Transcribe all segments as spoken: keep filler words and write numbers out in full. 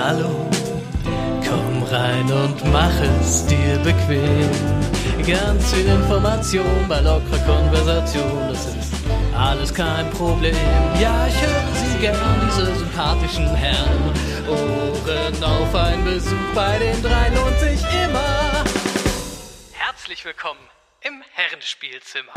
Hallo, komm rein und mach es dir bequem. Ganz viel Information bei lockerer Konversation, das ist alles kein Problem. Ja, ich höre Sie gern, diese sympathischen Herren. Ohren auf, ein Besuch bei den dreien lohnt sich immer. Herzlich willkommen im Herrenspielzimmer.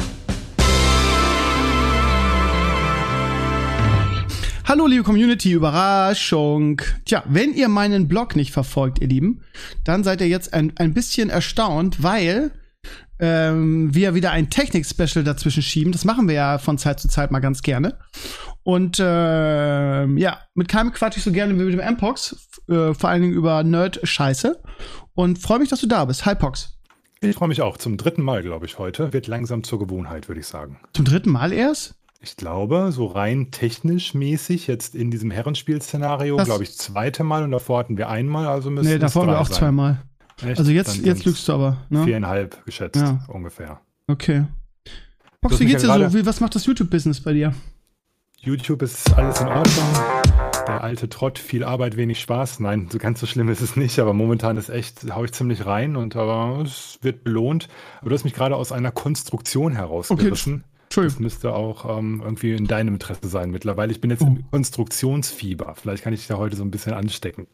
Hallo liebe Community, Überraschung. Tja, wenn ihr meinen Blog nicht verfolgt, ihr Lieben, dann seid ihr jetzt ein, ein bisschen erstaunt, weil ähm, wir wieder ein Technik-Special dazwischen schieben. Das machen wir ja von Zeit zu Zeit mal ganz gerne. Und äh, ja, mit keinem quatsch ich so gerne wie mit dem M-Pox, äh, vor allen Dingen über Nerd-Scheiße. Und freue mich, dass du da bist. Hi, Pox. Ich freue mich auch. Zum dritten Mal, glaube ich, heute. Wird langsam zur Gewohnheit, würde ich sagen. Zum dritten Mal erst? Ich glaube, so rein technisch mäßig, jetzt in diesem Herrenspiel-Szenario, glaube ich, zweite Mal und davor hatten wir einmal, also müssen Nee, davor haben wir auch sein. zweimal. Echt? Also jetzt, Dann jetzt lügst du aber. Ne? Viereinhalb geschätzt, Ja. ungefähr. Okay. Pox, wie geht's dir so? Wie, was macht das YouTube-Business bei dir? YouTube ist alles in Ordnung. Der alte Trott, viel Arbeit, wenig Spaß. Nein, so ganz so schlimm ist es nicht, aber momentan ist echt, hau ich ziemlich rein und aber es wird belohnt. Aber du hast mich gerade aus einer Konstruktion herausgerissen. Okay. Das müsste auch ähm, irgendwie in deinem Interesse sein mittlerweile. Ich bin jetzt Oh. im Konstruktionsfieber. Vielleicht kann ich dich da heute so ein bisschen anstecken.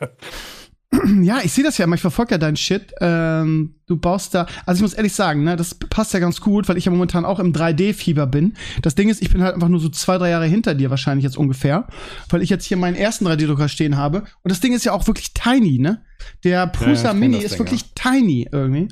Ja, ich sehe das ja immer, ich verfolge ja deinen Shit. Ähm, du baust da, also ich muss ehrlich sagen, ne, das passt ja ganz gut, weil ich ja momentan auch im drei D-Fieber bin. Das Ding ist, ich bin halt einfach nur so zwei, drei Jahre hinter dir wahrscheinlich jetzt ungefähr, weil ich jetzt hier meinen ersten drei D-Drucker stehen habe. Und das Ding ist ja auch wirklich tiny, ne? Der Prusa Ja, ja, Mini das ist Ding, wirklich ja. tiny irgendwie.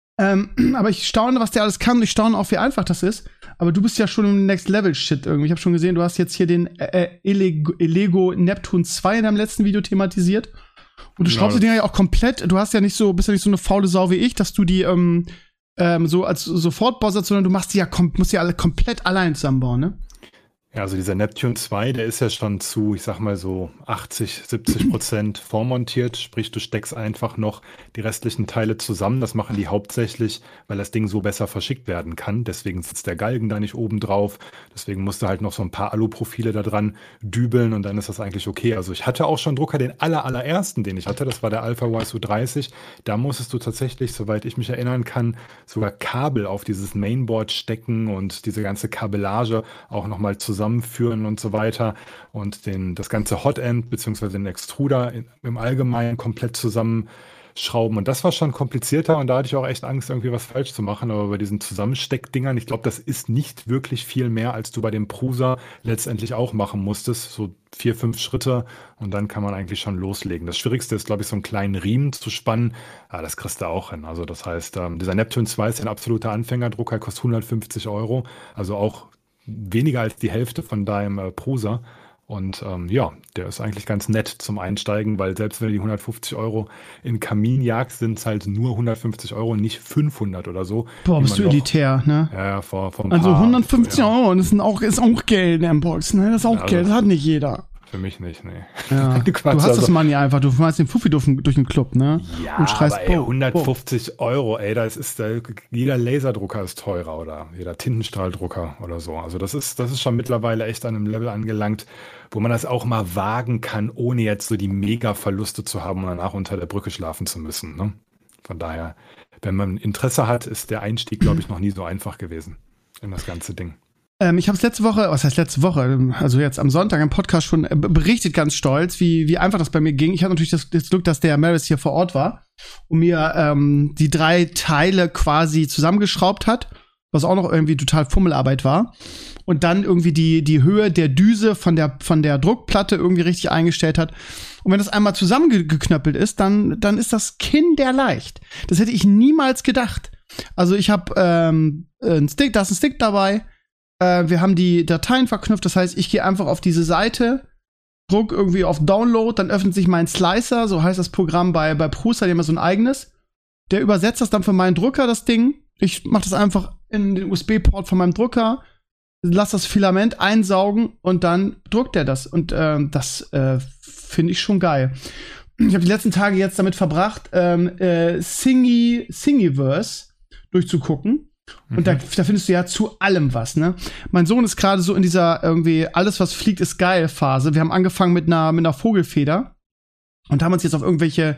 Ähm, aber ich staune, was der alles kann und ich staune auch, wie einfach das ist. Aber du bist ja schon im Next-Level-Shit irgendwie. Ich habe schon gesehen, du hast jetzt hier den äh, Elego, Elego Neptune zwei in deinem letzten Video thematisiert. Und du Genau, schraubst die Dinger ja auch komplett. Du hast ja nicht so, bist ja nicht so eine faule Sau wie ich, dass du die ähm, ähm, so als Sofortbau setzt, sondern du machst die ja, kom- musst die ja alle komplett allein zusammenbauen, ne? Ja, also dieser Neptune zwei, der ist ja schon zu, ich sag mal so achtzig, siebzig Prozent vormontiert. Sprich, du steckst einfach noch die restlichen Teile zusammen. Das machen die hauptsächlich, weil das Ding so besser verschickt werden kann. Deswegen sitzt der Galgen da nicht oben drauf. Deswegen musst du halt noch so ein paar Aluprofile da dran dübeln und dann ist das eigentlich okay. Also ich hatte auch schon Drucker, den aller, allerersten, den ich hatte. Das war der Alpha Y S U dreißig. Da musstest du tatsächlich, soweit ich mich erinnern kann, sogar Kabel auf dieses Mainboard stecken und diese ganze Kabellage auch nochmal zusammen zusammenführen und so weiter und den, das ganze Hotend bzw. den Extruder in, im Allgemeinen komplett zusammenschrauben. Und das war schon komplizierter und da hatte ich auch echt Angst, irgendwie was falsch zu machen. Aber bei diesen Zusammensteckdingern, ich glaube, das ist nicht wirklich viel mehr, als du bei dem Prusa letztendlich auch machen musstest. So vier, fünf Schritte und dann kann man eigentlich schon loslegen. Das Schwierigste ist, glaube ich, so einen kleinen Riemen zu spannen. Ja, das kriegst du auch hin. Also das heißt, ähm, dieser Neptune zwei ist ein absoluter Anfängerdrucker, kostet hundertfünfzig Euro. Also auch weniger als die Hälfte von deinem äh, Prusa. Und ähm, ja, der ist eigentlich ganz nett zum Einsteigen, weil selbst wenn du die hundertfünfzig Euro in Kamin jagst, sind es halt nur hundertfünfzig Euro, nicht fünfhundert oder so. Boah, bist du noch, elitär, ne? Ja, ja, vor, vor ein Also paar, hundertfünfzig ja, Euro, das ist auch, ist auch Geld in der Box, ne? Das ist auch Ja, Geld, also- das hat nicht jeder. Für mich nicht, nee. Ja. Du Quatsch, hast also- das Money einfach, du schmeißt den Fuffi durch, durch den Club, ne? Ja, und schreist, aber ey, Bo, hundertfünfzig Euro, ey, das ist der, jeder Laserdrucker ist teurer oder jeder Tintenstrahldrucker oder so. Also das ist, das ist schon mittlerweile echt an einem Level angelangt, wo man das auch mal wagen kann, ohne jetzt so die Mega-Verluste zu haben und danach unter der Brücke schlafen zu müssen. Ne? Von daher, wenn man Interesse hat, ist der Einstieg, glaube ich, noch nie so einfach gewesen in das ganze Ding. Ähm, ich habe es letzte Woche, was heißt letzte Woche, also jetzt am Sonntag im Podcast schon äh, berichtet, ganz stolz, wie, wie einfach das bei mir ging. Ich hatte natürlich das, das Glück, dass der Maris hier vor Ort war und mir ähm, die drei Teile quasi zusammengeschraubt hat, was auch noch irgendwie total Fummelarbeit war. Und dann irgendwie die, die Höhe der Düse von der, von der Druckplatte irgendwie richtig eingestellt hat. Und wenn das einmal zusammengeknöppelt ist, dann, dann ist das kinderleicht. Das hätte ich niemals gedacht. Also ich habe ähm, einen Stick, da ist ein Stick dabei. Äh, wir haben die Dateien verknüpft, das heißt, ich gehe einfach auf diese Seite, druck irgendwie auf Download, dann öffnet sich mein Slicer, so heißt das Programm bei, bei Prusa, die haben ja so ein eigenes. Der übersetzt das dann für meinen Drucker, das Ding. Ich mache das einfach in den U S B-Port von meinem Drucker, lass das Filament einsaugen und dann druckt er das. Und äh, das äh, finde ich schon geil. Ich habe die letzten Tage jetzt damit verbracht, ähm, äh, Singy, Thingiverse durchzugucken. Und da, da findest du ja zu allem was, ne? Mein Sohn ist gerade so in dieser irgendwie alles, was fliegt, ist geil Phase. Wir haben angefangen mit einer, mit einer Vogelfeder. Und haben uns jetzt auf irgendwelche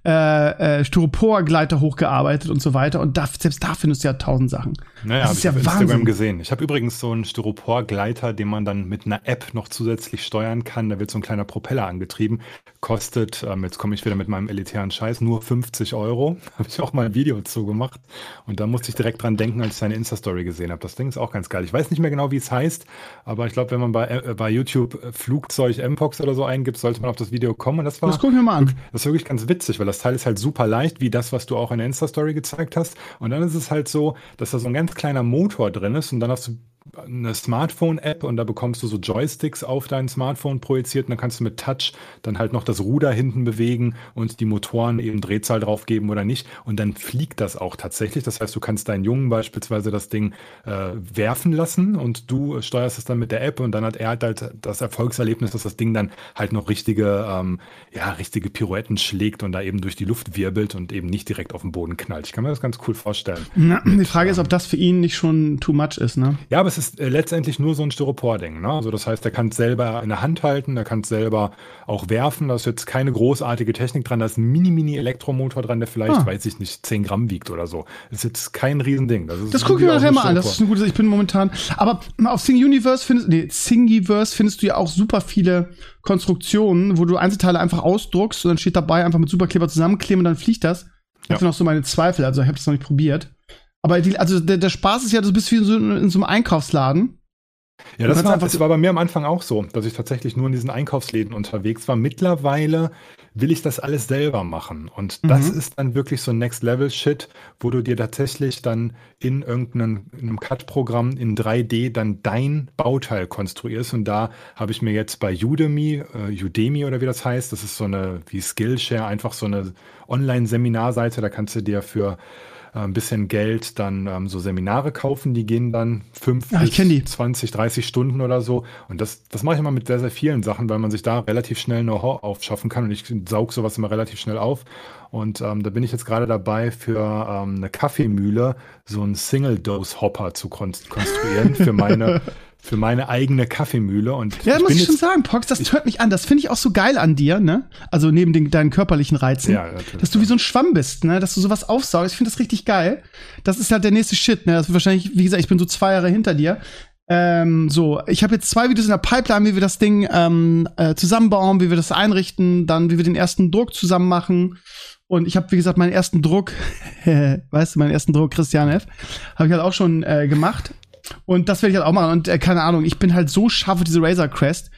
äh, äh, Styropor-Gleiter hochgearbeitet und so weiter. Und da, selbst da findest du ja tausend Sachen. Naja, das ist hab ja ich auf Instagram Wahnsinn. gesehen. Ich habe übrigens so einen Styropor-Gleiter, den man dann mit einer App noch zusätzlich steuern kann. Da wird so ein kleiner Propeller angetrieben. Kostet, ähm, jetzt komme ich wieder mit meinem elitären Scheiß, nur fünfzig Euro. Habe ich auch mal ein Video zu gemacht. Und da musste ich direkt dran denken, als ich seine Insta-Story gesehen habe. Das Ding ist auch ganz geil. Ich weiß nicht mehr genau, wie es heißt, aber ich glaube, wenn man bei, äh, bei YouTube äh, Flugzeug M-Pox oder so eingibt, sollte man auf das Video kommen. Und das war, Das gucken wir mal an. das ist wirklich ganz witzig, weil das Teil ist halt super leicht, wie das, was du auch in der Insta-Story gezeigt hast. Und dann ist es halt so, dass da so ein ganz kleiner Motor drin ist und dann hast du eine Smartphone-App und da bekommst du so Joysticks auf dein Smartphone projiziert und dann kannst du mit Touch dann halt noch das Ruder hinten bewegen und die Motoren eben Drehzahl drauf geben oder nicht und dann fliegt das auch tatsächlich. Das heißt, du kannst deinen Jungen beispielsweise das Ding äh, werfen lassen und du steuerst es dann mit der App und dann hat er halt das Erfolgserlebnis, dass das Ding dann halt noch richtige, ähm, ja, richtige Pirouetten schlägt und da eben durch die Luft wirbelt und eben nicht direkt auf den Boden knallt. Ich kann mir das ganz cool vorstellen. Na, die Frage ist, ob das für ihn nicht schon too much ist, ne? Ja, aber es ist äh, letztendlich nur so ein Styropor-Ding. Ne? Also das heißt, er kann es selber in der Hand halten, er kann es selber auch werfen. Da ist jetzt keine großartige Technik dran. Da ist ein Mini-Mini-Elektromotor dran, der vielleicht, Ah. weiß ich nicht, zehn Gramm wiegt oder so. Das ist jetzt kein Riesending. Das, ist Das gucken wir wieder nachher so mal an. Das ist eine gute Sache. Ich bin momentan. Aber auf Thingiverse findest, nee, Thingiverse findest du ja auch super viele Konstruktionen, wo du Einzelteile einfach ausdruckst und dann steht dabei einfach mit Superkleber zusammenkleben und dann fliegt das. Ich Ja. habe noch so meine Zweifel. Also ich habe das noch nicht probiert. Aber die, also der, der Spaß ist ja, du bist wie in so, in so einem Einkaufsladen. Ja, Du das kannst war, einfach- das war bei mir am Anfang auch so, dass ich tatsächlich nur in diesen Einkaufsläden unterwegs war. Mittlerweile will ich das alles selber machen. Und das Mhm. ist dann wirklich so Next-Level-Shit, wo du dir tatsächlich dann in irgendeinem in einem C A D-Programm in drei D dann dein Bauteil konstruierst. Und da habe ich mir jetzt bei Udemy, äh, Udemy oder wie das heißt, das ist so eine, wie Skillshare, einfach so eine Online-Seminarseite, da kannst du dir für ein bisschen Geld dann ähm, so Seminare kaufen, die gehen dann fünf Ah, ich kenn die. bis zwanzig, dreißig Stunden oder so. Und das, das mache ich immer mit sehr, sehr vielen Sachen, weil man sich da relativ schnell Know-how aufschaffen kann. Und ich saug sowas immer relativ schnell auf. Und ähm, da bin ich jetzt gerade dabei, für ähm, eine Kaffeemühle so einen Single-Dose-Hopper zu kon konstruieren für meine, für meine eigene Kaffeemühle. Und Ja, muss bin ich schon jetzt- sagen, Pox, das hört mich an. Das finde ich auch so geil an dir, ne? Also neben den, deinen körperlichen Reizen. Ja, natürlich, dass du ja. wie so ein Schwamm bist, ne? Dass du sowas aufsaugst. Ich finde das richtig geil. Das ist halt der nächste Shit, ne? Das wird wahrscheinlich, wie gesagt, ich bin so zwei Jahre hinter dir. Ähm, so, ich habe jetzt zwei Videos in der Pipeline, wie wir das Ding ähm, äh, zusammenbauen, wie wir das einrichten, dann wie wir den ersten Druck zusammen machen. Und ich habe, wie gesagt, meinen ersten Druck, weißt du, meinen ersten Druck, Christian F., habe ich halt auch schon äh, gemacht. Und das werde ich halt auch machen. Und äh, keine Ahnung, ich bin halt so scharf auf diese Razor Crest.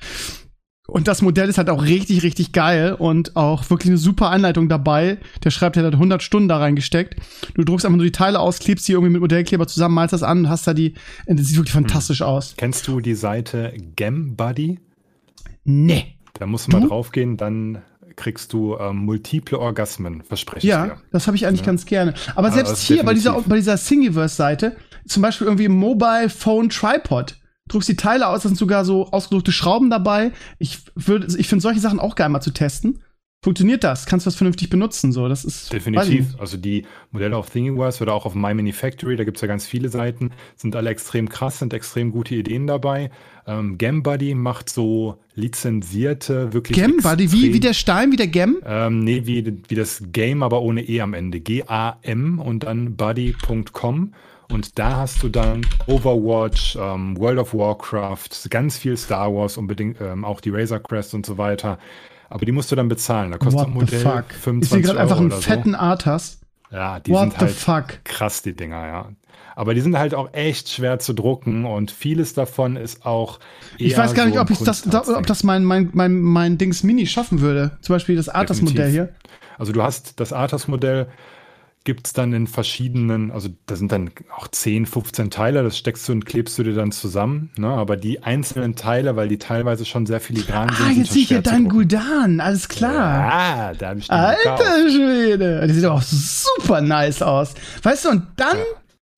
Und das Modell ist halt auch richtig, richtig geil und auch wirklich eine super Anleitung dabei. Der schreibt, der hat hundert Stunden da reingesteckt. Du druckst einfach nur die Teile aus, klebst die irgendwie mit Modellkleber zusammen, malst das an und hast da die, das sieht wirklich fantastisch aus. Kennst du die Seite GemBuddy? Nee. Da musst du mal Du? draufgehen, dann kriegst du ähm, multiple Orgasmen, verspreche ich Ja, dir. das habe ich eigentlich Ja. ganz gerne. Aber Ja, selbst das ist hier bei dieser, definitiv. bei dieser Thingiverse-Seite, zum Beispiel irgendwie Mobile Phone Tripod, druckst die Teile aus, da sind sogar so ausgedruckte Schrauben dabei. Ich würde, ich finde solche Sachen auch geil mal zu testen. Funktioniert das? Kannst du das vernünftig benutzen? So, das ist weiß ich Definitiv. nicht. Also die Modelle auf Thingiverse oder auch auf My Mini Factory, da gibt es ja ganz viele Seiten, sind alle extrem krass, sind extrem gute Ideen dabei. Ähm, GemBuddy macht so lizenzierte, wirklich GemBuddy, wie, extrem- wie der Stein, wie der Gem? Ähm, nee, wie, wie das Game, aber ohne E am Ende. G A M und dann buddy punkt com. Und da hast du dann Overwatch, ähm, World of Warcraft, ganz viel Star Wars, unbedingt ähm, auch die Razor Crest und so weiter. Aber die musst du dann bezahlen. Da kostet ein What the Modell fuck? Ich sehe fünfundzwanzig gerade Euro einfach einen oder fetten Arthas. so. Ja, die What sind the halt fuck? krass, die Dinger, ja. Aber die sind halt auch echt schwer zu drucken und vieles davon ist auch eher Ich weiß gar nicht, so ein ob ich das, da, Kunstharzding. ob das mein, mein, mein, mein Dings Mini schaffen würde. Zum Beispiel das Arthas-Modell hier. Also du hast das Arthas-Modell, gibt es dann in verschiedenen, also da sind dann auch zehn, fünfzehn Teile, das steckst du und klebst du dir dann zusammen. Ne? Aber die einzelnen Teile, weil die teilweise schon sehr filigran sind, Ah, sind jetzt schon sehe ich ja schwer zu deinen drucken. Guldan, alles klar. Ah, da habe ich den gekauft. Alter Schwede. Die sieht auch super nice aus. Weißt du, und dann,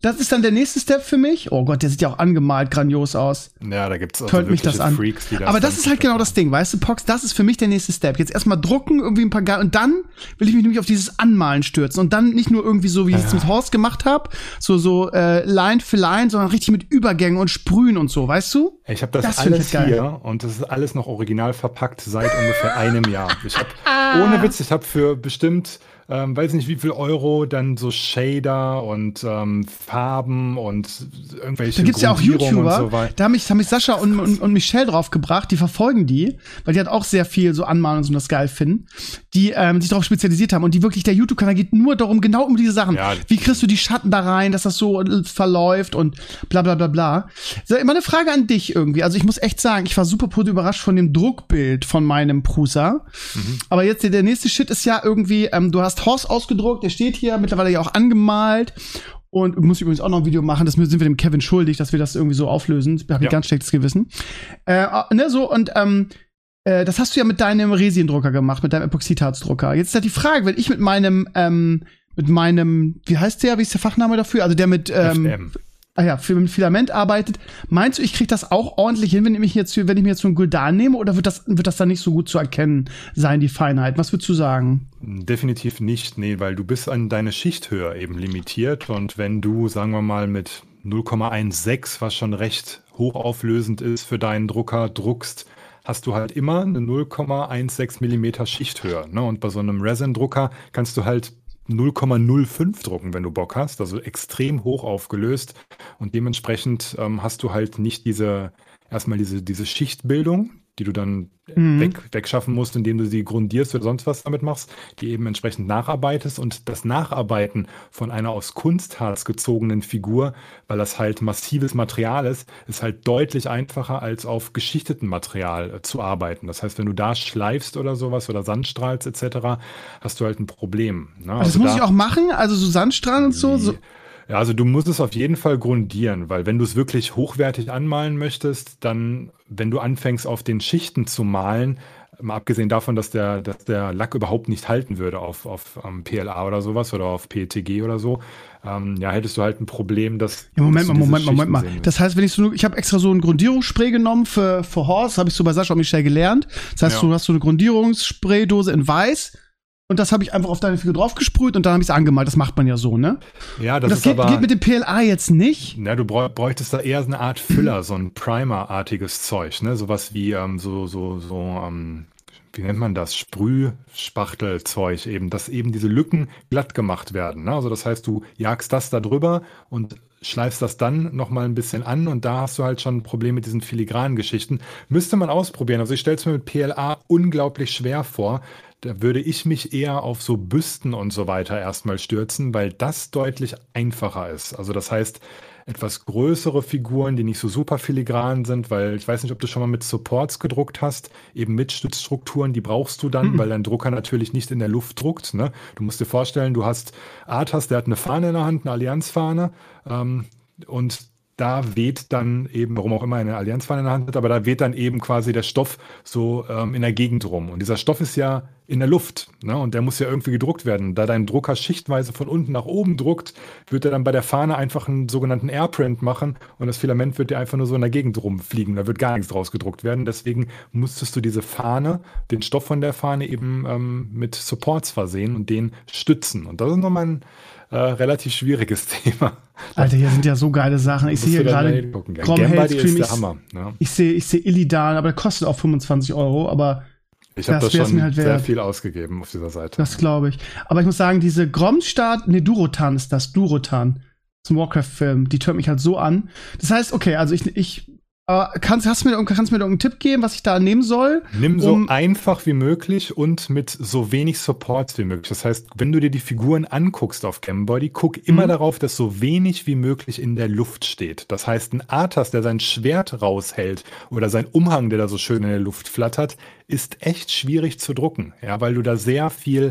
das ist dann der nächste Step für mich. Oh Gott, der sieht ja auch angemalt grandios aus. Ja, da gibt's auch Tönt mich das an. Freaks, die das Aber das ist halt genau das Ding, weißt du, Pox, das ist für mich der nächste Step. Jetzt erstmal drucken, irgendwie ein paar Ge- und dann will ich mich nämlich auf dieses Anmalen stürzen und dann nicht nur irgendwie so, wie ich es Ja. mit Horst gemacht habe, so so äh, Line für Line, sondern richtig mit Übergängen und Sprühen und so, weißt du? Ich habe das, Das find alles ich geil. hier und das ist alles noch original verpackt seit ungefähr einem Jahr. Ich habe, ohne Witz, ich habe für bestimmt, ähm, weiß nicht wie viel Euro, dann so Shader und ähm, Farben und irgendwelche Da gibt's ja auch Grundierungen YouTuber, und so weiter. da haben mich, haben mich Sascha und, und, und Michelle drauf gebracht, die verfolgen die, weil die hat auch sehr viel so Anmalen und so und das geil finden, die ähm, sich darauf spezialisiert haben und die wirklich, der YouTube-Kanal geht nur darum, genau um diese Sachen. Ja. Wie kriegst du die Schatten da rein, dass das so äh, verläuft und bla bla bla bla. So, immer eine Frage an dich irgendwie. Also ich muss echt sagen, ich war super positiv überrascht von dem Druckbild von meinem Prusa. Mhm. Aber jetzt der nächste Shit ist ja irgendwie, ähm, du hast Horst ausgedruckt, der steht hier, mittlerweile ja auch angemalt. Und muss ich übrigens auch noch ein Video machen, das sind wir dem Kevin schuldig, dass wir das irgendwie so auflösen. Da habe ich Ja. ganz schlechtes Gewissen. Äh, ne, so, und ähm, äh, das hast du ja mit deinem Resin-Drucker gemacht, mit deinem Epoxidharzdrucker. Jetzt ist halt die Frage, wenn ich mit meinem, ähm, mit meinem, wie heißt der, wie ist der Fachname dafür? Also der mit, ähm, F M. ah ja, für mit Filament arbeitet. Meinst du, ich krieg das auch ordentlich hin, wenn ich mich jetzt, wenn ich mir jetzt so einen Guldan nehme, oder wird das, wird das dann nicht so gut zu erkennen sein, die Feinheit? Was würdest du sagen? Definitiv nicht, nee, weil du bist an deine Schichthöhe eben limitiert und wenn du, sagen wir mal, mit null Komma sechzehn, was schon recht hochauflösend ist für deinen Drucker, druckst, hast du halt immer eine null Komma sechzehn Millimeter Schichthöhe. Ne? Und bei so einem Resin-Drucker kannst du halt null Komma null fünf drucken, wenn du Bock hast, also extrem hoch aufgelöst und dementsprechend ähm, hast du halt nicht diese, erstmal diese, diese Schichtbildung, die du dann Mhm. weg, wegschaffen musst, indem du sie grundierst oder sonst was damit machst, die eben entsprechend nacharbeitest und das Nacharbeiten von einer aus Kunstharz gezogenen Figur, weil das halt massives Material ist, ist halt deutlich einfacher als auf geschichtetem Material äh, zu arbeiten. Das heißt, wenn du da schleifst oder sowas oder Sandstrahlst et cetera, hast du halt ein Problem. Ne? Das Also muss da- ich auch machen? Also so Sandstrahlen und so? so Ja, also du musst es auf jeden Fall grundieren, weil wenn du es wirklich hochwertig anmalen möchtest, dann, wenn du anfängst auf den Schichten zu malen, mal abgesehen davon, dass der, dass der Lack überhaupt nicht halten würde auf, auf ähm, P L A oder sowas oder auf P E T G oder so, ähm, ja, hättest du halt ein Problem, dass Ja, Moment dass mal, du diese Moment mal, Moment Schichten mal. sehen willst. Das heißt, wenn ich so, ich habe extra so ein Grundierungsspray genommen für, für Horst, habe ich so bei Sascha und Michelle gelernt. Das heißt, Ja. du hast so eine Grundierungsspraydose in weiß und das habe ich einfach auf deine Figur draufgesprüht und dann habe ich es angemalt. Das macht man ja so, ne? Ja, Und das, das ist geht, aber, geht mit dem P L A jetzt nicht. na, du bräu- bräuchtest da eher so eine Art Füller, so ein Primer-artiges Zeug, ne? Sowas wie ähm, so, so, so, ähm, wie nennt man das? Sprühspachtelzeug eben, dass eben diese Lücken glatt gemacht werden. Ne? Also das heißt, du jagst das da drüber und schleifst das dann nochmal ein bisschen an und da hast du halt schon ein Problem mit diesen filigranen Geschichten. Müsste man ausprobieren. Also ich stelle es mir mit P L A unglaublich schwer vor. Da würde ich mich eher auf so Büsten und so weiter erstmal stürzen, weil das deutlich einfacher ist. Also das heißt, etwas größere Figuren, die nicht so super filigran sind, weil ich weiß nicht, ob du schon mal mit Supports gedruckt hast, eben mit Stützstrukturen, die brauchst du dann, Mhm. weil dein Drucker natürlich nicht in der Luft druckt. Ne? Du musst dir vorstellen, du hast Arthas, der hat eine Fahne in der Hand, eine Allianzfahne, ähm, und da weht dann eben, warum auch immer er eine Allianzfahne in der Hand hat, aber da weht dann eben quasi der Stoff so ähm, in der Gegend rum. Und dieser Stoff ist ja in der Luft, ne? Und der muss ja irgendwie gedruckt werden. Da dein Drucker schichtweise von unten nach oben druckt, wird er dann bei der Fahne einfach einen sogenannten Airprint machen und das Filament wird dir einfach nur so in der Gegend rumfliegen. Da wird gar nichts draus gedruckt werden. Deswegen musstest du diese Fahne, den Stoff von der Fahne eben ähm, mit Supports versehen und den stützen. Und das ist nochmal ein äh, relativ schwieriges Thema. Alter, hier sind ja so geile Sachen. Ich Musst sehe hier du dann gerade mal gucken. Ja, Grom Gambody Hellstream. ist der Ich, Hammer. Ne? ich sehe ich sehe Illidan, aber der kostet auch fünfundzwanzig Euro, aber Ich habe das da wär's schon mir halt sehr wert. viel ausgegeben auf dieser Seite. das glaube ich. Aber ich muss sagen, diese Gromstart, ne, Durotan ist das, Durotan zum Warcraft-Film, die tönt mich halt so an. Das heißt, okay, also ich, ich äh, kannst, hast du mir, kannst du mir irgendeinen Tipp geben, was ich da nehmen soll? Nimm so um- einfach wie möglich und mit so wenig Supports wie möglich. Das heißt, wenn du dir die Figuren anguckst auf Gambody, guck immer Mhm. darauf, dass so wenig wie möglich in der Luft steht. Das heißt, ein Arthas, der sein Schwert raushält oder sein Umhang, der da so schön in der Luft flattert, ist echt schwierig zu drucken, ja, weil du da sehr viel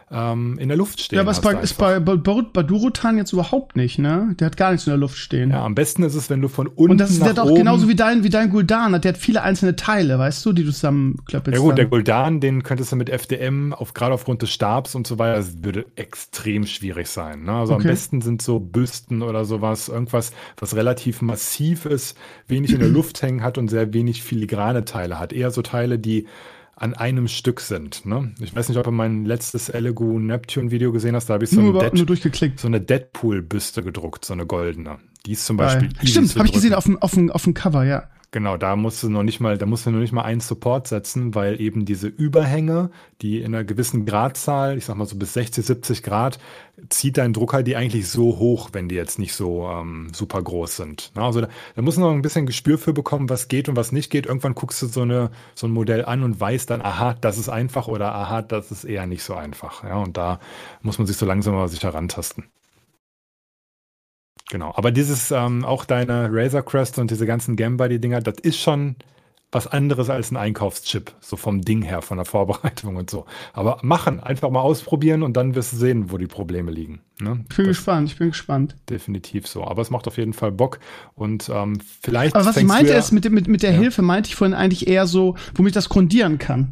ähm, in der Luft stehen Ja, aber ist bei, ist bei, bei, bei Durotan jetzt überhaupt nicht, ne? Der hat gar nichts in der Luft stehen. Ja, am besten ist es, wenn du von unten Und das ist nach der doch oben genauso wie dein, wie dein Gul'dan. Der hat viele einzelne Teile, weißt du, die du zusammenklöppelst. Ja gut, dann. der Gul'dan, den könntest du mit F D M, auf, gerade aufgrund des Stabs und so weiter, das würde extrem schwierig sein. Ne? Also Okay. am besten sind so Büsten oder sowas, irgendwas, was relativ massiv ist, wenig in der Luft hängen hat und sehr wenig filigrane Teile hat. Eher so Teile, die an einem Stück sind. Ne? Ich weiß nicht, ob du mein letztes Elegoo Neptune Video gesehen hast, da habe ich so, nur, ein über, Dead, nur durchgeklickt. so eine Deadpool-Büste gedruckt, so eine goldene. Die ist zum Beispiel Geil. easy Stimmt, zu habe ich gesehen drücken. auf dem, auf, dem, auf dem Cover, ja. Genau, da musst du noch nicht mal, da musst du noch nicht mal einen Support setzen, weil eben diese Überhänge, die in einer gewissen Gradzahl, ich sag mal so bis sechzig, siebzig Grad, zieht dein Drucker die eigentlich so hoch, wenn die jetzt nicht so ähm, super groß sind. Na, also da, da musst du noch ein bisschen Gespür für bekommen, was geht und was nicht geht. Irgendwann guckst du so, eine, so ein Modell an und weißt dann, aha, das ist einfach oder aha, das ist eher nicht so einfach. Ja, und da muss man sich so langsam mal sich herantasten. Genau, aber dieses, ähm, auch deine Razor Crest und diese ganzen Gambody-Dinger, das ist schon was anderes als ein Einkaufschip, so vom Ding her, von der Vorbereitung und so. Aber machen, einfach mal ausprobieren und dann wirst du sehen, wo die Probleme liegen. Ne? Ich bin Das gespannt, ich bin gespannt. definitiv so. Aber es macht auf jeden Fall Bock und ähm, vielleicht. Aber was ich fängst meinte du ja- ist, mit, dem- mit, mit der Ja. Hilfe meinte ich vorhin eigentlich eher so, womit ich das grundieren kann.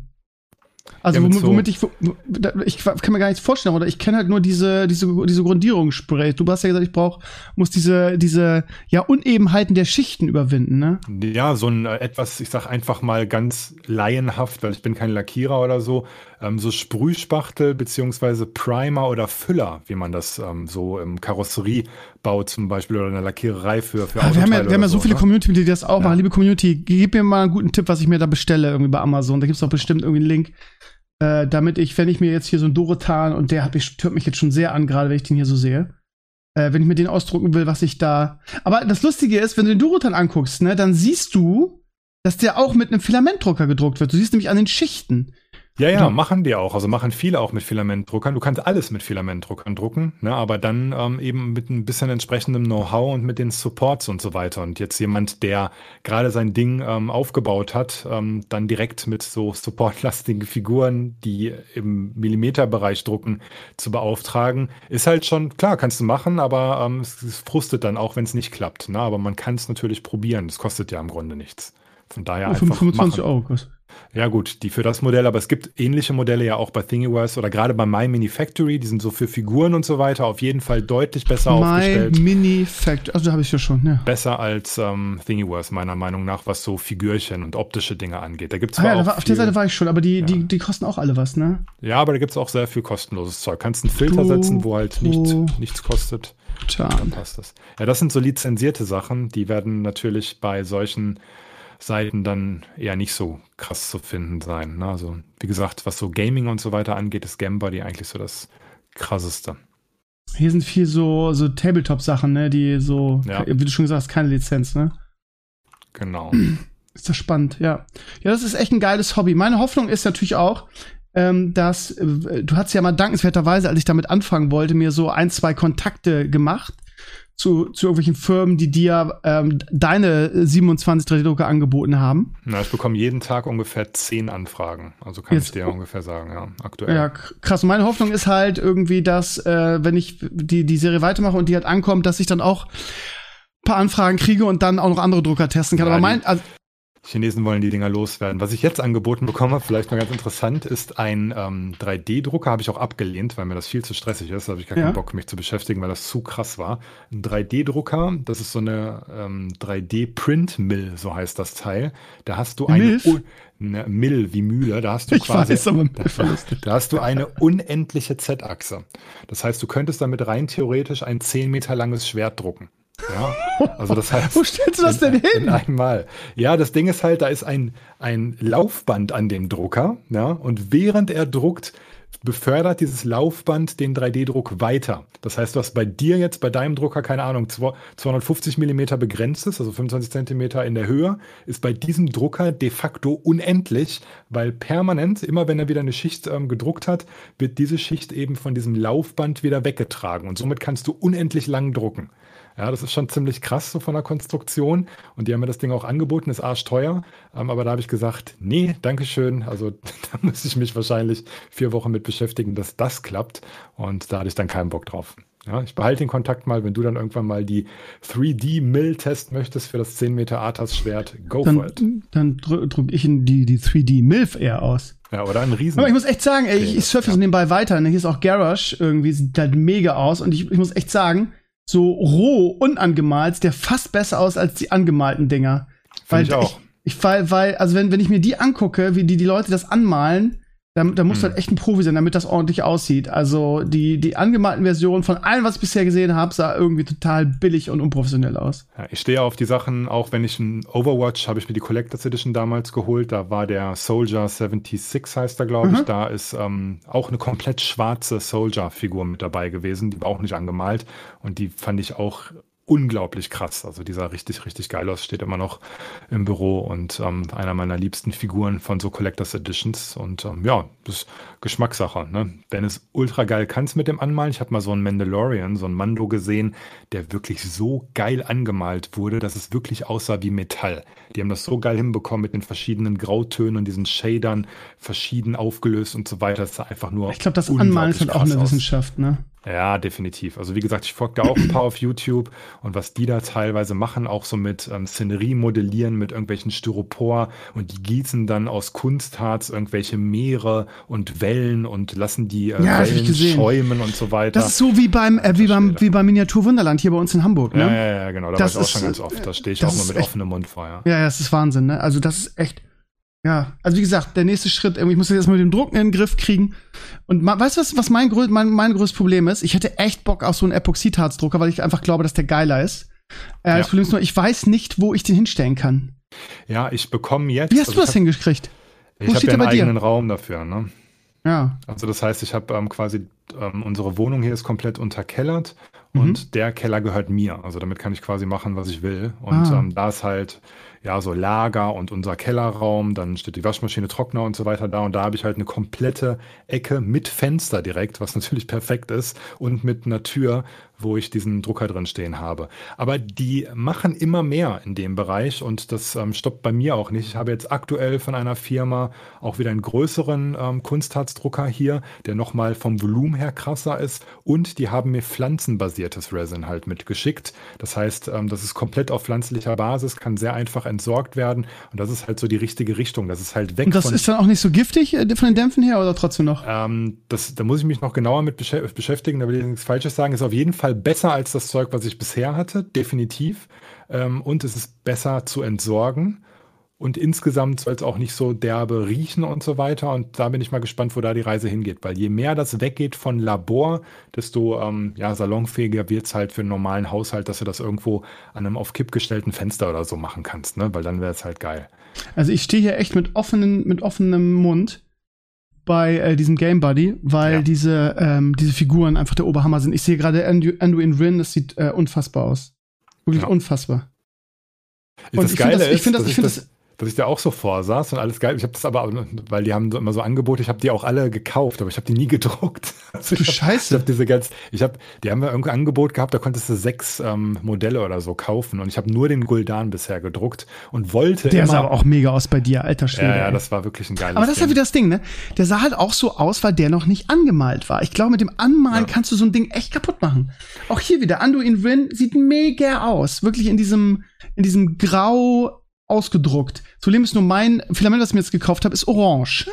Also Ja, mit womit, so- womit ich, wo- ich kann mir gar nichts vorstellen, oder ich kenne halt nur diese, diese, diese Grundierungsspray. Du hast ja gesagt, ich brauch, muss diese, diese, ja, Unebenheiten der Schichten überwinden, ne? Ja, so ein äh, etwas, ich sag einfach mal ganz laienhaft, weil ich bin kein Lackierer oder so, ähm, so Sprühspachtel beziehungsweise Primer oder Füller, wie man das ähm, so im Karosseriebau zum Beispiel oder in der Lackiererei für, für Ah, wir haben ja, Autoteile wir haben ja oder so viele ne? Community, die das auch Ja. machen. Liebe Community, gib mir mal einen guten Tipp, was ich mir da bestelle, irgendwie bei Amazon. Da gibt's doch bestimmt irgendwie einen Link. Äh, damit ich, wenn ich mir jetzt hier so einen Durotan, und der hat mich, stört mich jetzt schon sehr an, gerade wenn ich den hier so sehe, äh, wenn ich mir den ausdrucken will, was ich da. Aber das Lustige ist, wenn du den Durotan anguckst, ne, dann siehst du, dass der auch mit einem Filamentdrucker gedruckt wird. Du siehst nämlich an den Schichten. Ja, ja, Ja. machen die auch. Also machen viele auch mit Filamentdruckern. Du kannst alles mit Filamentdruckern drucken, ne? Aber dann ähm, eben mit ein bisschen entsprechendem Know-how und mit den Supports und so weiter. Und jetzt jemand, der gerade sein Ding ähm, aufgebaut hat, ähm, dann direkt mit so supportlastigen Figuren, die im Millimeterbereich drucken, zu beauftragen, ist halt schon, klar, kannst du machen, aber ähm, es, es frustet dann auch, wenn es nicht klappt. Ne? Aber man kann es natürlich probieren. Das kostet ja im Grunde nichts. Von daher einfach fünfundzwanzig machen. Euro kostet. Ja gut, die für das Modell, aber es gibt ähnliche Modelle ja auch bei Thingiverse oder gerade bei My Mini Factory, die sind so für Figuren und so weiter auf jeden Fall deutlich besser My aufgestellt. Mini Factory. Also, da habe ich ja schon, ja. Besser als ähm, Thingiverse, meiner Meinung nach, was so Figürchen und optische Dinge angeht. Da gibt's Ah, zwar ja, da auch war, auf der viel, Seite war ich schon, aber die, Ja. die, die kosten auch alle was, ne? ja, aber da gibt es auch sehr viel kostenloses Zeug. Kannst einen Filter Pro- setzen, wo halt Pro- nicht, nichts kostet. Dann Tan. passt das. Ja, das sind so lizenzierte Sachen, die werden natürlich bei solchen Seiten dann eher nicht so krass zu finden sein. Ne? Also, wie gesagt, was so Gaming und so weiter angeht, ist Gambody eigentlich so das krasseste. Hier sind viel so, so Tabletop-Sachen, ne? Die so, Ja. wie du schon gesagt hast, keine Lizenz, ne? Genau. Ist das spannend, ja. Ja, das ist echt ein geiles Hobby. Meine Hoffnung ist natürlich auch, ähm, dass, äh, du hast ja mal dankenswerterweise, als ich damit anfangen wollte, mir so ein, zwei Kontakte gemacht zu, zu irgendwelchen Firmen, die dir ähm, deine siebenundzwanzig drei D-Drucker angeboten haben. Na, ich bekomme jeden Tag ungefähr zehn Anfragen. Also kann Jetzt- ich dir ungefähr sagen, ja, aktuell. Ja, k- krass. Und meine Hoffnung ist halt irgendwie, dass, äh, wenn ich die, die Serie weitermache und die halt ankommt, dass ich dann auch ein paar Anfragen kriege und dann auch noch andere Drucker testen kann. Ja, Aber die- mein, also, Chinesen wollen die Dinger loswerden. Was ich jetzt angeboten bekommen habe, vielleicht mal ganz interessant, ist ein ähm, drei D-Drucker, habe ich auch abgelehnt, weil mir das viel zu stressig ist. Da habe ich gar Ja. keinen Bock, mich zu beschäftigen, weil das zu krass war. Ein drei D-Drucker, das ist so eine ähm, drei D-Print-Mill, so heißt das Teil. Da hast du eine, Milf? Un- eine Mill wie Mühle, da hast du ich quasi weiß, aber voll lustig. Da hast du eine unendliche Z-Achse. Das heißt, du könntest damit rein theoretisch ein zehn Meter langes Schwert drucken. Ja, also das heißt. Wo stellst du das denn in, hin? In einmal. Ja, das Ding ist halt, da ist ein, ein Laufband an dem Drucker, ja, und während er druckt, befördert dieses Laufband den drei D-Druck weiter. Das heißt, was bei dir jetzt bei deinem Drucker, keine Ahnung, zweihundertfünfzig Millimeter begrenzt ist, also fünfundzwanzig Zentimeter in der Höhe, ist bei diesem Drucker de facto unendlich, weil permanent, immer wenn er wieder eine Schicht ähm, gedruckt hat, wird diese Schicht eben von diesem Laufband wieder weggetragen und somit kannst du unendlich lang drucken. Ja, das ist schon ziemlich krass so von der Konstruktion. Und die haben mir das Ding auch angeboten, ist arschteuer. Ähm, aber da habe ich gesagt, nee, Dankeschön. Also da muss ich mich wahrscheinlich vier Wochen mit beschäftigen, dass das klappt. Und da hatte ich dann keinen Bock drauf. Ja, ich behalte den Kontakt mal, wenn du dann irgendwann mal die drei D-Mill testen möchtest für das zehn Meter Arthas-Schwert, go dann, for it. Dann drücke drück ich in die, die drei D-Milf eher aus. Ja, oder ein Riesen. Aber ich muss echt sagen, ey, ich, ich surfe ja. so nebenbei weiter. Ne? Hier ist auch Garrosh irgendwie, sieht halt mega aus. Und ich, ich muss echt sagen, so roh, unangemalt, der fast besser aus als die angemalten Dinger. Find Weil ich auch. Ich, ich, weil, weil, also wenn, wenn ich mir die angucke, wie die, die Leute das anmalen, da, da musst hm. du halt echt ein Profi sein, damit das ordentlich aussieht. Also die, die angemalten Versionen von allem, was ich bisher gesehen habe, sah irgendwie total billig und unprofessionell aus. Ja, ich stehe auf die Sachen, auch wenn ich ein Overwatch, habe ich mir die Collectors Edition damals geholt, da war der Soldier sechsundsiebzig, heißt er, glaube ich. Mhm. Da ist ähm, auch eine komplett schwarze Soldier-Figur mit dabei gewesen, die war auch nicht angemalt und die fand ich auch unglaublich krass. Also dieser richtig, richtig geil aus, steht immer noch im Büro und ähm, einer meiner liebsten Figuren von so Collectors Editions. Und ähm, ja, das ist Geschmackssache. Ne? Wenn es ultra geil kannst mit dem Anmalen. Ich habe mal so einen Mandalorian, so einen Mando gesehen, der wirklich so geil angemalt wurde, dass es wirklich aussah wie Metall. Die haben das so geil hinbekommen mit den verschiedenen Grautönen und diesen Shadern, verschieden aufgelöst und so weiter. Das sah einfach nur Ich glaube, das Anmalen ist halt auch eine aus. Wissenschaft, ne? Ja, definitiv. Also wie gesagt, ich folge da auch ein paar auf YouTube und was die da teilweise machen, auch so mit ähm, Szenerie modellieren, mit irgendwelchen Styropor und die gießen dann aus Kunstharz irgendwelche Meere und Wellen und lassen die äh, ja, Wellen schäumen und so weiter. Das ist so wie beim, äh, wie beim, wie beim Miniatur Wunderland hier bei uns in Hamburg, ne? Ja, ja, ja, genau. Da das war ich auch ist, schon ganz oft. Da stehe ich auch nur mit echt, offenem Mund vor, ja. Ja, das ist Wahnsinn, ne? Also das ist echt. Ja, also wie gesagt, der nächste Schritt, ich muss jetzt mal mit dem Drucken in den Griff kriegen. Und ma, weißt du, was, was mein, grö mein, mein größtes Problem ist? Ich hätte echt Bock auf so einen Epoxidharzdrucker, weil ich einfach glaube, dass der geiler ist. Äh, ja. Das Problem ist nur, ich weiß nicht, wo ich den hinstellen kann. Ja, ich bekomme jetzt. Wie hast also du das hab, hingekriegt? Ich habe ja einen eigenen Raum dafür, ne? Ja. Also das heißt, ich habe ähm, quasi, ähm, unsere Wohnung hier ist komplett unterkellert und mhm. der Keller gehört mir. Also damit kann ich quasi machen, was ich will. Und ah. ähm, da ist halt ja so Lager und unser Kellerraum, dann steht die Waschmaschine, Trockner und so weiter da. Und da habe ich halt eine komplette Ecke mit Fenster direkt, was natürlich perfekt ist, und mit einer Tür, wo ich diesen Drucker drin stehen habe. Aber die machen immer mehr in dem Bereich und das ähm, stoppt bei mir auch nicht. Ich habe jetzt aktuell von einer Firma auch wieder einen größeren ähm, Kunstharzdrucker hier, der nochmal vom Volumen her krasser ist und die haben mir pflanzenbasiertes Resin halt mitgeschickt. Das heißt, ähm, das ist komplett auf pflanzlicher Basis, kann sehr einfach entsorgt werden und das ist halt so die richtige Richtung. Das ist halt weg. Und das von, ist dann auch nicht so giftig äh, von den Dämpfen her oder trotzdem noch? Ähm, das, da muss ich mich noch genauer mit beschä- beschäftigen, da will ich nichts Falsches sagen. Ist auf jeden Fall besser als das Zeug, was ich bisher hatte, definitiv. Ähm, und es ist besser zu entsorgen. Und insgesamt soll es auch nicht so derbe riechen und so weiter. Und da bin ich mal gespannt, wo da die Reise hingeht. Weil je mehr das weggeht von Labor, desto ähm, ja, salonfähiger wird es halt für einen normalen Haushalt, dass du das irgendwo an einem auf Kipp gestellten Fenster oder so machen kannst. Ne? Weil dann wäre es halt geil. Also ich stehe hier echt mit, offenen, mit offenem Mund bei äh, diesem Game Buddy, weil ja. diese, ähm, diese Figuren einfach der Oberhammer sind. Ich sehe gerade Anduin Wrynn, das sieht äh, unfassbar aus. Wirklich ja. unfassbar. Und das Geile ist, ich finde das, ich find das, dass ich da auch so vorsaß und alles geil. Ich habe das aber, weil die haben immer so Angebote, ich habe die auch alle gekauft, aber ich habe die nie gedruckt. Also du ich hab, Scheiße. Ich habe diese ganz, ich habe, die haben ja irgendein Angebot gehabt, da konntest du sechs ähm, Modelle oder so kaufen und ich habe nur den Gul'dan bisher gedruckt und wollte Der immer, sah aber auch mega aus bei dir, alter Schwede. Ja, ja, ey. das war wirklich ein geiles Aber das ist ja wieder das Ding, ne? Der sah halt auch so aus, weil der noch nicht angemalt war. Ich glaube, mit dem Anmalen ja. kannst du so ein Ding echt kaputt machen. Auch hier wieder, Anduin Wrynn sieht mega aus. Wirklich in diesem, in diesem Grau ausgedruckt. Zudem ist nur mein Filament, das ich mir jetzt gekauft habe, ist orange.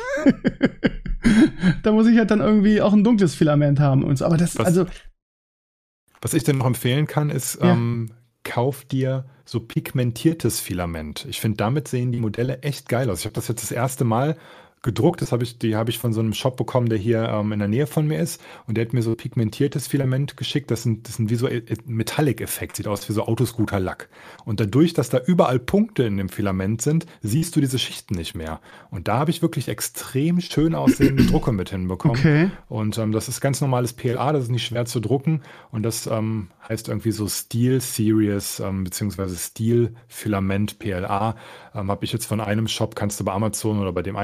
Da muss ich halt dann irgendwie auch ein dunkles Filament haben und so. Aber das, was, also. Was ich dir noch empfehlen kann, ist, ja. ähm, kauf dir so pigmentiertes Filament. Ich finde, damit sehen die Modelle echt geil aus. Ich habe das jetzt das erste Mal gedruckt, das habe ich, die habe ich von so einem Shop bekommen, der hier ähm, in der Nähe von mir ist und der hat mir so pigmentiertes Filament geschickt, das sind, das sind wie so Metallic-Effekt, sieht aus wie so Autoscooter-Lack und dadurch, dass da überall Punkte in dem Filament sind, siehst du diese Schichten nicht mehr und da habe ich wirklich extrem schön aussehende Drucke mit hinbekommen okay. und ähm, das ist ganz normales P L A, das ist nicht schwer zu drucken und das ähm, heißt irgendwie so Steel Series ähm, beziehungsweise Steel Filament P L A, ähm, habe ich jetzt von einem Shop, kannst du bei Amazon oder bei dem einen Shop oder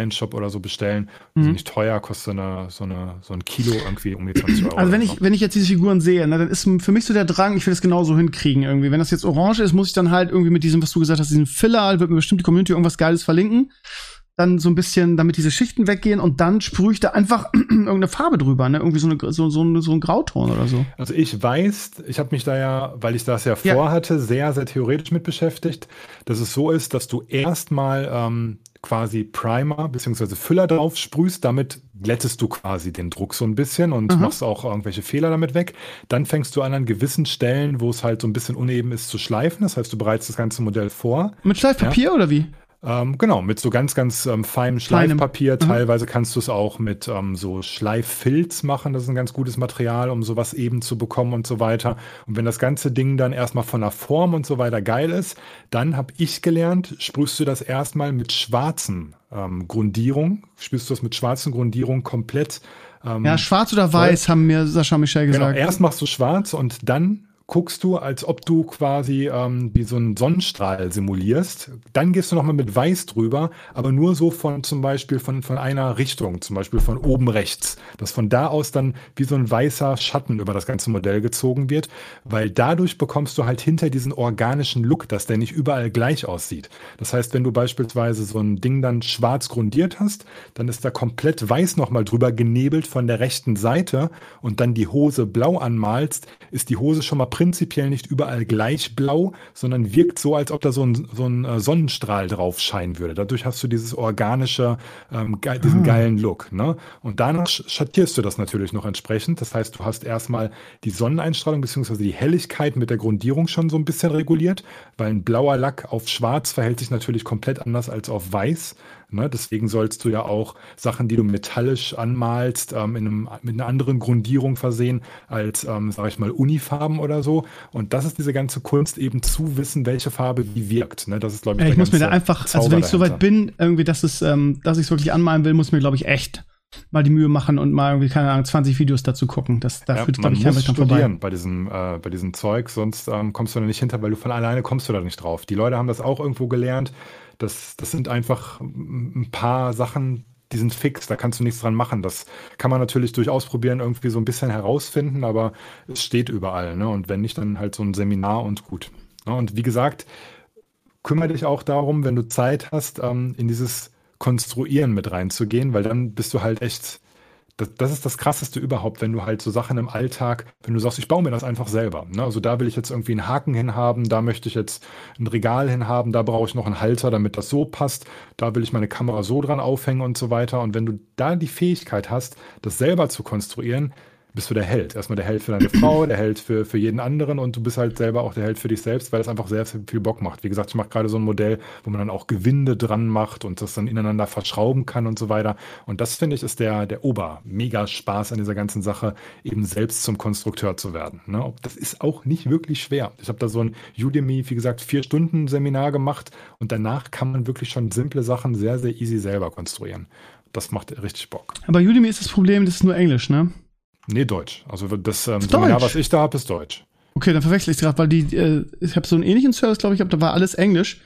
oder so bestellen. Die Mhm. sind nicht teuer, kostet so, eine, so, eine, so ein Kilo irgendwie um die zwanzig Euro. Also wenn oder ich, so. wenn ich jetzt diese Figuren sehe, ne, dann ist für mich so der Drang, ich will das genauso hinkriegen irgendwie. Wenn das jetzt orange ist, muss ich dann halt irgendwie mit diesem, was du gesagt hast, diesen Filler, wird mir bestimmt die Community irgendwas Geiles verlinken. Dann so ein bisschen, damit diese Schichten weggehen und dann sprühe ich da einfach irgendeine Farbe drüber, ne? Irgendwie so, eine, so, so, eine, so ein Grauton oder so. Also ich weiß, ich habe mich da ja, weil ich das ja Ja. vorhatte, sehr, sehr theoretisch mit beschäftigt, dass es so ist, dass du erstmal ähm, quasi Primer bzw. Füller drauf sprühst, damit glättest du quasi den Druck so ein bisschen und Aha. machst auch irgendwelche Fehler damit weg. Dann fängst du an, an gewissen Stellen, wo es halt so ein bisschen uneben ist, zu schleifen. Das heißt, du bereitest das ganze Modell vor. Mit Schleifpapier oder wie? Ähm, genau, mit so ganz, ganz ähm, feinem Feinem. Schleifpapier. Mhm. Teilweise kannst du es auch mit ähm, so Schleiffilz machen. Das ist ein ganz gutes Material, um sowas eben zu bekommen und so weiter. Und wenn das ganze Ding dann erstmal von der Form und so weiter geil ist, dann habe ich gelernt, sprühst du das erstmal mit schwarzen ähm, Grundierung. Sprühst du das mit schwarzen Grundierung komplett. Ähm, Ja, schwarz oder voll. weiß, haben mir Sascha und Michel Genau, gesagt. erst machst du schwarz und dann guckst du, als ob du quasi ähm, wie so einen Sonnenstrahl simulierst. Dann gehst du nochmal mit Weiß drüber, aber nur so von zum Beispiel von, von einer Richtung, zum Beispiel von oben rechts. Dass von da aus dann wie so ein weißer Schatten über das ganze Modell gezogen wird, weil dadurch bekommst du halt hinter diesen organischen Look, dass der nicht überall gleich aussieht. Das heißt, wenn du beispielsweise so ein Ding dann schwarz grundiert hast, dann ist da komplett weiß nochmal drüber genebelt von der rechten Seite und dann die Hose blau anmalst, ist die Hose schon mal prinzipiell nicht überall gleich blau, sondern wirkt so, als ob da so ein, so ein äh, Sonnenstrahl drauf scheinen würde. Dadurch hast du dieses organische, ähm, ge diesen Ah. geilen Look. Ne? Und danach sch- schattierst du das natürlich noch entsprechend. Das heißt, du hast erstmal die Sonneneinstrahlung bzw. die Helligkeit mit der Grundierung schon so ein bisschen reguliert, weil ein blauer Lack auf schwarz verhält sich natürlich komplett anders als auf weiß. Ne, deswegen sollst du ja auch Sachen, die du metallisch anmalst, ähm, in einem, mit einer anderen Grundierung versehen als, ähm, sag ich mal, Unifarben oder so. Und das ist diese ganze Kunst, eben zu wissen, welche Farbe wie wirkt. Ne, das ist, glaube ich, Ja, ich der muss mir da ganze einfach, also Zauber wenn ich so weit dahinter. bin, irgendwie, dass es, ähm, dass ich es wirklich anmalen will, muss ich mir, glaube ich, echt mal die Mühe machen und mal irgendwie, keine Ahnung, zwanzig Videos dazu gucken. Das, da Ja, führt, man glaube ich, kein muss Weg dran vorbei. studieren bei diesem, äh, bei diesem Zeug, sonst ähm, kommst du da nicht hinter, weil du von alleine kommst du da nicht drauf. Die Leute haben das auch irgendwo gelernt. Das, das sind einfach ein paar Sachen, die sind fix, da kannst du nichts dran machen. Das kann man natürlich durch Ausprobieren irgendwie so ein bisschen herausfinden, aber es steht überall. Ne? Und wenn nicht, dann halt so ein Seminar und gut. Ne? Und wie gesagt, kümmere dich auch darum, wenn du Zeit hast, ähm, in dieses Konstruieren mit reinzugehen, weil dann bist du halt echt, das, das ist das Krasseste überhaupt, wenn du halt so Sachen im Alltag, wenn du sagst, ich baue mir das einfach selber. Ne? Also da will ich jetzt irgendwie einen Haken hinhaben, da möchte ich jetzt ein Regal hinhaben, da brauche ich noch einen Halter, damit das so passt, da will ich meine Kamera so dran aufhängen und so weiter. Und wenn du da die Fähigkeit hast, das selber zu konstruieren, bist du der Held. Erstmal der Held für deine Frau, der Held für, für jeden anderen und du bist halt selber auch der Held für dich selbst, weil das einfach sehr viel Bock macht. Wie gesagt, ich mache gerade so ein Modell, wo man dann auch Gewinde dran macht und das dann ineinander verschrauben kann und so weiter. Und das, finde ich, ist der, der Ober-Mega-Spaß an dieser ganzen Sache, eben selbst zum Konstrukteur zu werden. Ne? Das ist auch nicht wirklich schwer. Ich habe da so ein Udemy, wie gesagt, vier Stunden Seminar gemacht und danach kann man wirklich schon simple Sachen sehr, sehr easy selber konstruieren. Das macht richtig Bock. Aber Udemy ist das Problem, das ist nur Englisch, ne? Nee, Deutsch. Also das ähm, Ist Seminar, Deutsch? was ich da habe, ist Deutsch. Okay, dann verwechsel ich gerade, weil die, äh, ich habe so einen ähnlichen Service, glaube ich, hab, da war alles Englisch.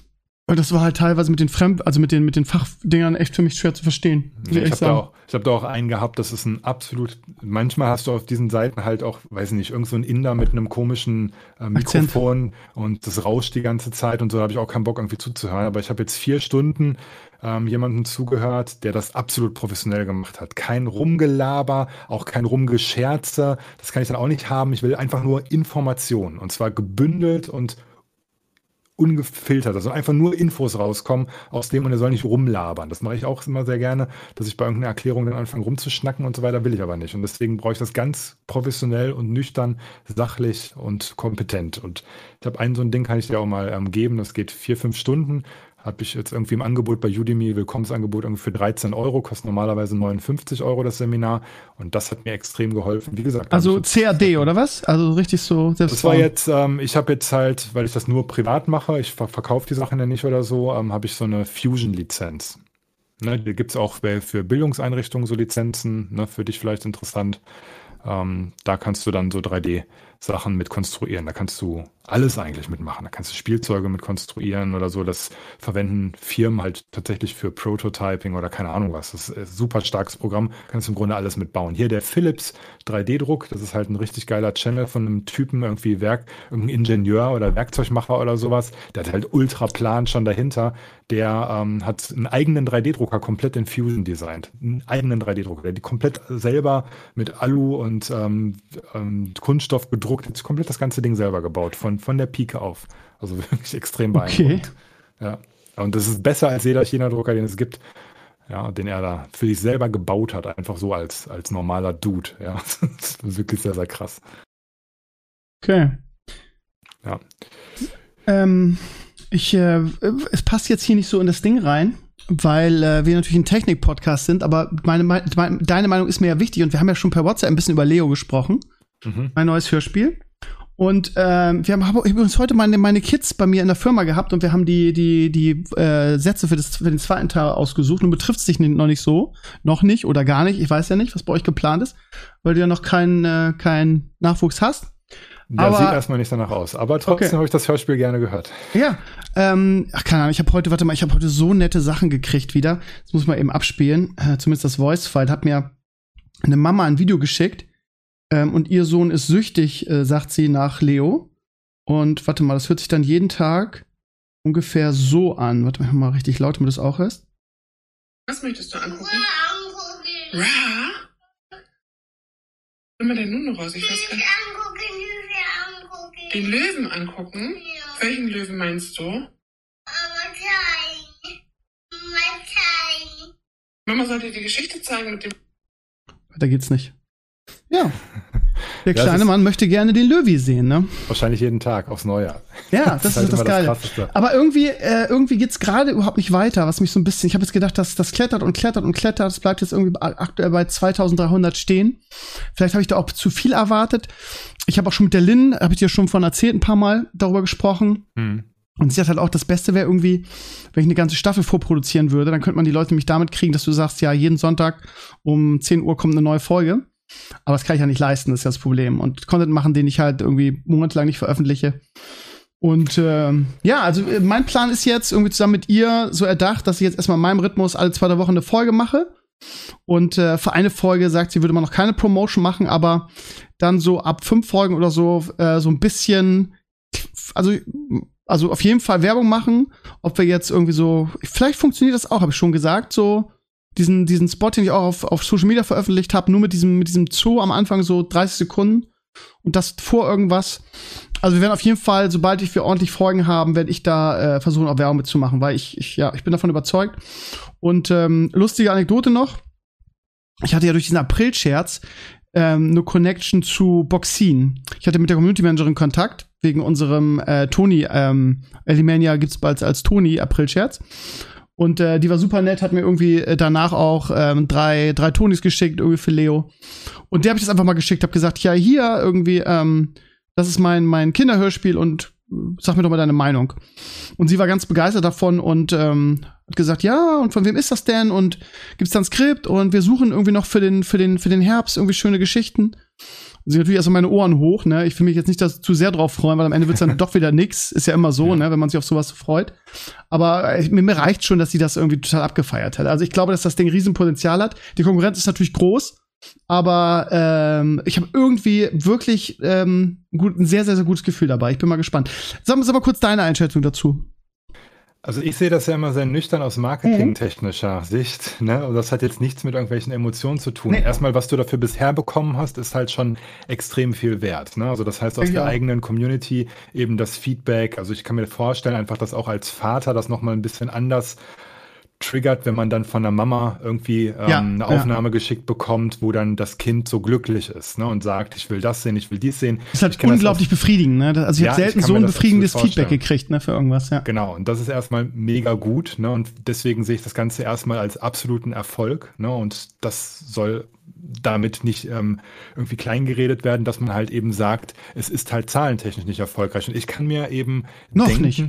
Und das war halt teilweise mit den Fremd, also mit den, mit den Fachdingern echt für mich schwer zu verstehen. muss Ich ehrlich habe da, sagen. auch- ich hab da auch einen gehabt, das ist ein absolut, manchmal hast du auf diesen Seiten halt auch, weiß nicht, irgend so ein Inder mit einem komischen äh, Mikrofon und das rauscht die ganze Zeit und so, da habe ich auch keinen Bock irgendwie zuzuhören. Aber ich habe jetzt vier Stunden ähm, jemandem zugehört, der das absolut professionell gemacht hat. Kein Rumgelaber, auch kein Rumgescherze, das kann ich dann auch nicht haben. Ich will einfach nur Informationen und zwar gebündelt und ungefiltert, also einfach nur Infos rauskommen aus dem und er soll nicht rumlabern. Das mache ich auch immer sehr gerne, dass ich bei irgendeiner Erklärung dann anfange rumzuschnacken und so weiter, will ich aber nicht. Und deswegen brauche ich das ganz professionell und nüchtern, sachlich und kompetent. Und ich habe ein so ein Ding, kann ich dir auch mal ähm, geben, das geht vier, fünf Stunden. Habe ich jetzt irgendwie im Angebot bei Udemy, Willkommensangebot irgendwie für dreizehn Euro, kostet normalerweise neunundfünfzig Euro das Seminar und das hat mir extrem geholfen. Wie gesagt, Also hab ich C A D oder was? Also richtig so selbst. das war jetzt, ähm, ich habe jetzt halt, weil ich das nur privat mache, ich ver verkaufe die Sachen ja nicht oder so, ähm, habe ich so eine Fusion-Lizenz. Ne, die gibt es auch bei, für Bildungseinrichtungen so Lizenzen, ne, für dich vielleicht interessant. Ähm, da kannst du dann so drei D-Sachen mit konstruieren. Da kannst du alles eigentlich mitmachen. Da kannst du Spielzeuge mit konstruieren oder so. Das verwenden Firmen halt tatsächlich für Prototyping oder keine Ahnung was. Das ist ein super starkes Programm. Kannst du im Grunde alles mitbauen. Hier der Philips drei D-Druck. Das ist halt ein richtig geiler Channel von einem Typen, irgendwie Werk, irgendein Ingenieur oder Werkzeugmacher oder sowas. Der hat halt Ultraplan schon dahinter. Der ähm, hat einen eigenen drei D-Drucker komplett in Fusion designt. Einen eigenen drei D-Drucker, der die komplett selber mit Alu und ähm, ähm, Kunststoff gedruckt, hat komplett das ganze Ding selber gebaut, von, von der Pike auf. Also wirklich extrem beeindruckend. Okay. Ja. Und das ist besser als jeder China-Drucker, den es gibt, ja, den er da für sich selber gebaut hat, einfach so als, als normaler Dude. Ja. Das ist wirklich sehr, sehr krass. Okay. Ja. Ähm. Ich, äh, es passt jetzt hier nicht so in das Ding rein, weil äh, wir natürlich ein Technik-Podcast sind, aber meine, meine, deine Meinung ist mir ja wichtig und wir haben ja schon per WhatsApp ein bisschen über Leo gesprochen, mhm. mein neues Hörspiel. Und ähm, wir haben übrigens heute meine, meine Kids bei mir in der Firma gehabt und wir haben die, die, die äh, Sätze für, das, für den zweiten Teil ausgesucht und betrifft sich noch nicht so, noch nicht oder gar nicht, ich weiß ja nicht, was bei euch geplant ist, weil du ja noch keinen äh, keinen Nachwuchs hast. Ja, aber, sieht erstmal nicht danach aus. Aber trotzdem okay. habe ich das Hörspiel gerne gehört. Ja, ähm, ach, keine Ahnung, ich habe heute, warte mal, ich habe heute so nette Sachen gekriegt wieder. Das muss man eben abspielen, äh, zumindest das Voice-File. Hat mir eine Mama ein Video geschickt ähm, und ihr Sohn ist süchtig, äh, sagt sie, nach Leo. Und warte mal, das hört sich dann jeden Tag ungefähr so an. Warte mal, mal richtig laut, damit du das auch hörst. Was möchtest du angucken? Ra? Nimm mal den Nuno raus, ich weiß gar nicht. Den Löwen angucken? Ja. Welchen Löwen meinst du? Aber klein. Mal klein. Mama sollte die Geschichte zeigen mit dem... Weiter geht's nicht. Ja. Der kleine ja, Mann möchte gerne den Löwi sehen, ne? Wahrscheinlich jeden Tag aufs Neujahr. Ja, das, das ist halt das Geile. Das Aber irgendwie, äh, irgendwie geht's gerade überhaupt nicht weiter, was mich so ein bisschen, ich habe jetzt gedacht, dass das klettert und klettert und klettert, das bleibt jetzt irgendwie aktuell bei zweitausenddreihundert stehen. Vielleicht habe ich da auch zu viel erwartet. Ich habe auch schon mit der Lynn, habe ich dir schon von erzählt, ein paar Mal darüber gesprochen. Hm. Und sie hat halt auch, das Beste wäre irgendwie, wenn ich eine ganze Staffel vorproduzieren würde, dann könnte man die Leute nämlich damit kriegen, dass du sagst, ja, jeden Sonntag um zehn Uhr kommt eine neue Folge. Aber das kann ich ja nicht leisten, das ist ja das Problem. Und Content machen, den ich halt irgendwie monatelang nicht veröffentliche. Und ähm, ja, also mein Plan ist jetzt irgendwie zusammen mit ihr so erdacht, dass ich jetzt erstmal in meinem Rhythmus alle zwei, drei Wochen eine Folge mache. Und äh, für eine Folge sagt sie, würde man noch keine Promotion machen, aber dann so ab fünf Folgen oder so äh, so ein bisschen, also also auf jeden Fall Werbung machen. Ob wir jetzt irgendwie so, vielleicht funktioniert das auch, habe ich schon gesagt, so diesen diesen Spot, den ich auch auf, auf Social Media veröffentlicht habe, nur mit diesem mit diesem Zoo am Anfang so dreißig Sekunden und das vor irgendwas. Also wir werden auf jeden Fall, sobald ich wir ordentlich Folgen haben, werde ich da äh, versuchen, auch Werbung mitzumachen, weil ich, ich ja, ich bin davon überzeugt. Und ähm, lustige Anekdote noch. Ich hatte ja durch diesen April-Scherz ähm, eine Connection zu Boxin. Ich hatte mit der Community-Managerin Kontakt, wegen unserem äh, Toni, ähm, Elimania gibt's bald als Toni April-Scherz. Und äh, die war super nett, hat mir irgendwie äh, danach auch ähm, drei, drei Tonis geschickt, irgendwie für Leo. Und der habe ich das einfach mal geschickt, habe gesagt, ja, hier irgendwie, ähm, das ist mein, mein Kinderhörspiel und äh, sag mir doch mal deine Meinung. Und sie war ganz begeistert davon und ähm, hat gesagt, ja, und von wem ist das denn? Und gibt's da ein Skript? Und wir suchen irgendwie noch für den, für den, für den Herbst irgendwie schöne Geschichten. Sie natürlich erstmal meine Ohren hoch, ne? Ich will mich jetzt nicht das zu sehr drauf freuen, weil am Ende wird's dann doch wieder nix. Ist ja immer so, ja. ne? Wenn man sich auf sowas freut. Aber äh, mir, mir reicht schon, dass sie das irgendwie total abgefeiert hat. Also ich glaube, dass das Ding Riesenpotenzial hat. Die Konkurrenz ist natürlich groß, aber ähm, ich habe irgendwie wirklich ähm, gut, ein sehr, sehr, sehr gutes Gefühl dabei. Ich bin mal gespannt. Sag, sag mal kurz deine Einschätzung dazu. Also ich sehe das ja immer sehr nüchtern aus marketingtechnischer mhm. Sicht, ne? Und das hat jetzt nichts mit irgendwelchen Emotionen zu tun. Nee. Erstmal, was du dafür bisher bekommen hast, ist halt schon extrem viel wert, ne? Also das heißt aus ja. der eigenen Community eben das Feedback. Also ich kann mir vorstellen, einfach, dass auch als Vater das nochmal ein bisschen anders triggert, wenn man dann von der Mama irgendwie ähm, ja, eine Aufnahme ja. geschickt bekommt, wo dann das Kind so glücklich ist, ne, und sagt, ich will das sehen, ich will dies sehen. Das ist halt unglaublich das befriedigend, ne? Also ich ja, habe selten ich so ein befriedigendes Feedback gekriegt, ne, für irgendwas, ja. Genau, und das ist erstmal mega gut, ne, und deswegen sehe ich das Ganze erstmal als absoluten Erfolg, ne, und das soll damit nicht ähm, irgendwie klein geredet werden, dass man halt eben sagt, es ist halt zahlentechnisch nicht erfolgreich. Und ich kann mir eben Noch denken, nicht.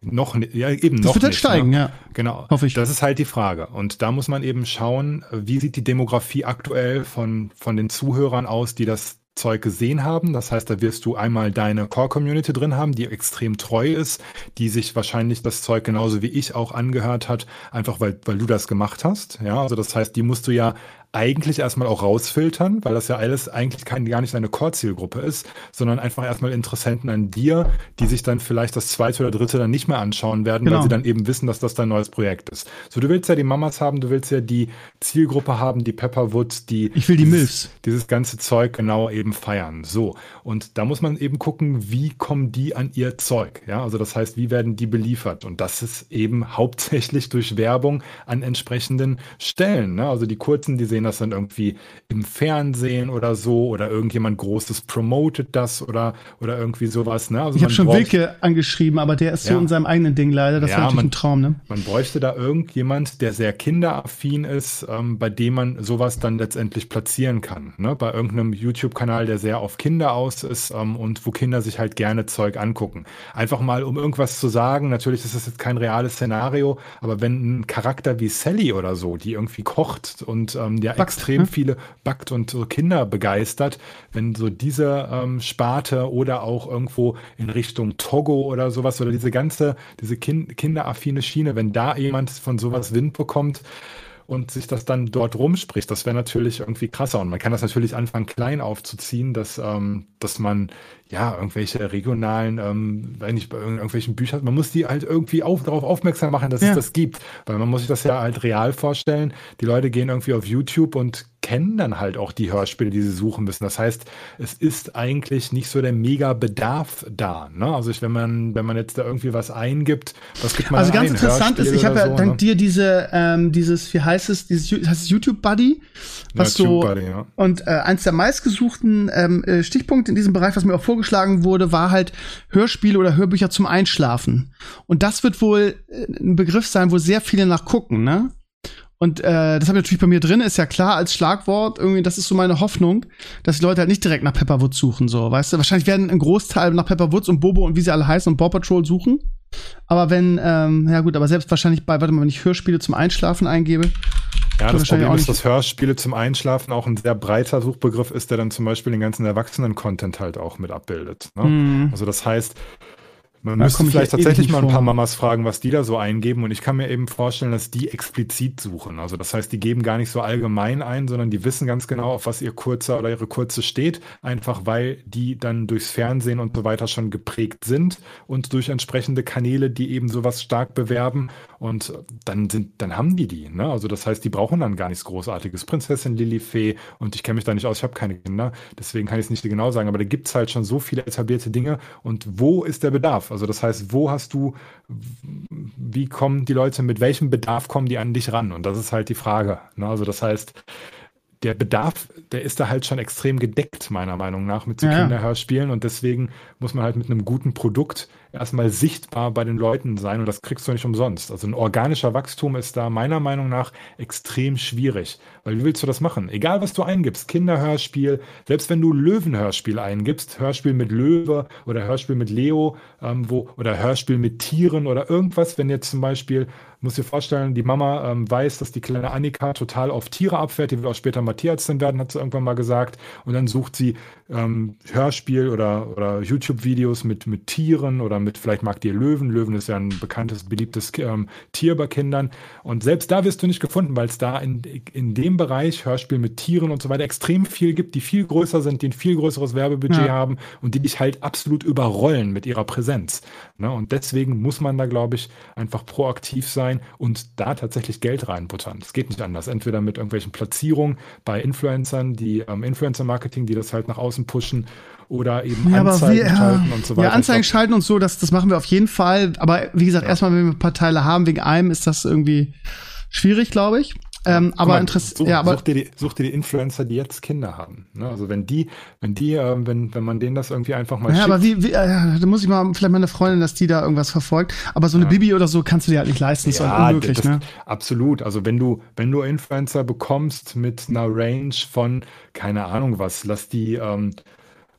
noch nicht, ja eben das noch wird halt nicht. steigen, ne? ja. Genau. Hoffe ich. Das ist halt die Frage. Und da muss man eben schauen, wie sieht die Demografie aktuell von, von den Zuhörern aus, die das Zeug gesehen haben. Das heißt, da wirst du einmal deine Core-Community drin haben, die extrem treu ist, die sich wahrscheinlich das Zeug genauso wie ich auch angehört hat, einfach weil, weil du das gemacht hast. Ja, also das heißt, die musst du ja eigentlich erstmal auch rausfiltern, weil das ja alles eigentlich kein, gar nicht deine Core-Zielgruppe ist, sondern einfach erstmal Interessenten an dir, die sich dann vielleicht das zweite oder dritte dann nicht mehr anschauen werden, Genau. weil sie dann eben wissen, dass das dein neues Projekt ist. So, du willst ja die Mamas haben, du willst ja die Zielgruppe haben, die Pepperwood, die Ich will die dieses, Milfs. dieses ganze Zeug genau eben feiern. So, und da muss man eben gucken, wie kommen die an ihr Zeug. Ja, also das heißt, wie werden die beliefert? Und das ist eben hauptsächlich durch Werbung an entsprechenden Stellen. Ne? Also die kurzen, die sehen das dann irgendwie im Fernsehen oder so, oder irgendjemand Großes promotet das oder, oder irgendwie sowas. Ne? Also Ich habe man schon braucht- Wilke angeschrieben, aber der ist so Ja. in seinem eigenen Ding leider. Das Ja, wäre natürlich man- ein Traum, ne? Man bräuchte da irgendjemand, der sehr kinderaffin ist, ähm, bei dem man sowas dann letztendlich platzieren kann. Ne? Bei irgendeinem YouTube-Kanal, der sehr auf Kinder aus ist ähm, und wo Kinder sich halt gerne Zeug angucken. Einfach mal, um irgendwas zu sagen, natürlich ist das jetzt kein reales Szenario, aber wenn ein Charakter wie Sally oder so, die irgendwie kocht und ähm, ja Backt, extrem ne? viele backt und so Kinder begeistert, wenn so diese ähm, Sparte oder auch irgendwo in Richtung Togo oder sowas oder diese ganze, diese kind, kinderaffine Schiene, wenn da jemand von sowas Wind bekommt und sich das dann dort rumspricht, das wäre natürlich irgendwie krasser. Und man kann das natürlich anfangen, klein aufzuziehen, dass, ähm, dass man ja irgendwelche regionalen, ähm, wenn nicht bei irgendwelchen Büchern, man muss die halt irgendwie auf, darauf aufmerksam machen, dass Ja. es das gibt. Weil man muss sich das ja halt real vorstellen. Die Leute gehen irgendwie auf YouTube und kennen dann halt auch die Hörspiele, die sie suchen müssen. Das heißt, es ist eigentlich nicht so der Mega-Bedarf da. Ne? Also ich, wenn man, wenn man jetzt da irgendwie was eingibt, was gibt man Also da ganz ein? interessant ist, Hörspiel ich habe ja oder so, dank ne? dir diese, ähm, dieses, wie heißt es, dieses Ju- heißt es YouTube Buddy, was Ja, so TubeBuddy, ja. und äh, eins der meistgesuchten ähm, äh, Stichpunkte in diesem Bereich, was mir auch vorgeschlagen wurde, war halt Hörspiele oder Hörbücher zum Einschlafen. Und das wird wohl äh, ein Begriff sein, wo sehr viele nachgucken, ne? Und äh, das habe ich natürlich bei mir drin, ist ja klar als Schlagwort. Irgendwie, das ist so meine Hoffnung, dass die Leute halt nicht direkt nach Pepperwoods suchen, so, weißt du? Wahrscheinlich werden ein Großteil nach Pepperwoods und Bobo und wie sie alle heißen und Paw Patrol suchen. Aber wenn, ähm, ja gut, aber selbst wahrscheinlich bei, warte mal, wenn ich Hörspiele zum Einschlafen eingebe. Ja, das wahrscheinlich Problem auch ist, nicht. dass Hörspiele zum Einschlafen auch ein sehr breiter Suchbegriff ist, der dann zum Beispiel den ganzen Erwachsenen-Content halt auch mit abbildet. Ne? Mhm. Also das heißt, man Da müsste komm ich vielleicht ja ewig tatsächlich nicht mal ein vor. paar Mamas fragen, was die da so eingeben. Und ich kann mir eben vorstellen, dass die explizit suchen. Also das heißt, die geben gar nicht so allgemein ein, sondern die wissen ganz genau, auf was ihr Kurzer oder ihre Kurze steht. Einfach weil die dann durchs Fernsehen und so weiter schon geprägt sind und durch entsprechende Kanäle, die eben sowas stark bewerben. Und dann sind, dann haben die die. Ne? Also das heißt, die brauchen dann gar nichts Großartiges. Prinzessin Lilifee, und ich kenne mich da nicht aus, ich habe keine Kinder, deswegen kann ich es nicht genau sagen, aber da gibt es halt schon so viele etablierte Dinge. Und wo ist der Bedarf? Also das heißt, wo hast du, wie kommen die Leute, mit welchem Bedarf kommen die an dich ran? Und das ist halt die Frage. Ne? Also das heißt, der Bedarf, der ist da halt schon extrem gedeckt, meiner Meinung nach, mit so Ja, ja. Kinderhörspielen. Und deswegen muss man halt mit einem guten Produkt erstmal sichtbar bei den Leuten sein. Und das kriegst du nicht umsonst. Also ein organischer Wachstum ist da meiner Meinung nach extrem schwierig. Weil wie willst du das machen? Egal, was du eingibst, Kinderhörspiel, selbst wenn du Löwenhörspiel eingibst, Hörspiel mit Löwe oder Hörspiel mit Leo, ähm, wo, oder Hörspiel mit Tieren oder irgendwas, wenn jetzt zum Beispiel, muss dir vorstellen, die Mama ähm, weiß, dass die kleine Annika total auf Tiere abfährt, die will auch später mal Tierärztin werden, hat sie irgendwann mal gesagt. Und dann sucht sie ähm, Hörspiel oder, oder YouTube-Videos mit, mit Tieren oder mit, vielleicht mag die Löwen. Löwen ist ja ein bekanntes, beliebtes ähm, Tier bei Kindern. Und selbst da wirst du nicht gefunden, weil es da in, in dem Bereich Hörspiel mit Tieren und so weiter extrem viel gibt, die viel größer sind, die ein viel größeres Werbebudget Ja. haben und die dich halt absolut überrollen mit ihrer Präsenz. Ne? Und deswegen muss man da, glaube ich, einfach proaktiv sein und da tatsächlich Geld reinbuttern. Das geht nicht anders. Entweder mit irgendwelchen Platzierungen bei Influencern, die ähm, Influencer-Marketing, die das halt nach außen pushen, oder eben Ja, aber Anzeigen wir, schalten ja, und so weiter. ja, Anzeigen Ich glaub, schalten und so, das, das machen wir auf jeden Fall. Aber wie gesagt, erstmal, wenn wir ein paar Teile haben, wegen einem ist das irgendwie schwierig, glaube ich. Ähm, guck aber mal, interessant, such, ja, aber such, dir die, such dir die Influencer, die jetzt Kinder haben. Ne? Also wenn die, wenn die, ähm, wenn, wenn man denen das irgendwie einfach mal ja, schickt. aber wie, wie äh, da muss ich mal, vielleicht meine Freundin, dass die da irgendwas verfolgt. Aber so eine Ja. Bibi oder so kannst du dir halt nicht leisten, ist halt unmöglich, das, ne? Absolut. Also wenn du, wenn du Influencer bekommst mit einer Range von, keine Ahnung was, lass die, ähm,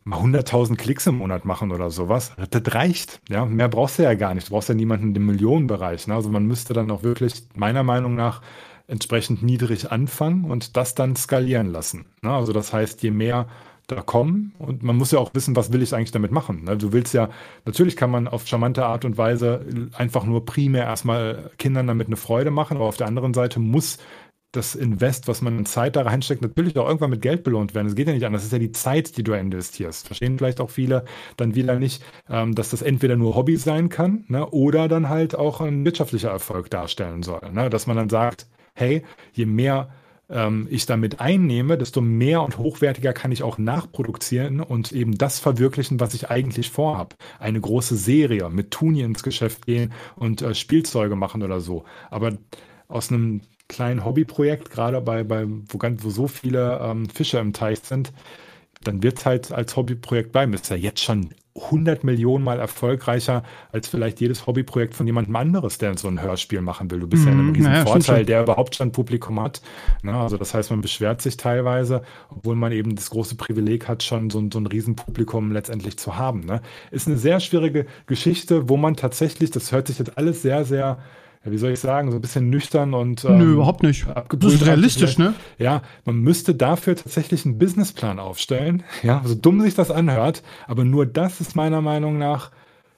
mal hunderttausend Klicks im Monat machen oder sowas. Das reicht. Ja, mehr brauchst du ja gar nicht. Du brauchst ja niemanden im Millionenbereich. Ne? Also man müsste dann auch wirklich meiner Meinung nach entsprechend niedrig anfangen und das dann skalieren lassen. Ne? Also das heißt, je mehr da kommen, und man muss ja auch wissen, was will ich eigentlich damit machen. Ne? Du willst ja, natürlich kann man auf charmante Art und Weise einfach nur primär erstmal Kindern damit eine Freude machen, aber auf der anderen Seite muss das Invest, was man in Zeit da reinsteckt, natürlich auch irgendwann mit Geld belohnt werden. Das geht ja nicht anders. Das ist ja die Zeit, die du investierst. Verstehen vielleicht auch viele dann wieder nicht, ähm, dass das entweder nur Hobby sein kann, ne, oder dann halt auch ein wirtschaftlicher Erfolg darstellen soll. Ne? Dass man dann sagt, hey, je mehr ähm, ich damit einnehme, desto mehr und hochwertiger kann ich auch nachproduzieren und eben das verwirklichen, was ich eigentlich vorhabe. Eine große Serie mit Tuni ins Geschäft gehen und äh, Spielzeuge machen oder so. Aber aus einem kleinen Hobbyprojekt, gerade bei, bei wo, ganz, wo so viele ähm, Fische im Teich sind, dann wird es halt als Hobbyprojekt bleiben. Ist ja jetzt schon hundert Millionen Mal erfolgreicher als vielleicht jedes Hobbyprojekt von jemandem anderes, der so ein Hörspiel machen will. Du bist mm, ja in einem riesen naja, Vorteil, der überhaupt schon ein Publikum hat. Na, also das heißt, man beschwert sich teilweise, obwohl man eben das große Privileg hat, schon so ein, so ein Riesenpublikum letztendlich zu haben. Ne? Ist eine sehr schwierige Geschichte, wo man tatsächlich, das hört sich jetzt alles sehr, sehr, ja, wie soll ich sagen, so ein bisschen nüchtern und ähm, Nö, überhaupt nicht. Das ist realistisch, ne? Ja, man müsste dafür tatsächlich einen Businessplan aufstellen. Ja, so dumm sich das anhört, aber nur das ist meiner Meinung nach,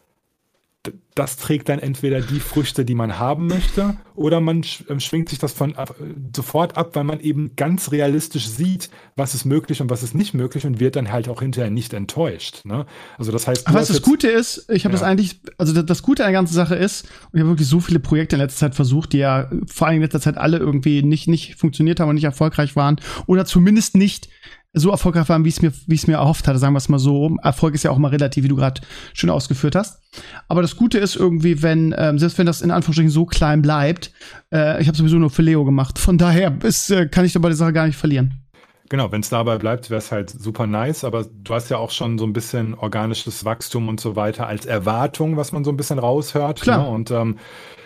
d- das trägt dann entweder die Früchte, die man haben möchte, oder man sch- ähm, schwingt sich das von ab, äh, sofort ab, weil man eben ganz realistisch sieht, was ist möglich und was ist nicht möglich und wird dann halt auch hinterher nicht enttäuscht. Ne? Also das heißt, du Aber hast was das jetzt- Gute ist, ich habe Ja. das eigentlich, also das, das Gute an der ganzen Sache ist, und ich habe wirklich so viele Projekte in letzter Zeit versucht, die ja vor allem in letzter Zeit alle irgendwie nicht, nicht funktioniert haben und nicht erfolgreich waren oder zumindest nicht so erfolgreich waren, wie es mir, wie es mir erhofft hatte, sagen wir es mal so. Erfolg ist ja auch mal relativ, wie du gerade schön ausgeführt hast. Aber das Gute ist irgendwie, wenn, ähm, selbst wenn das in Anführungsstrichen so klein bleibt, äh, ich habe sowieso nur für Leo gemacht. Von daher ist, äh, kann ich dabei die Sache gar nicht verlieren. Genau, wenn es dabei bleibt, wäre es halt super nice, aber du hast ja auch schon so ein bisschen organisches Wachstum und so weiter als Erwartung, was man so ein bisschen raushört. Klar. Ne? Und ähm,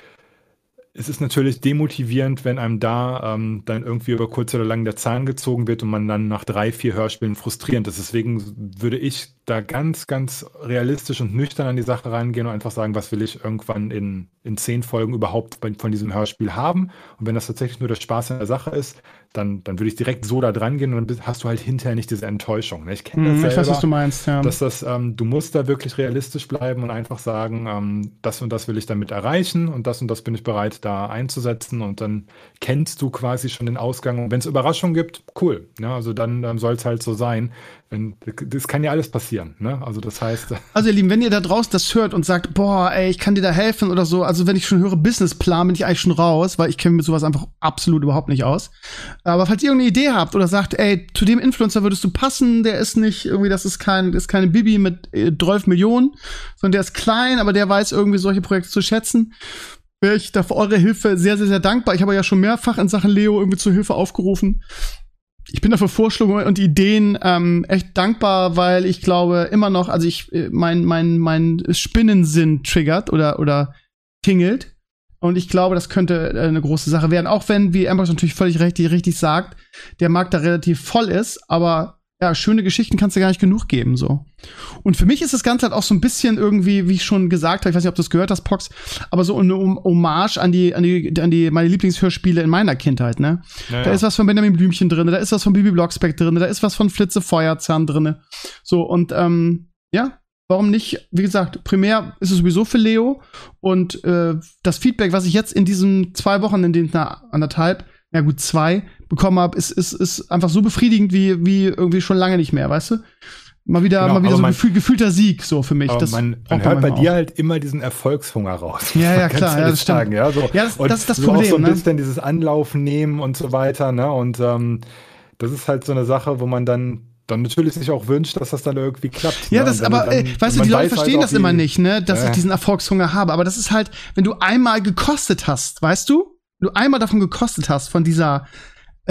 es ist natürlich demotivierend, wenn einem da ähm, dann irgendwie über kurz oder lang der Zahn gezogen wird und man dann nach drei, vier Hörspielen frustrierend ist. Deswegen würde ich da ganz, ganz realistisch und nüchtern an die Sache reingehen und einfach sagen, was will ich irgendwann in, in zehn Folgen überhaupt bei, von diesem Hörspiel haben. Und wenn das tatsächlich nur der Spaß in der Sache ist, dann, dann würde ich direkt so da dran gehen und dann hast du halt hinterher nicht diese Enttäuschung. Ne? Ich kenne das Hm, ich selber, weiß, was du meinst, ja. dass das, ähm, du musst da wirklich realistisch bleiben und einfach sagen, ähm, das und das will ich damit erreichen und das und das bin ich bereit da einzusetzen und dann kennst du quasi schon den Ausgang. Und wenn es Überraschungen gibt, cool. Ja, also dann ähm, soll es halt so sein. Wenn, das kann ja alles passieren. Ne? Also das heißt, Also ihr Lieben, wenn ihr da draußen das hört und sagt, boah, ey, ich kann dir da helfen oder so, also wenn ich schon höre Businessplan, bin ich eigentlich schon raus, weil ich kenne mit sowas einfach absolut überhaupt nicht aus. Aber falls ihr irgendeine Idee habt oder sagt, ey, zu dem Influencer würdest du passen, der ist nicht irgendwie, das ist kein, ist keine Bibi mit äh, zwölf Millionen, sondern der ist klein, aber der weiß irgendwie solche Projekte zu schätzen, wäre ich da für eure Hilfe sehr, sehr, sehr dankbar. Ich habe ja schon mehrfach in Sachen Leo irgendwie zur Hilfe aufgerufen. Ich bin dafür Vorschläge und Ideen ähm, echt dankbar, weil ich glaube immer noch, also ich äh, mein mein mein Spinnensinn triggert oder oder tingelt und ich glaube, das könnte äh, eine große Sache werden, auch wenn, wie Ambox natürlich völlig richtig richtig sagt, der Markt da relativ voll ist, aber ja, schöne Geschichten kannst du gar nicht genug geben, so. Und für mich ist das Ganze halt auch so ein bisschen irgendwie, wie ich schon gesagt habe, ich weiß nicht, ob du das gehört hast, Pox, aber so eine Hommage an die, an die, an die, meine Lieblingshörspiele in meiner Kindheit, ne? Ja, Da ja. ist was von Benjamin Blümchen drin, da ist was von Bibi Blocksberg drin, da ist was von Flitze Feuerzahn drin. So, und, ähm, ja, warum nicht? Wie gesagt, primär ist es sowieso für Leo und, äh, das Feedback, was ich jetzt in diesen zwei Wochen, in denen, na, anderthalb, ja gut, zwei bekommen habe, ist, ist, ist einfach so befriedigend wie, wie irgendwie schon lange nicht mehr, weißt du? Mal wieder, Genau, mal wieder aber so ein man- gefühl, gefühlter Sieg, so für mich. Aber Das man, braucht man hört bei manchmal dir auch. halt immer diesen Erfolgshunger raus. Ja, ja, Ganz klar, ja, ehrlich das stimmt. sagen, ja, so. Ja, das- Und das ist das so auch so Problem, ein ne? bisschen dieses Anlaufen nehmen und so weiter, ne? Und ähm, das ist halt so eine Sache, wo man dann dann natürlich sich auch wünscht, dass das dann irgendwie klappt. Ja, ne? das, Und wenn aber, du dann, äh, weißt du, man die Leute weiß verstehen halt das auch, immer wie- nicht, ne, dass Ja. ich diesen Erfolgshunger habe. Aber das ist halt, wenn du einmal gekostet hast, weißt du? Wenn du einmal davon gekostet hast, von dieser,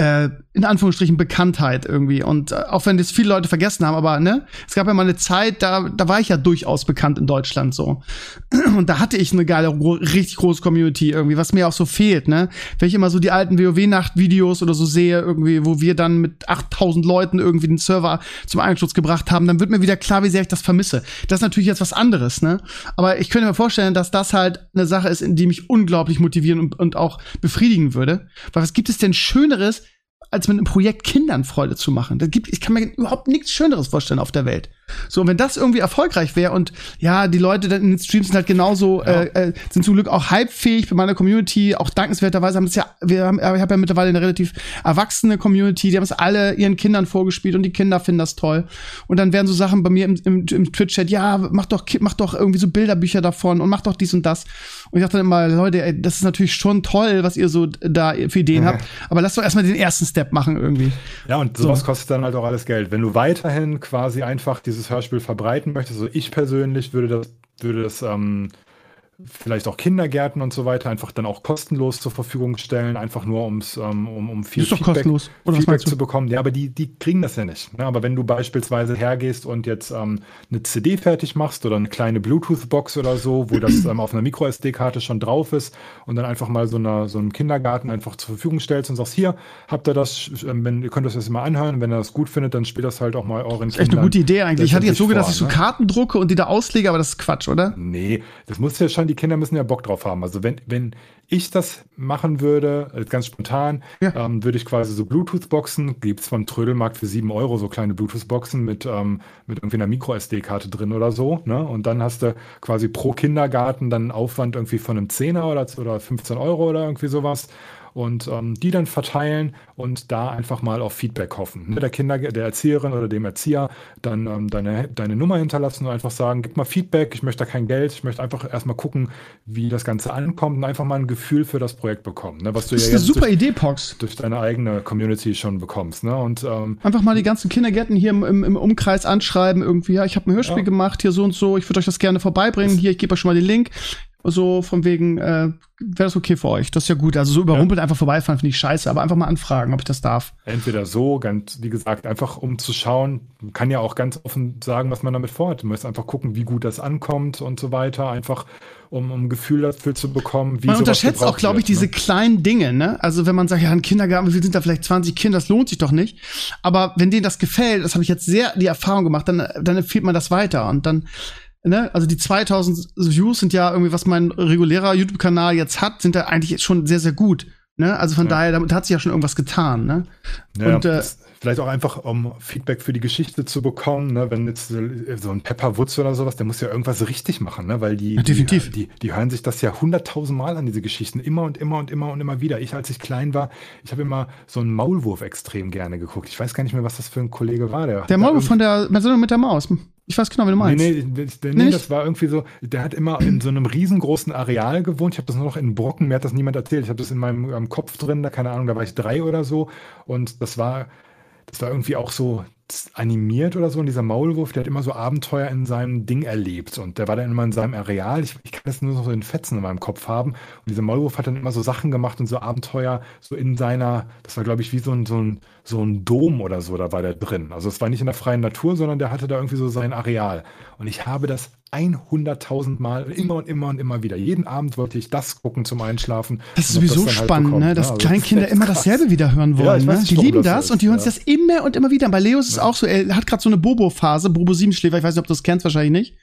äh, in Anführungsstrichen Bekanntheit irgendwie. Und äh, auch wenn das viele Leute vergessen haben, aber ne, es gab ja mal eine Zeit, da, da war ich ja durchaus bekannt in Deutschland so. Und da hatte ich eine geile, richtig große Community irgendwie, was mir auch so fehlt, ne? Wenn ich immer so die alten WoW-Nacht-Videos oder so sehe, irgendwie, wo wir dann mit achttausend Leuten irgendwie den Server zum Einsturz gebracht haben, dann wird mir wieder klar, wie sehr ich das vermisse. Das ist natürlich jetzt was anderes, ne? Aber ich könnte mir vorstellen, dass das halt eine Sache ist, in die mich unglaublich motivieren und, und auch befriedigen würde. Weil was gibt es denn Schöneres, als mit einem Projekt Kindern Freude zu machen? Das gibt, ich kann mir überhaupt nichts Schöneres vorstellen auf der Welt. So, und wenn das irgendwie erfolgreich wäre und ja, die Leute dann in den Streams sind halt genauso, ja. äh, sind zum Glück auch hypefähig bei meiner Community, auch dankenswerterweise haben es ja, wir haben, ich habe ja mittlerweile eine relativ erwachsene Community, die haben es alle ihren Kindern vorgespielt und die Kinder finden das toll. Und dann werden so Sachen bei mir im, im, im Twitch-Chat, ja, mach doch, mach doch irgendwie so Bilderbücher davon und mach doch dies und das. Und ich dachte dann immer, Leute, ey, das ist natürlich schon toll, was ihr so da für Ideen ja. habt, aber lasst doch erstmal den ersten Step machen irgendwie. Ja, und sowas so. kostet dann halt auch alles Geld. Wenn du weiterhin quasi einfach dieses Hörspiel verbreiten möchtest, also ich persönlich würde das, würde das ähm, vielleicht auch Kindergärten und so weiter einfach dann auch kostenlos zur Verfügung stellen, einfach nur ums, ähm, um, um viel ist doch Feedback, kostenlos. Oder Feedback zu bekommen. Ja, aber die, die kriegen das ja nicht. Ne? Aber wenn du beispielsweise hergehst und jetzt ähm, eine C D fertig machst oder eine kleine Bluetooth-Box oder so, wo das ähm, auf einer Micro-S D-Karte schon drauf ist und dann einfach mal so, einer, so einem Kindergarten einfach zur Verfügung stellst und sagst, hier, habt ihr das, wenn, ihr könnt das jetzt mal anhören, wenn ihr das gut findet, dann spielt das halt auch mal euren Kindern. Das ist echt eine gute Idee eigentlich. Ich hatte jetzt so gedacht, dass ich so ne? Karten drucke und die da auslege, aber das ist Quatsch, oder? Nee, das muss ja schon, die Kinder müssen ja Bock drauf haben. Also wenn, wenn ich das machen würde, ganz spontan, ja. ähm, würde ich quasi so Bluetooth-Boxen, gibt es vom Trödelmarkt für sieben Euro, so kleine Bluetooth-Boxen mit, ähm, mit irgendwie einer Micro-S D-Karte drin oder so, ne? Und dann hast du quasi pro Kindergarten dann einen Aufwand irgendwie von einem Zehner oder, oder fünfzehn Euro oder irgendwie sowas. Und ähm, die dann verteilen und da einfach mal auf Feedback hoffen. Ne? Der Kinder, der Erzieherin oder dem Erzieher dann ähm, deine, deine Nummer hinterlassen und einfach sagen, gib mal Feedback, ich möchte da kein Geld, ich möchte einfach erstmal gucken, wie das Ganze ankommt und einfach mal ein Gefühl für das Projekt bekommen. Ne? Was du das ist ja eine jetzt super durch, Idee, Pox. durch deine eigene Community schon bekommst. Ne? Und, ähm, einfach mal die ganzen Kindergärten hier im, im, im Umkreis anschreiben irgendwie, ja, ich habe ein Hörspiel ja. gemacht, hier so und so, ich würde euch das gerne vorbeibringen, hier, ich gebe euch schon mal den Link. So von wegen, äh, wäre das okay für euch? Das ist ja gut. Also so überrumpelt ja. einfach vorbeifahren finde ich scheiße, aber einfach mal anfragen, ob ich das darf. Entweder so, ganz, wie gesagt, einfach um zu schauen, man kann ja auch ganz offen sagen, was man damit vorhat. Du musst einfach gucken, wie gut das ankommt und so weiter, einfach um, um ein Gefühl dafür zu bekommen, wie man sowas unterschätzt auch, glaube ich, wird, diese ne? kleinen Dinge, ne? Also wenn man sagt, ja, ein Kindergarten, wie viel sind da vielleicht zwanzig Kinder, das lohnt sich doch nicht. Aber wenn denen das gefällt, das habe ich jetzt sehr die Erfahrung gemacht, dann, dann empfiehlt man das weiter und dann Ne? Also die zweitausend Views sind ja irgendwie, was mein regulärer YouTube-Kanal jetzt hat, sind da eigentlich schon sehr, sehr gut. Ne? Also von ja. daher, damit hat sich ja schon irgendwas getan. Ne? Ja, und äh, vielleicht auch einfach, um Feedback für die Geschichte zu bekommen, ne? Wenn jetzt so ein Pepper Woods oder sowas, der muss ja irgendwas richtig machen, ne? Weil die, ja, definitiv. die, die, die hören sich das ja hunderttausend Mal an, diese Geschichten, immer und immer und immer und immer wieder. Ich, als ich klein war, ich habe immer so einen Maulwurf extrem gerne geguckt. Ich weiß gar nicht mehr, was das für ein Kollege war. Der, der Maulwurf von der Sendung mit der Maus. Ich weiß genau, wie du meinst. Nee, nee, nee, nee das war irgendwie so, der hat immer in so einem riesengroßen Areal gewohnt. Ich habe das nur noch in Brocken, mir hat das niemand erzählt. Ich habe das in meinem, meinem Kopf drin, da keine Ahnung, da war ich drei oder so. Und das war, das war irgendwie auch so animiert oder so. Und dieser Maulwurf, der hat immer so Abenteuer in seinem Ding erlebt. Und der war dann immer in seinem Areal. Ich, ich kann das nur noch so in Fetzen in meinem Kopf haben. Und dieser Maulwurf hat dann immer so Sachen gemacht und so Abenteuer so in seiner, das war glaube ich wie so ein, so ein, so ein Dom oder so, da war der drin. Also es war nicht in der freien Natur, sondern der hatte da irgendwie so sein Areal. Und ich habe das hunderttausend Mal, immer und immer und immer wieder. Jeden Abend wollte ich das gucken zum Einschlafen. Das ist sowieso das spannend, halt bekommt, ne? dass ja, also Kleinkinder das immer krass. dasselbe wieder hören wollen. Ja, ne? Die lieben das, das und die hören sich ja. das immer und immer wieder. Und bei Leos ist es ja. auch so, er hat gerade so eine Bobo-Phase, Bobo Siebenschläfer, ich weiß nicht, ob du das kennst, wahrscheinlich nicht.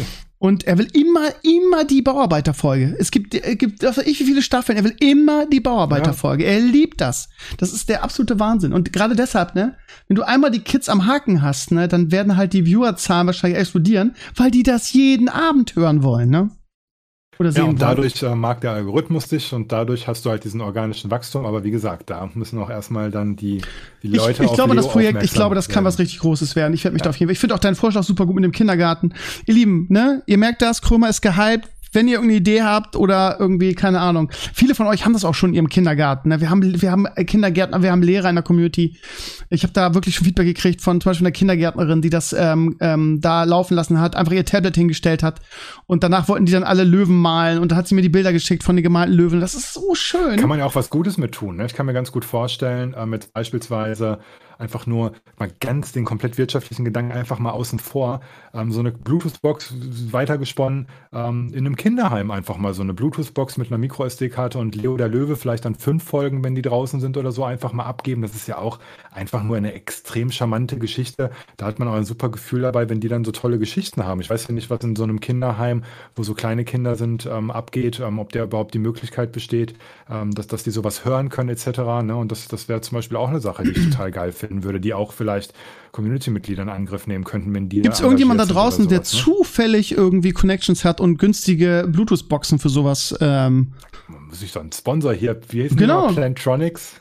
Und er will immer, immer die Bauarbeiterfolge. Es gibt, es gibt, was weiß ich, wie viele Staffeln. Er will immer die Bauarbeiterfolge. Ja. Er liebt das. Das ist der absolute Wahnsinn. Und gerade deshalb, ne, wenn du einmal die Kids am Haken hast, ne, dann werden halt die Viewerzahlen wahrscheinlich explodieren, weil die das jeden Abend hören wollen, ne? Oder sehen ja, und wollen. dadurch äh, mag der Algorithmus dich und dadurch hast du halt diesen organischen Wachstum. Aber wie gesagt, da müssen auch erstmal dann die, die Leute ich, ich auf glaube, Leo das Projekt, ich glaube, das kann werden. was richtig Großes werden. Ich werde mich ja. da auf jeden Fall. Ich finde auch deinen Vorschlag super gut mit dem Kindergarten. Ihr Lieben, ne, ihr merkt das, Krömer ist gehypt. wenn ihr irgendeine Idee habt oder irgendwie, keine Ahnung. Viele von euch haben das auch schon in ihrem Kindergarten. Ne? Wir haben, wir haben Kindergärtner, wir haben Lehrer in der Community. Ich habe da wirklich schon Feedback gekriegt von zum Beispiel einer Kindergärtnerin, die das ähm, ähm, da laufen lassen hat, einfach ihr Tablet hingestellt hat. Und danach wollten die dann alle Löwen malen. Und da hat sie mir die Bilder geschickt von den gemalten Löwen. Das ist so schön. Kann man ja auch was Gutes mit tun. Ne? Ich kann mir ganz gut vorstellen, äh, mit beispielsweise einfach nur mal ganz den komplett wirtschaftlichen Gedanken einfach mal außen vor. Ähm, so eine Bluetooth-Box weitergesponnen, ähm, in einem Kinderheim einfach mal so eine Bluetooth-Box mit einer Micro-S D-Karte und Leo der Löwe vielleicht dann fünf Folgen, wenn die draußen sind oder so, einfach mal abgeben. Das ist ja auch einfach nur eine extrem charmante Geschichte. Da hat man auch ein super Gefühl dabei, wenn die dann so tolle Geschichten haben. Ich weiß ja nicht, was in so einem Kinderheim, wo so kleine Kinder sind, ähm, abgeht, ähm, ob der überhaupt die Möglichkeit besteht, ähm, dass, dass die sowas hören können et cetera. Ne? Und das, das wäre zum Beispiel auch eine Sache, die ich total geil finde. würde, die auch vielleicht Community-Mitglieder in Angriff nehmen könnten, wenn die. Gibt es irgendjemand da draußen, der sowas, ne? zufällig irgendwie Connections hat und günstige Bluetooth-Boxen für sowas? Ähm Muss ich so einen Sponsor hier, wie heißt genau. der? Plantronics?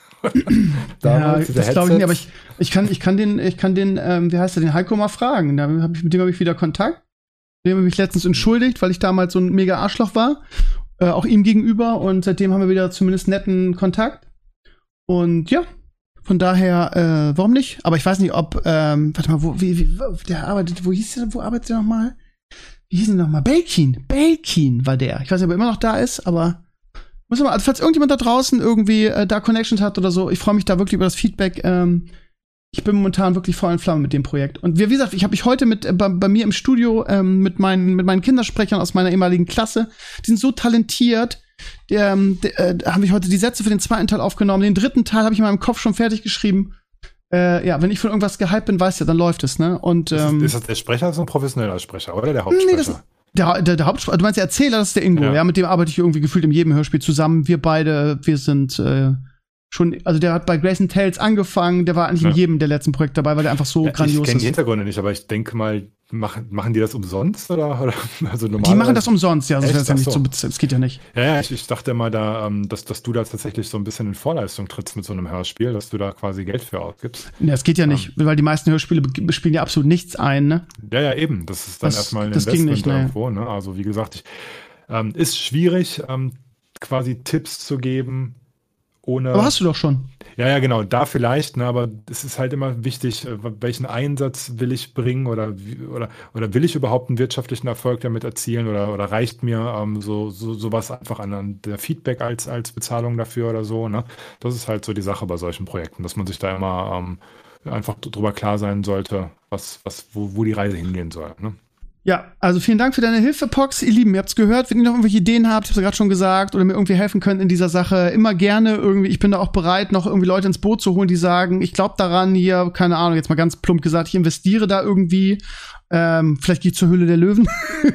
Ja, das glaube ich nicht, aber ich, ich kann, ich kann den, ich kann den, ähm, wie heißt der, den Heiko mal fragen. Da hab ich, mit dem habe ich wieder Kontakt. Dem habe ich mich letztens entschuldigt, weil ich damals so ein mega Arschloch war. Äh, auch ihm gegenüber. Und seitdem haben wir wieder zumindest netten Kontakt. Und ja. Von daher, äh, warum nicht? Aber ich weiß nicht, ob, ähm, warte mal, wo, wie, wie, der arbeitet, wo hieß der, wo arbeitet der nochmal? Wie hieß der nochmal? Belkin. Belkin war der. Ich weiß nicht, ob er immer noch da ist, aber muss mal, also falls irgendjemand da draußen irgendwie äh, da Connections hat oder so, ich freue mich da wirklich über das Feedback. Ähm, ich bin momentan wirklich voll in Flammen mit dem Projekt. Und wie, wie gesagt, ich habe mich heute mit äh, bei, bei mir im Studio ähm, mit meinen mit meinen Kindersprechern aus meiner ehemaligen Klasse, die sind so talentiert. Der, der, äh, habe ich heute die Sätze für den zweiten Teil aufgenommen. Den dritten Teil habe ich in meinem Kopf schon fertig geschrieben. Äh, ja, wenn ich von irgendwas gehypt bin, weißt du, dann läuft es, ne? Und, ähm, ist, ist das der Sprecher, so ein professioneller Sprecher, oder der Hauptsprecher? Nee, das ist der, der, der Hauptsprecher. Du meinst der Erzähler, das ist der Ingo, ja. ja, mit dem arbeite ich irgendwie gefühlt in jedem Hörspiel zusammen. Wir beide, wir sind äh, schon, also der hat bei Grayson Tales angefangen, der war eigentlich ja. in jedem der letzten Projekte dabei, weil der einfach so ja, grandios ist. Ich kenne die Hintergründe nicht, aber ich denke mal, Machen, machen die das umsonst oder, oder also Die machen das umsonst, ja, sonst wäre es ja nicht so, das geht ja nicht. Ja, ja, ich, ich dachte immer da, ähm, dass, dass du da tatsächlich so ein bisschen in Vorleistung trittst mit so einem Hörspiel, dass du da quasi Geld für ausgibst. Ja, es geht ja nicht, ähm, weil die meisten Hörspiele spielen ja absolut nichts ein, ne? Ja, ja, eben, das ist dann das, erstmal ein das Investment ging nicht, irgendwo, ne? Also wie gesagt, ich, ähm, ist schwierig, ähm, quasi Tipps zu geben, ohne. Aber hast du doch schon. Ja, ja, genau, da vielleicht, ne, aber es ist halt immer wichtig, welchen Einsatz will ich bringen oder, oder, oder will ich überhaupt einen wirtschaftlichen Erfolg damit erzielen oder, oder reicht mir ähm, so, so sowas einfach an, an der Feedback als, als Bezahlung dafür oder so, ne? Das ist halt so die Sache bei solchen Projekten, dass man sich da immer ähm, einfach drüber klar sein sollte, was, was, wo, wo die Reise hingehen soll, ne? Ja, also vielen Dank für deine Hilfe, Pox. Ihr Lieben, ihr habt's gehört. Wenn ihr noch irgendwelche Ideen habt, ich hab's ja gerade schon gesagt, oder mir irgendwie helfen könnt in dieser Sache, immer gerne irgendwie. Ich bin da auch bereit, noch irgendwie Leute ins Boot zu holen, die sagen, ich glaube daran hier, keine Ahnung, jetzt mal ganz plump gesagt, ich investiere da irgendwie. Ähm, vielleicht gehe ich zur Höhle der Löwen.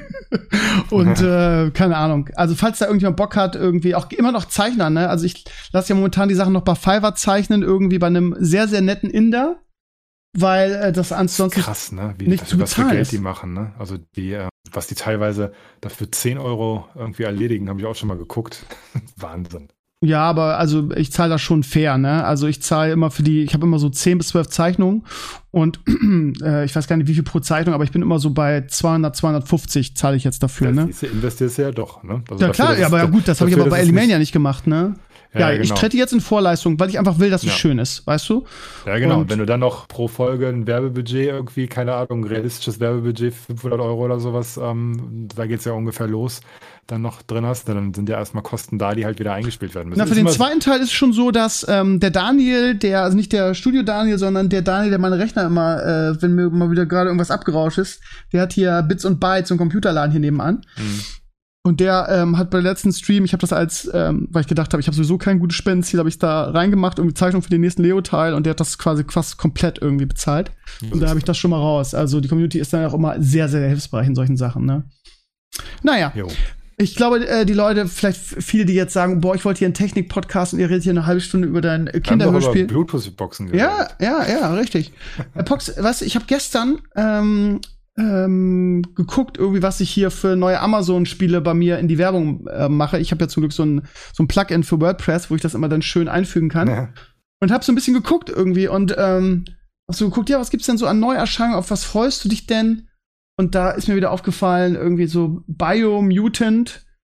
Und äh, keine Ahnung. Also falls da irgendjemand Bock hat, irgendwie auch immer noch Zeichner, ne? Also ich lasse ja momentan die Sachen noch bei Fiverr zeichnen, irgendwie bei einem sehr, sehr netten Inder. Weil äh, das ansonsten krass, ne? Wie nicht zu was für bezahlen Geld ist. die machen, ne? Also die, äh, was die teilweise dafür zehn Euro irgendwie erledigen, habe ich auch schon mal geguckt. Wahnsinn. Ja, aber also ich zahle das schon fair, ne? Also ich zahle immer für die, ich habe immer so zehn bis zwölf Zeichnungen und äh, ich weiß gar nicht, wie viel pro Zeichnung, aber ich bin immer so bei zweihundert, zweihundertfünfzig zahle ich jetzt dafür, ja, ne? Du investierst ja doch, ne? Also ja dafür, klar, ja, aber ja gut, das habe ich aber bei Elimania nicht gemacht, ne? Ja, Ja, ich genau. trete jetzt in Vorleistung, weil ich einfach will, dass es Ja. schön ist, weißt du? Ja, genau. Und- Und wenn du dann noch pro Folge ein Werbebudget irgendwie, keine Ahnung, ein realistisches Werbebudget, fünfhundert Euro oder sowas, ähm, da geht's ja ungefähr los, dann noch drin hast, dann sind ja erstmal Kosten da, die halt wieder eingespielt werden müssen. Na, für Ist den immer- zweiten Teil ist es schon so, dass ähm, der Daniel, der, also nicht der Studio-Daniel, sondern der Daniel, der meine Rechner immer, äh, wenn mir mal wieder gerade irgendwas abgerauscht ist, der hat hier Bits und Bytes, so einen Computerladen hier nebenan. Mhm. Und der ähm, hat bei der letzten Stream, ich habe das als, ähm, weil ich gedacht habe, ich habe sowieso kein gutes Spendenziel, habe ich da reingemacht, irgendwie Zeichnung für den nächsten Leo-Teil und der hat das quasi fast komplett irgendwie bezahlt. Und da habe ich das schon mal raus. Also die Community ist dann auch immer sehr, sehr hilfsbereit in solchen Sachen, ne? Naja. Jo. Ich glaube, äh, die Leute, vielleicht viele, die jetzt sagen, boah, ich wollte hier einen Technik-Podcast und ihr redet hier eine halbe Stunde über dein äh, Wir haben doch Kinderhörspiel. über Bluetooth-Boxen Ja, ja, ja, richtig. äh, Pox, was, ich habe gestern ähm, ähm, geguckt, irgendwie, was ich hier für neue Amazon-Spiele bei mir in die Werbung äh, mache. Ich habe ja zum Glück so ein, so ein Plugin für WordPress, wo ich das immer dann schön einfügen kann. Ja. Und habe so ein bisschen geguckt irgendwie und ähm, hab so geguckt, ja, was gibt's denn so an Neuerscheinungen? Auf was freust du dich denn? Und da ist mir wieder aufgefallen, irgendwie so Biomutant.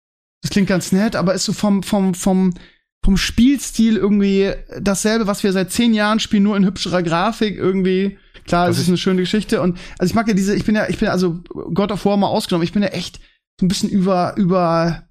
Das klingt ganz nett, aber ist so vom, vom, vom, vom Spielstil irgendwie dasselbe, was wir seit zehn Jahren spielen, nur in hübscherer Grafik irgendwie. Klar, es ist eine schöne Geschichte. Und also ich mag ja diese, ich bin ja, ich bin also God of War mal ausgenommen, ich bin ja echt so ein bisschen über, über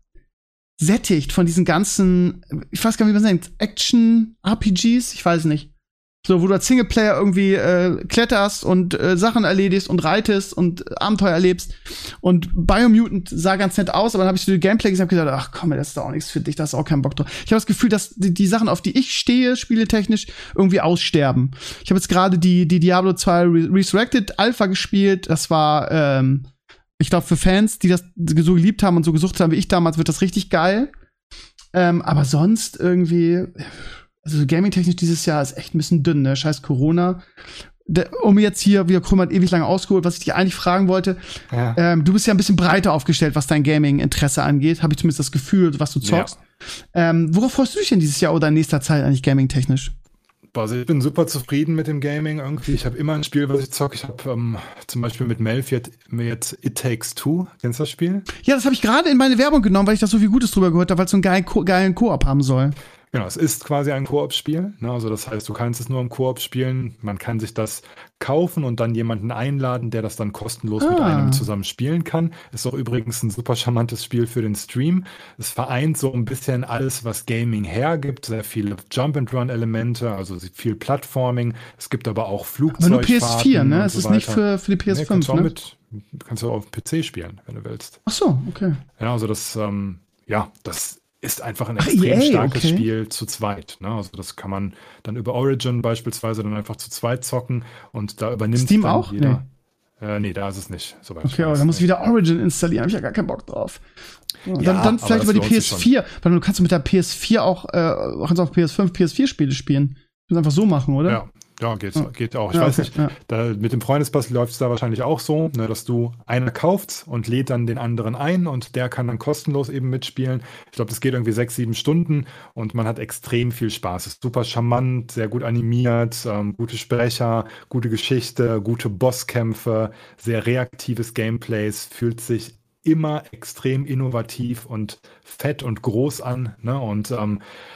sättigt von diesen ganzen, ich weiß gar nicht, wie man nennt, Action-R P Gs, ich weiß nicht. So, wo du als Singleplayer irgendwie äh, kletterst und äh, Sachen erledigst und reitest und Abenteuer erlebst. Und Biomutant sah ganz nett aus, aber dann habe ich so die Gameplay gesehen und gedacht, ach komm, das ist doch auch nichts für dich, da hast du auch keinen Bock drauf. Ich habe das Gefühl, dass die, die Sachen, auf die ich stehe, spieletechnisch, irgendwie aussterben. Ich habe jetzt gerade die, die Diablo zwei Resurrected Alpha gespielt. Das war, ähm, ich glaube, für Fans, die das so geliebt haben und so gesucht haben wie ich damals, wird das richtig geil. Ähm, aber sonst irgendwie Also gaming-technisch dieses Jahr ist echt ein bisschen dünn, ne? Scheiß Corona. De, um jetzt hier, wie Krümmer hat ewig lange ausgeholt, was ich dich eigentlich fragen wollte. Ja. Ähm, du bist ja ein bisschen breiter aufgestellt, was dein Gaming-Interesse angeht. Habe ich zumindest das Gefühl, was du zockst. Ja. Ähm, worauf freust du dich denn dieses Jahr oder in nächster Zeit eigentlich gaming-technisch? Also ich bin super zufrieden mit dem Gaming irgendwie. Ich habe immer ein Spiel, was ich zocke. Ich habe ähm, zum Beispiel mit Melf jetzt, jetzt It Takes Two. Kennst du das Spiel? Ja, das habe ich gerade in meine Werbung genommen, weil ich da so viel Gutes drüber gehört habe, weil es so einen geilen, Ko- geilen Koop haben soll. Genau, es ist quasi ein Koop-Spiel. Ne? Also das heißt, du kannst es nur im Koop spielen. Man kann sich das kaufen und dann jemanden einladen, der das dann kostenlos ah. mit einem zusammen spielen kann. Ist auch übrigens ein super charmantes Spiel für den Stream. Es vereint so ein bisschen alles, was Gaming hergibt. Sehr viele Jump-and-Run-Elemente, also viel Plattforming. Es gibt aber auch Flugzeugfahrten. Aber nur P S vier, ne? Es so ist nicht für, für die P S fünf, nee, kannst ne? Mit, kannst du auch auf P C spielen, wenn du willst. Ach so, okay. Ja, also das, ähm, ja, das ist einfach ein Ach, extrem E A, starkes okay. Spiel zu zweit. Ne? Also das kann man dann über Origin beispielsweise dann einfach zu zweit zocken und da übernimmt Steam dann auch? jeder. Nee. Äh, nee, da ist es nicht. Soweit Okay, aber dann muss ich wieder Origin installieren. Habe ich ja gar keinen Bock drauf. Ja, Ja, dann dann aber vielleicht das über die lohnt P sich S vier, weil du kannst mit der P S vier auch, äh, kannst auf P S fünf, P S vier Spiele spielen. Du kannst einfach so machen, oder? Ja, ja geht, Ja. geht auch. Ich Ja, weiß okay, nicht, ja. da, mit dem Freundespass läuft es da wahrscheinlich auch so, ne, dass du einer kauft und lädt dann den anderen ein und der kann dann kostenlos eben mitspielen. Ich glaube, das geht irgendwie sechs, sieben Stunden und man hat extrem viel Spaß. Ist super charmant, sehr gut animiert, ähm, gute Sprecher, gute Geschichte, gute Bosskämpfe, sehr reaktives Gameplays, fühlt sich immer extrem innovativ und fett und groß an, ne? Und ähm,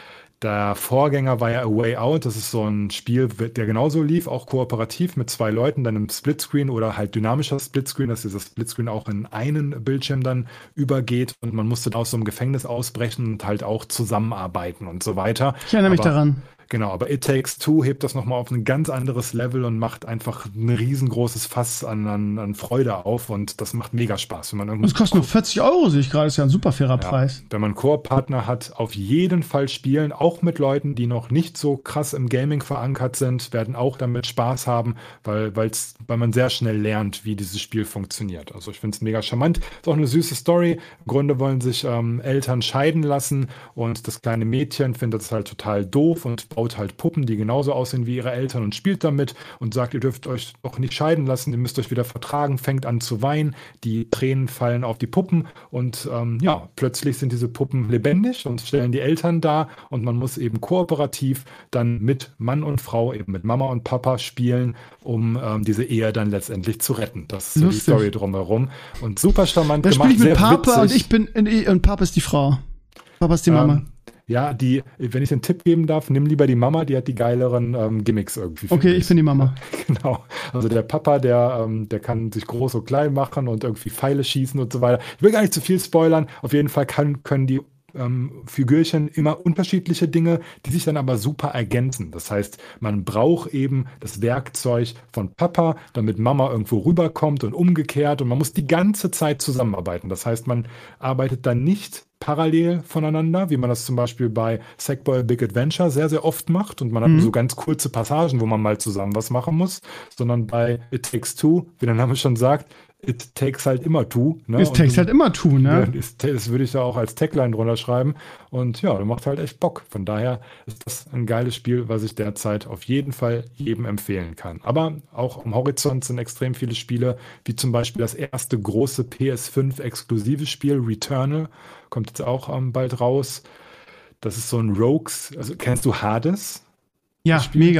der Vorgänger war ja A Way Out. Das ist so ein Spiel, der genauso lief, auch kooperativ mit zwei Leuten, dann im Splitscreen oder halt dynamischer Splitscreen, dass dieser Splitscreen auch in einen Bildschirm dann übergeht und man musste aus so einem Gefängnis ausbrechen und halt auch zusammenarbeiten und so weiter. Ich erinnere mich Aber daran. Genau, aber It Takes Two hebt das nochmal auf ein ganz anderes Level und macht einfach ein riesengroßes Fass an, an, an Freude auf und das macht mega Spaß. Wenn man Und es kostet nur vierzig Euro, sehe ich gerade. Ist ja ein super fairer ja, Preis. wenn man einen Koop-Partner hat, auf jeden Fall spielen, auch mit Leuten, die noch nicht so krass im Gaming verankert sind, werden auch damit Spaß haben, weil, weil's, weil man sehr schnell lernt, wie dieses Spiel funktioniert. Also ich finde es mega charmant. Ist auch eine süße Story. Im Grunde wollen sich ähm, Eltern scheiden lassen und das kleine Mädchen findet es halt total doof und baut halt Puppen, die genauso aussehen wie ihre Eltern und spielt damit und sagt, ihr dürft euch doch nicht scheiden lassen, ihr müsst euch wieder vertragen, fängt an zu weinen, die Tränen fallen auf die Puppen und ähm, ja, plötzlich sind diese Puppen lebendig und stellen die Eltern dar und man muss eben kooperativ dann mit Mann und Frau, eben mit Mama und Papa spielen, um ähm, diese Ehe dann letztendlich zu retten. Das ist so Lustig. die Story drumherum und super charmant Da gemacht, spiele ich mit sehr Papa und witzig. ich bin, und Papa ist die Frau. Papa ist die Mama. Ähm, Ja, die, wenn ich einen Tipp geben darf, nimm lieber die Mama, die hat die geileren ähm, Gimmicks irgendwie. Okay, finde ich bin die Mama. Genau. Also der Papa, der, ähm, der kann sich groß und klein machen und irgendwie Pfeile schießen und so weiter. Ich will gar nicht zu viel spoilern. Auf jeden Fall kann, können die ähm, Figürchen immer unterschiedliche Dinge, die sich dann aber super ergänzen. Das heißt, man braucht eben das Werkzeug von Papa, damit Mama irgendwo rüberkommt und umgekehrt und man muss die ganze Zeit zusammenarbeiten. Das heißt, man arbeitet dann nicht parallel voneinander, wie man das zum Beispiel bei Sackboy Big Adventure sehr, sehr oft macht und man hat Mhm. nur so ganz kurze Passagen, wo man mal zusammen was machen muss, sondern bei It Takes Two, wie der Name schon sagt, it takes halt immer two. Ne? Es takes Und halt immer tun, ja, ne? das, das würde ich da auch als Tagline drunter schreiben. Und ja, das macht halt echt Bock. Von daher ist das ein geiles Spiel, was ich derzeit auf jeden Fall jedem empfehlen kann. Aber auch am Horizont sind extrem viele Spiele, wie zum Beispiel das erste große P S fünf exklusive Spiel, Returnal, kommt jetzt auch ähm, bald raus. Das ist so ein Rogues, also kennst du Hades? Ja, das Spiel? mega.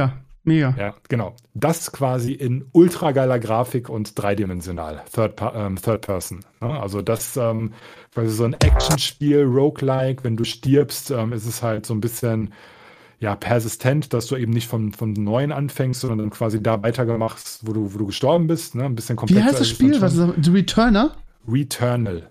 Mega. Ja, genau. Das quasi in ultra geiler Grafik und dreidimensional. Third, Pa- ähm, Third Person. Ne? Also das ähm, quasi so ein Actionspiel, Roguelike. Wenn du stirbst, ähm, ist es halt so ein bisschen ja, persistent, dass du eben nicht von, von Neuem anfängst, sondern dann quasi da weitergemacht, wo du, wo du gestorben bist. Ne? Ein bisschen Wie komplexer heißt das ist es Spiel? dann Was schon. ist das? The Returner? Returnal.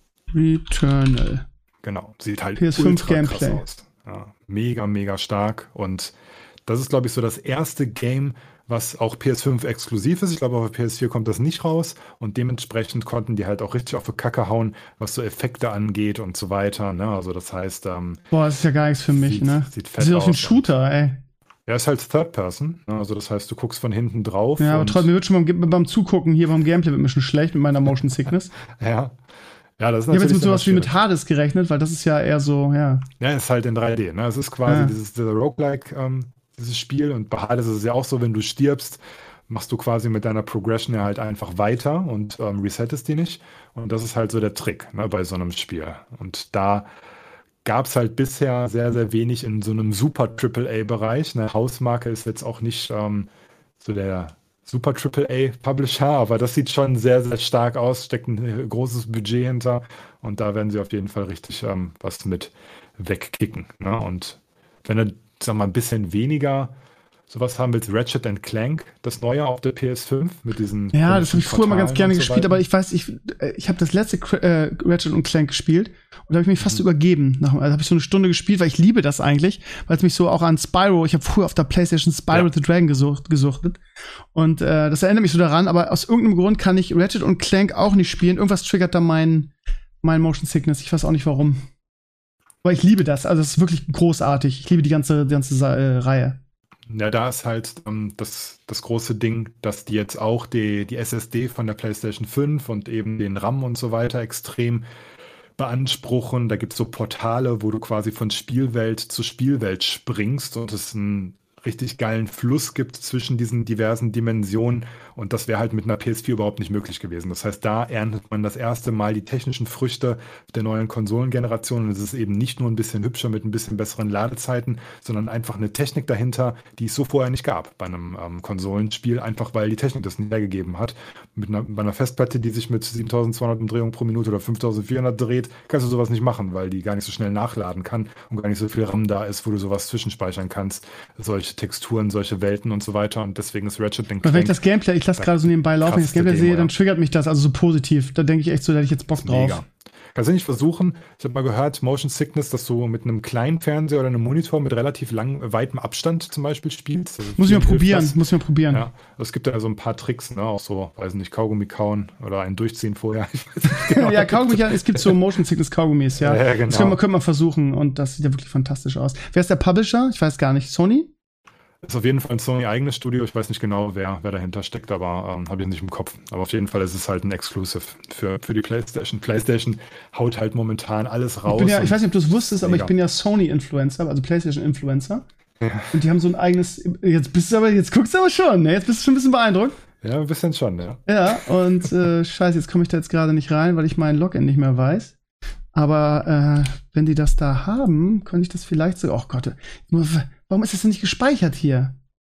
Returnal. Genau. Sieht halt P S fünf ultra krass Gameplay. aus. Ja, mega, mega stark. Und das ist, glaube ich, so das erste Game, was auch P S fünf exklusiv ist. Ich glaube, auf P S vier kommt das nicht raus. Und dementsprechend konnten die halt auch richtig auf die Kacke hauen, was so Effekte angeht und so weiter. Ne? Also das heißt, ähm, Boah, das ist ja gar nichts für mich, sieht, ne? sieht fett Das sieht aus wie ein aus. Shooter, ey. Ja, ist halt Third Person. Ne? Also das heißt, du guckst von hinten drauf. Ja, aber und, trotzdem, mir wird schon beim, beim Zugucken hier beim Gameplay wird mir schon schlecht mit meiner Motion Sickness. ja. Ja, das ist Ich habe jetzt natürlich mit sowas wie immer mit schwierig. Hades gerechnet, weil das ist ja eher so, ja. Ja, ist halt in drei D. Ne? Es ist quasi Ja. dieses, dieser Roguelike, ähm, dieses Spiel. Und bei Hades ist es ja auch so, wenn du stirbst, machst du quasi mit deiner Progression ja halt einfach weiter und ähm, resettest die nicht. Und das ist halt so der Trick, ne, bei so einem Spiel. Und da gab es halt bisher sehr, sehr wenig in so einem super Triple A-Bereich. Eine Hausmarke ist jetzt auch nicht ähm, so der super Triple A-Publisher, aber das sieht schon sehr, sehr stark aus, steckt ein äh, großes Budget hinter und da werden sie auf jeden Fall richtig ähm, was mit wegkicken. Ne? Und wenn du, sag mal, ein bisschen weniger sowas haben willst, Ratchet and Clank, das neue auf der P S fünf mit diesen Ja, das habe ich früher mal ganz Portalen gerne und so gespielt, weiter. aber ich weiß, ich, äh, ich habe das letzte Cr- äh, Ratchet und Clank gespielt und da habe ich mich fast Mhm. übergeben. Nach, also habe ich so eine Stunde gespielt, weil ich liebe das eigentlich, weil es mich so auch an Spyro, ich habe früher auf der PlayStation Spyro Ja. the Dragon gesucht, gesuchtet und äh, das erinnert mich so daran, aber aus irgendeinem Grund kann ich Ratchet und Clank auch nicht spielen. Irgendwas triggert da mein, mein Motion Sickness. Ich weiß auch nicht warum. Aber ich liebe das, also es ist wirklich großartig. Ich liebe die ganze, die ganze äh, Reihe. Ja, da ist halt ähm, das, das große Ding, dass die jetzt auch die, die S S D von der PlayStation fünf und eben den RAM und so weiter extrem beanspruchen. Da gibt es so Portale, wo du quasi von Spielwelt zu Spielwelt springst und es einen richtig geilen Fluss gibt zwischen diesen diversen Dimensionen und das wäre halt mit einer P S vier überhaupt nicht möglich gewesen. Das heißt, da erntet man das erste Mal die technischen Früchte der neuen Konsolengeneration und es ist eben nicht nur ein bisschen hübscher mit ein bisschen besseren Ladezeiten, sondern einfach eine Technik dahinter, die es so vorher nicht gab bei einem ähm, Konsolenspiel, einfach weil die Technik das nicht hergegeben hat. Mit einer, bei einer Festplatte, die sich mit siebentausendzweihundert Umdrehungen pro Minute oder fünftausendvierhundert dreht, kannst du sowas nicht machen, weil die gar nicht so schnell nachladen kann und gar nicht so viel RAM da ist, wo du sowas zwischenspeichern kannst. Solche Texturen, solche Welten und so weiter und deswegen ist Ratchet and Aber wenn ich Clank das Gameplay, ich lasse gerade so nebenbei laufen, wenn ich das krasseste Gameplay Demo, sehe, ja. dann triggert mich das, also so positiv. Da denke ich echt so, da hätte ich jetzt Bock drauf. mega. Kannst du nicht versuchen, ich habe mal gehört, Motion Sickness, dass du mit einem kleinen Fernseher oder einem Monitor mit relativ lang, weitem Abstand zum Beispiel spielst. Also Muss ich mal vielen hilft probieren, das. muss ich mal probieren. Ja, es gibt ja so ein paar Tricks, ne? Auch so, weiß nicht, Kaugummi kauen oder ein Durchziehen vorher. Ich weiß nicht genau. Ja, Kaugummi, ja, es gibt so Motion Sickness Kaugummis, ja. Ja, ja, genau. Das können wir, können wir versuchen und das sieht ja wirklich fantastisch aus. Wer ist der Publisher? Ich weiß gar nicht. Sony? Ist auf jeden Fall ein Sony-eigenes Studio. Ich weiß nicht genau, wer, wer dahinter steckt, aber ähm, habe ich nicht im Kopf. Aber auf jeden Fall ist es halt ein Exclusive für, für die PlayStation. PlayStation haut halt momentan alles raus. Ich, bin ja, ich und- weiß nicht, ob du es wusstest, aber Mega. ich bin ja Sony-Influencer, also PlayStation-Influencer. Ja. Und die haben so ein eigenes, jetzt bist du aber, jetzt guckst du aber schon, ne? Jetzt bist du schon ein bisschen beeindruckt. Ja, ein bisschen schon, ja. Ja, und äh, scheiße, jetzt komme ich da jetzt gerade nicht rein, weil ich meinen Login nicht mehr weiß. Aber äh, wenn die das da haben, könnte ich das vielleicht so. Oh Gott, nur, warum ist das denn nicht gespeichert hier?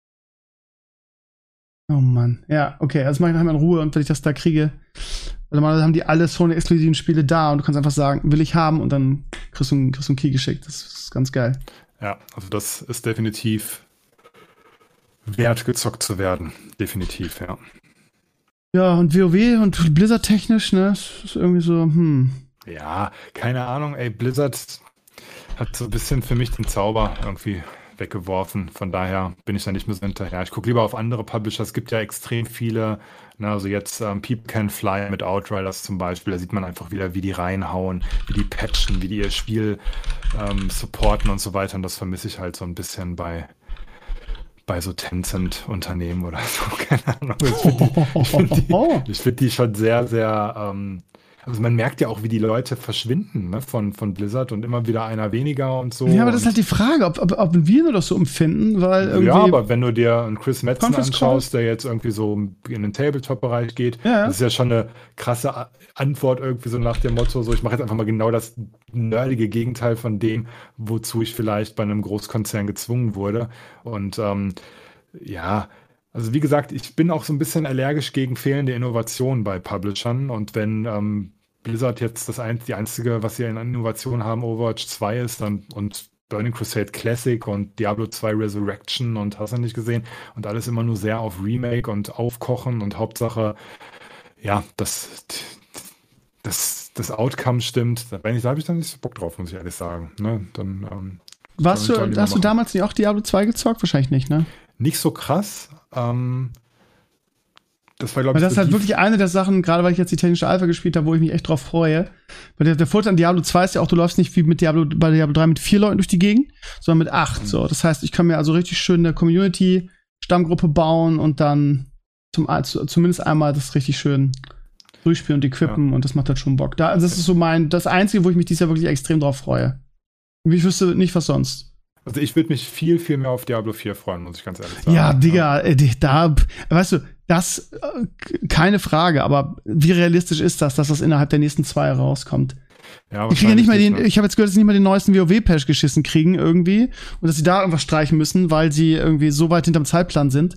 Oh Mann. Ja, okay, also mache ich nachher mal in Ruhe und wenn ich das da kriege, weil normalerweise haben die alle Sony-exklusiven Spiele da und du kannst einfach sagen, will ich haben und dann kriegst du einen, kriegst du einen Key geschickt. Das ist ganz geil. Ja, also das ist definitiv wert, gezockt zu werden. Definitiv, ja. Ja, und WoW und Blizzard technisch, ne, das ist irgendwie so, hm. Ja, keine Ahnung, ey, Blizzard hat so ein bisschen für mich den Zauber irgendwie weggeworfen. Von daher bin ich da nicht mehr so hinterher. Ich gucke lieber auf andere Publisher. Es gibt ja extrem viele, ne, also jetzt ähm, People Can Fly mit Outriders zum Beispiel. Da sieht man einfach wieder, wie die reinhauen, wie die patchen, wie die ihr Spiel ähm, supporten und so weiter. Und das vermisse ich halt so ein bisschen bei bei so Tencent-Unternehmen oder so. Keine Ahnung. Ich finde die, ich find die, ich find die schon sehr, sehr ähm, also man merkt ja auch, wie die Leute verschwinden, ne, von, von Blizzard und immer wieder einer weniger und so. Ja, aber das ist und, halt die Frage, ob, ob, ob wir nur das so empfinden, weil irgendwie. ja, aber wenn du dir einen Chris Metzen Conference anschaust, der jetzt irgendwie so in den Tabletop-Bereich geht, Ja. das ist ja schon eine krasse A- Antwort irgendwie so nach dem Motto, so ich mache jetzt einfach mal genau das nerdige Gegenteil von dem, wozu ich vielleicht bei einem Großkonzern gezwungen wurde. Und ähm, ja, also wie gesagt, ich bin auch so ein bisschen allergisch gegen fehlende Innovation bei Publishern. Und wenn ähm, Blizzard jetzt das ein, die einzige, was sie in Innovation haben, Overwatch zwei ist dann und Burning Crusade Classic und Diablo zwei Resurrection und hast du nicht gesehen und alles immer nur sehr auf Remake und Aufkochen und Hauptsache, ja, das, das, das Outcome stimmt. Da, bin ich, da habe ich dann nicht so Bock drauf, muss ich ehrlich sagen. Ne? Dann, ähm, Warst du, sollen die mal hast du machen. damals nicht auch Diablo zwei gezockt? Wahrscheinlich nicht, ne? Nicht so krass. Ähm, das war, glaube Weil ich, das ist so halt die- wirklich eine der Sachen, gerade weil ich jetzt die technische Alpha gespielt habe, wo ich mich echt drauf freue. Weil der, der Vorteil an Diablo zwei ist ja auch, du läufst nicht wie mit Diablo, bei Diablo drei mit vier Leuten durch die Gegend, sondern mit acht. Mhm. So. Das heißt, ich kann mir also richtig schön eine Community-Stammgruppe bauen und dann zum, zu- zumindest einmal das richtig schön durchspielen und equippen und das macht halt schon Bock. Da, also das ist so mein, das Einzige, wo ich mich dieses Jahr wirklich extrem drauf freue. Ich wüsste nicht, was sonst. Also ich würde mich viel, viel mehr auf Diablo vier freuen, muss ich ganz ehrlich sagen. Ja, Digga, äh, die- da, weißt du, das, äh, k- keine Frage, aber wie realistisch ist das, dass das innerhalb der nächsten zwei Jahre rauskommt? Ja, Ich kriege ja nicht mal wahrscheinlich den, ne? ich habe jetzt gehört, dass sie nicht mal den neuesten WoW-Patch geschissen kriegen irgendwie und dass sie da irgendwas streichen müssen, weil sie irgendwie so weit hinterm Zeitplan sind.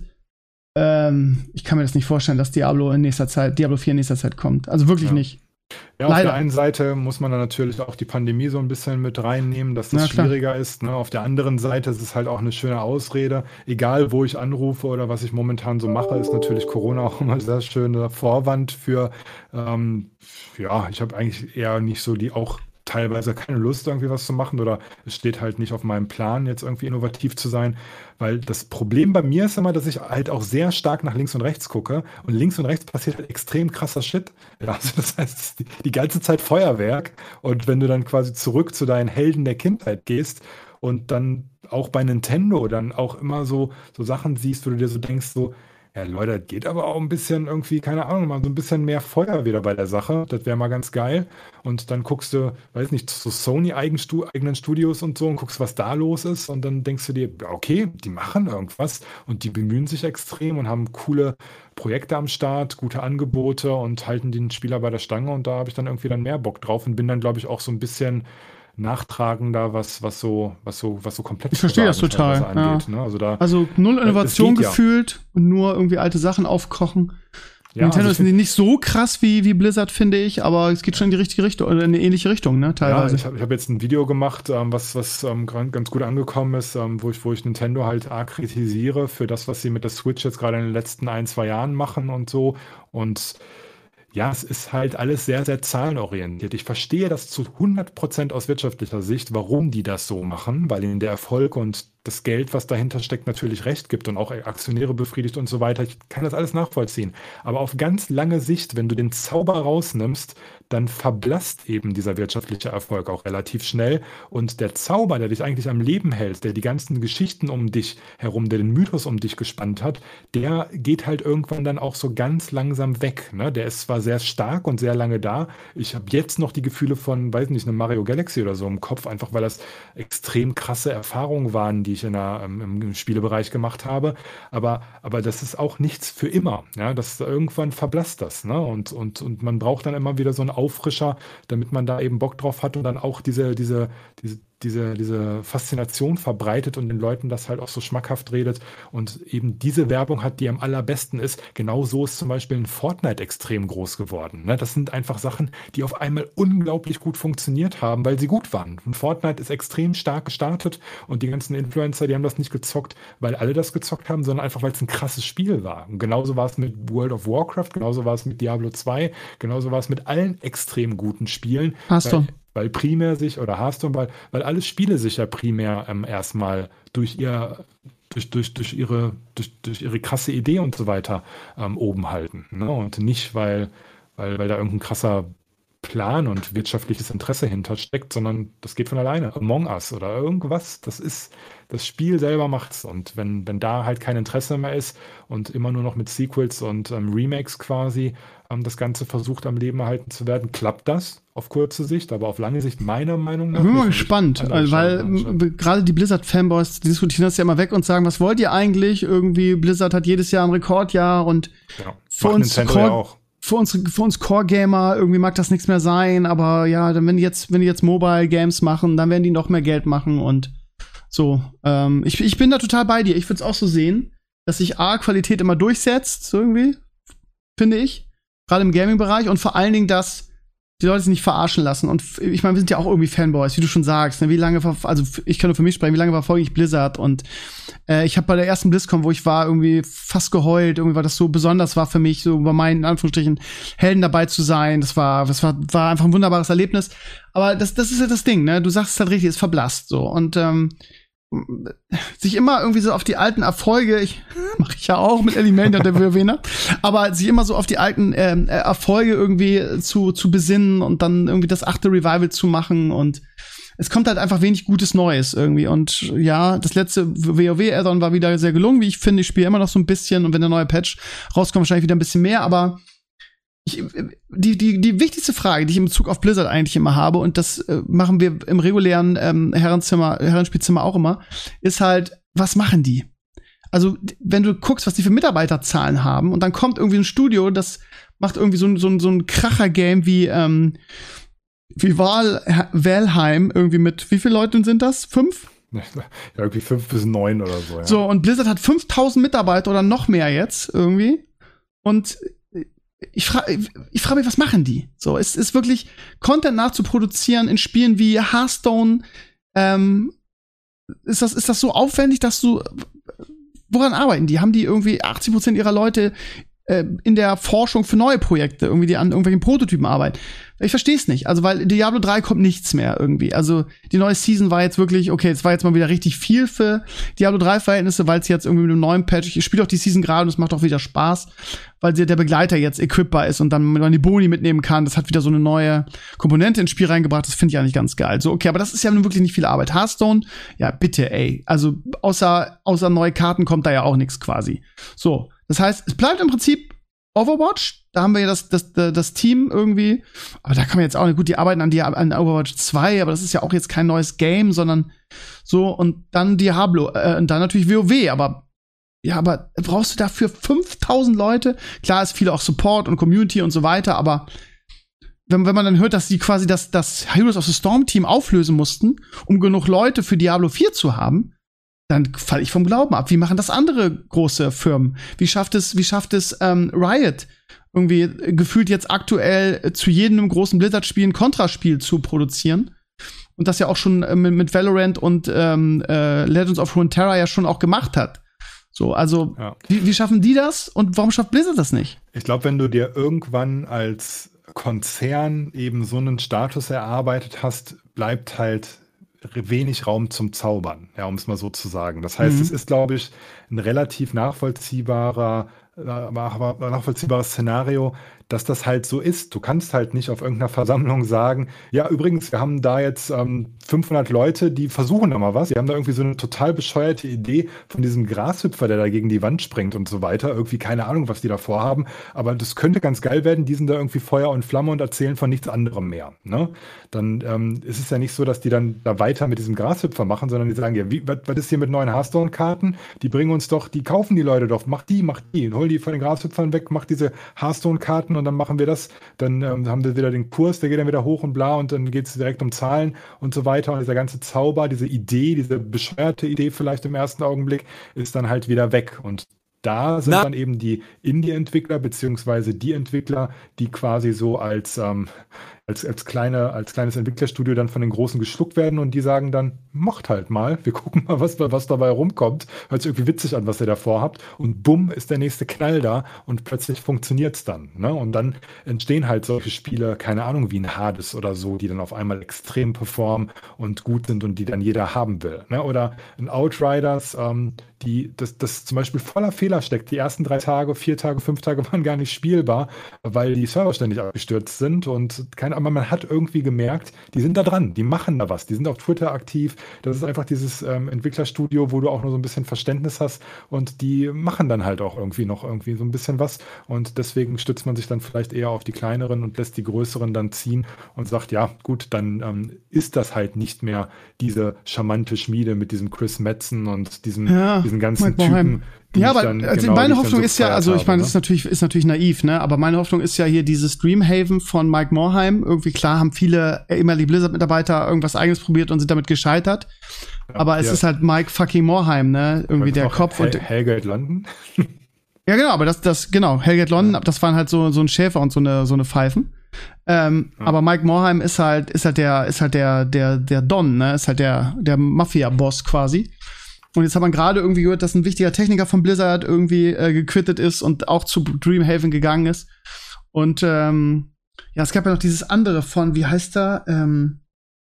Ähm, ich kann mir das nicht vorstellen, dass Diablo in nächster Zeit, Diablo vier in nächster Zeit kommt. Also wirklich Ja. nicht. Ja, auf Leider. der einen Seite muss man dann natürlich auch die Pandemie so ein bisschen mit reinnehmen, dass das Na klar. schwieriger ist. Ne? Auf der anderen Seite ist es halt auch eine schöne Ausrede. Egal, wo ich anrufe oder was ich momentan so mache, ist natürlich Corona auch immer ein sehr schöner Vorwand für, ähm, ja, ich habe eigentlich eher nicht so die auch teilweise keine Lust, irgendwie was zu machen oder es steht halt nicht auf meinem Plan, jetzt irgendwie innovativ zu sein, weil das Problem bei mir ist immer, dass ich halt auch sehr stark nach links und rechts gucke und links und rechts passiert halt extrem krasser Shit. Ja, also das heißt, die, die ganze Zeit Feuerwerk und wenn du dann quasi zurück zu deinen Helden der Kindheit gehst und dann auch bei Nintendo dann auch immer so, so Sachen siehst, wo du dir so denkst, so, ja, Leute, das geht aber auch ein bisschen irgendwie, keine Ahnung, mal so ein bisschen mehr Feuer wieder bei der Sache. Das wäre mal ganz geil. Und dann guckst du, weiß nicht, zu Sony-eigenen Studios und so und guckst, was da los ist. Und dann denkst du dir, ja, okay, die machen irgendwas und die bemühen sich extrem und haben coole Projekte am Start, gute Angebote und halten den Spieler bei der Stange. Und da habe ich dann irgendwie dann mehr Bock drauf und bin dann, glaube ich, auch so ein bisschen nachtragender, was, was so, was so, was so komplett Ich verstehe das total, angeht. Ne? Also da, Also null Innovation geht ja. gefühlt und nur irgendwie alte Sachen aufkochen. ja, Nintendo also ist ich find- nicht so krass wie, wie Blizzard, finde ich, aber es geht schon in die richtige Richtung, oder in eine ähnliche Richtung, ne, Ja, teilweise. ich habe ich hab jetzt ein Video gemacht, ähm, was, was ähm, gran- ganz gut angekommen ist, ähm, wo ich, wo ich Nintendo halt arg kritisiere für das, was sie mit der Switch jetzt gerade in den letzten ein, zwei Jahren machen und so. Und ja, es ist halt alles sehr, sehr zahlenorientiert. Ich verstehe das zu hundert Prozent aus wirtschaftlicher Sicht, warum die das so machen, weil ihnen der Erfolg und das Geld, was dahinter steckt, natürlich recht gibt und auch Aktionäre befriedigt und so weiter. Ich kann das alles nachvollziehen. Aber auf ganz lange Sicht, wenn du den Zauber rausnimmst, dann verblasst eben dieser wirtschaftliche Erfolg auch relativ schnell. Und der Zauber, der dich eigentlich am Leben hält, der die ganzen Geschichten um dich herum, der den Mythos um dich gespannt hat, der geht halt irgendwann dann auch so ganz langsam weg. Ne? Der ist zwar sehr stark und sehr lange da. Ich habe jetzt noch die Gefühle von, weiß nicht, einem Mario Galaxy oder so im Kopf, einfach weil das extrem krasse Erfahrungen waren, die ich in der, im, im Spielebereich gemacht habe. Aber, aber das ist auch nichts für immer. Ja? Das, irgendwann verblasst das. Ne? Und, und, und man braucht dann immer wieder so einen Auffrischer, damit man da eben Bock drauf hat und dann auch diese, diese, diese, diese, diese Faszination verbreitet und den Leuten das halt auch so schmackhaft redet und eben diese Werbung hat, die am allerbesten ist. Genau so ist zum Beispiel ein Fortnite extrem groß geworden. Ne? Das sind einfach Sachen, die auf einmal unglaublich gut funktioniert haben, weil sie gut waren. Und Fortnite ist extrem stark gestartet und die ganzen Influencer, die haben das nicht gezockt, weil alle das gezockt haben, sondern einfach, weil es ein krasses Spiel war. Und genauso war es mit World of Warcraft, genauso war es mit Diablo zwei, genauso war es mit allen extrem guten Spielen. Hearthstone. Weil, weil primär sich, oder Hearthstone, weil, weil alle Spiele sich ja primär ähm, erstmal durch ihr, durch, durch, durch ihre, durch, durch ihre krasse Idee und so weiter ähm, oben halten. Ne? Und nicht, weil, weil, weil da irgendein krasser Plan und wirtschaftliches Interesse hintersteckt, sondern das geht von alleine. Among Us oder irgendwas, das ist, das Spiel selber macht's. Und wenn, wenn da halt kein Interesse mehr ist und immer nur noch mit Sequels und ähm, Remakes quasi ähm, das Ganze versucht am Leben erhalten zu werden, klappt das auf kurze Sicht, aber auf lange Sicht meiner Meinung nach. Ich bin mal nicht. gespannt, Andere weil schauen, m, b- gerade die Blizzard-Fanboys die diskutieren das ja immer weg und sagen, was wollt ihr eigentlich? Irgendwie, Blizzard hat jedes Jahr ein Rekordjahr und Ja, für macht uns Nintendo Core- ja auch. für uns, für uns Core-Gamer irgendwie mag das nichts mehr sein, aber ja, dann wenn die jetzt, wenn die jetzt Mobile-Games machen, dann werden die noch mehr Geld machen und so. Ähm, ich, ich bin da total bei dir. Ich würde es auch so sehen. dass sich A, Qualität immer durchsetzt, so irgendwie, finde ich. Gerade im Gaming-Bereich und vor allen Dingen, dass die Leute sich nicht verarschen lassen. Und ich meine, wir sind ja auch irgendwie Fanboys, wie du schon sagst. Ne? Wie lange, also ich kann nur für mich sprechen, wie lange verfolge ich Blizzard? Und äh, ich habe bei der ersten BlizzCon, wo ich war, irgendwie fast geheult, irgendwie, weil das so besonders war für mich, so bei meinen, in Anführungsstrichen, Helden dabei zu sein. Das war, das war, war einfach ein wunderbares Erlebnis. Aber das, das ist ja das Ding, ne? Du sagst es halt richtig, ist verblasst so. Und ähm, sich immer irgendwie so auf die alten Erfolge, ich mache ich ja auch mit Elimania und der WoWner, aber sich immer so auf die alten ähm, Erfolge irgendwie zu zu besinnen und dann irgendwie das achte Revival zu machen und es kommt halt einfach wenig Gutes Neues irgendwie und ja, das letzte WoW-Add-on war wieder sehr gelungen, wie ich finde, ich spiele immer noch so ein bisschen und wenn der neue Patch rauskommt, wahrscheinlich wieder ein bisschen mehr, aber Ich, die, die, die wichtigste Frage, die ich in Bezug auf Blizzard eigentlich immer habe, und das äh, machen wir im regulären ähm, Herrenzimmer, Herrenspielzimmer auch immer, ist halt, was machen die? Also, wenn du guckst, was die für Mitarbeiterzahlen haben, und dann kommt irgendwie ein Studio, das macht irgendwie so ein, so ein, so ein Kracher-Game wie, ähm, wie Val, Valheim, irgendwie mit, wie viele Leute sind das? Fünf? Ja, irgendwie fünf bis neun oder so, ja. So, und Blizzard hat fünftausend Mitarbeiter oder noch mehr jetzt irgendwie. Und ich frage ich frag mich, was machen die? So, es ist wirklich Content nachzuproduzieren in Spielen wie Hearthstone. Ähm, ist das, ist das so aufwendig, dass du, woran arbeiten die? Haben die irgendwie achtzig Prozent ihrer Leute äh, in der Forschung für neue Projekte, irgendwie, die an irgendwelchen Prototypen arbeiten? Ich verstehe es nicht. Also, weil Diablo drei kommt nichts mehr irgendwie. Also, die neue Season war jetzt wirklich, okay, es war jetzt mal wieder richtig viel für Diablo drei Verhältnisse, weil es jetzt irgendwie mit einem neuen Patch, ich spiele auch die Season gerade und es macht auch wieder Spaß, weil der Begleiter jetzt equipbar ist und dann man die Boni mitnehmen kann. Das hat wieder so eine neue Komponente ins Spiel reingebracht. Das finde ich eigentlich ganz geil. So, okay, aber das ist ja nun wirklich nicht viel Arbeit. Hearthstone, ja, bitte, ey. Also, außer, außer neue Karten kommt da ja auch nichts quasi. So. Das heißt, es bleibt im Prinzip Overwatch, da haben wir ja das, das, das Team irgendwie, aber da kann man jetzt auch nicht, gut, die arbeiten an, die, an Overwatch zwei, aber das ist ja auch jetzt kein neues Game, sondern so, und dann Diablo, äh, und dann natürlich WoW, aber ja, aber brauchst du dafür fünftausend Leute? Klar ist viel auch Support und Community und so weiter, aber wenn, wenn man dann hört, dass die quasi das, das Heroes of the Storm Team auflösen mussten, um genug Leute für Diablo vier zu haben, dann falle ich vom Glauben ab. Wie machen das andere große Firmen? Wie schafft es, wie schafft es ähm, Riot irgendwie gefühlt jetzt aktuell zu jedem großen Blizzard-Spiel ein Contra-Spiel zu produzieren? Und das ja auch schon äh, mit, mit Valorant und ähm, äh, Legends of Runeterra ja schon auch gemacht hat. So, also ja. wie, wie schaffen die das und warum schafft Blizzard das nicht? Ich glaube, wenn du dir irgendwann als Konzern eben so einen Status erarbeitet hast, bleibt halt wenig Raum zum Zaubern, ja, um es mal so zu sagen. Das heißt, mhm. es ist, glaube ich, ein relativ nachvollziehbarer, äh, nachvollziehbares Szenario, dass das halt so ist. Du kannst halt nicht auf irgendeiner Versammlung sagen, ja, übrigens, wir haben da jetzt ähm, fünfhundert Leute, die versuchen da mal was. Die haben da irgendwie so eine total bescheuerte Idee von diesem Grashüpfer, der da gegen die Wand springt und so weiter. Irgendwie keine Ahnung, was die da vorhaben. Aber das könnte ganz geil werden. Die sind da irgendwie Feuer und Flamme und erzählen von nichts anderem mehr. Ne? Dann ähm, ist es ja nicht so, dass die dann da weiter mit diesem Grashüpfer machen, sondern die sagen, ja, wie, was, was ist hier mit neuen Hearthstone-Karten? Die bringen uns doch, die kaufen die Leute doch. Mach die, mach die. Hol die von den Grashüpfern weg, mach diese Hearthstone-Karten und dann machen wir das, dann ähm, haben wir wieder den Kurs, der geht dann wieder hoch und bla und dann geht es direkt um Zahlen und so weiter und dieser ganze Zauber, diese Idee, diese bescheuerte Idee vielleicht im ersten Augenblick, ist dann halt wieder weg und da sind Na. dann eben die Indie-Entwickler beziehungsweise die Entwickler, die quasi so als, ähm, als, als, kleine, als kleines Entwicklerstudio dann von den Großen geschluckt werden und die sagen dann, macht halt mal, wir gucken mal, was, was dabei rumkommt, hört sich irgendwie witzig an, was ihr davor habt und bumm, ist der nächste Knall da und plötzlich funktioniert es dann. Ne? Und dann entstehen halt solche Spiele, keine Ahnung, wie ein Hades oder so, die dann auf einmal extrem performen und gut sind und die dann jeder haben will. Ne? Oder ein Outriders, ähm, die, das, das zum Beispiel voller Fehler steckt. Die ersten drei Tage, vier Tage, fünf Tage waren gar nicht spielbar, weil die Server ständig abgestürzt sind und keine, aber man hat irgendwie gemerkt, die sind da dran, die machen da was, die sind auf Twitter aktiv. Das ist einfach dieses ähm, Entwicklerstudio, wo du auch nur so ein bisschen Verständnis hast und die machen dann halt auch irgendwie noch irgendwie so ein bisschen was und deswegen stützt man sich dann vielleicht eher auf die kleineren und lässt die größeren dann ziehen und sagt, ja gut, dann ähm, ist das halt nicht mehr diese charmante Schmiede mit diesem Chris Metzen und diesem ja. diesen ganzen Typen. Ja, aber also genau, meine Hoffnung so ist ja, also ich meine, das ist natürlich, ist natürlich naiv, ne? Aber meine Hoffnung ist ja hier dieses Dreamhaven von Mike Morhaime. Irgendwie klar haben viele ehemalige Blizzard-Mitarbeiter irgendwas Eigenes probiert und sind damit gescheitert. aber es ja. ist halt Mike fucking Morhaime, ne? Irgendwie der Kopf Hel- und Hellgate London. ja, genau, aber das, das, genau, Hellgate London, das waren halt so, so ein Schäfer und so eine, so eine Pfeifen. Ähm, Ja. Aber Mike Morhaime ist halt, ist halt der, ist halt der, der, der Don, ne? Ist halt der, der Mafia-Boss quasi. Und jetzt hat man gerade irgendwie gehört, dass ein wichtiger Techniker von Blizzard irgendwie äh, gequittet ist und auch zu Dreamhaven gegangen ist. Und ähm, ja, es gab ja noch dieses andere von, wie heißt er? Ähm,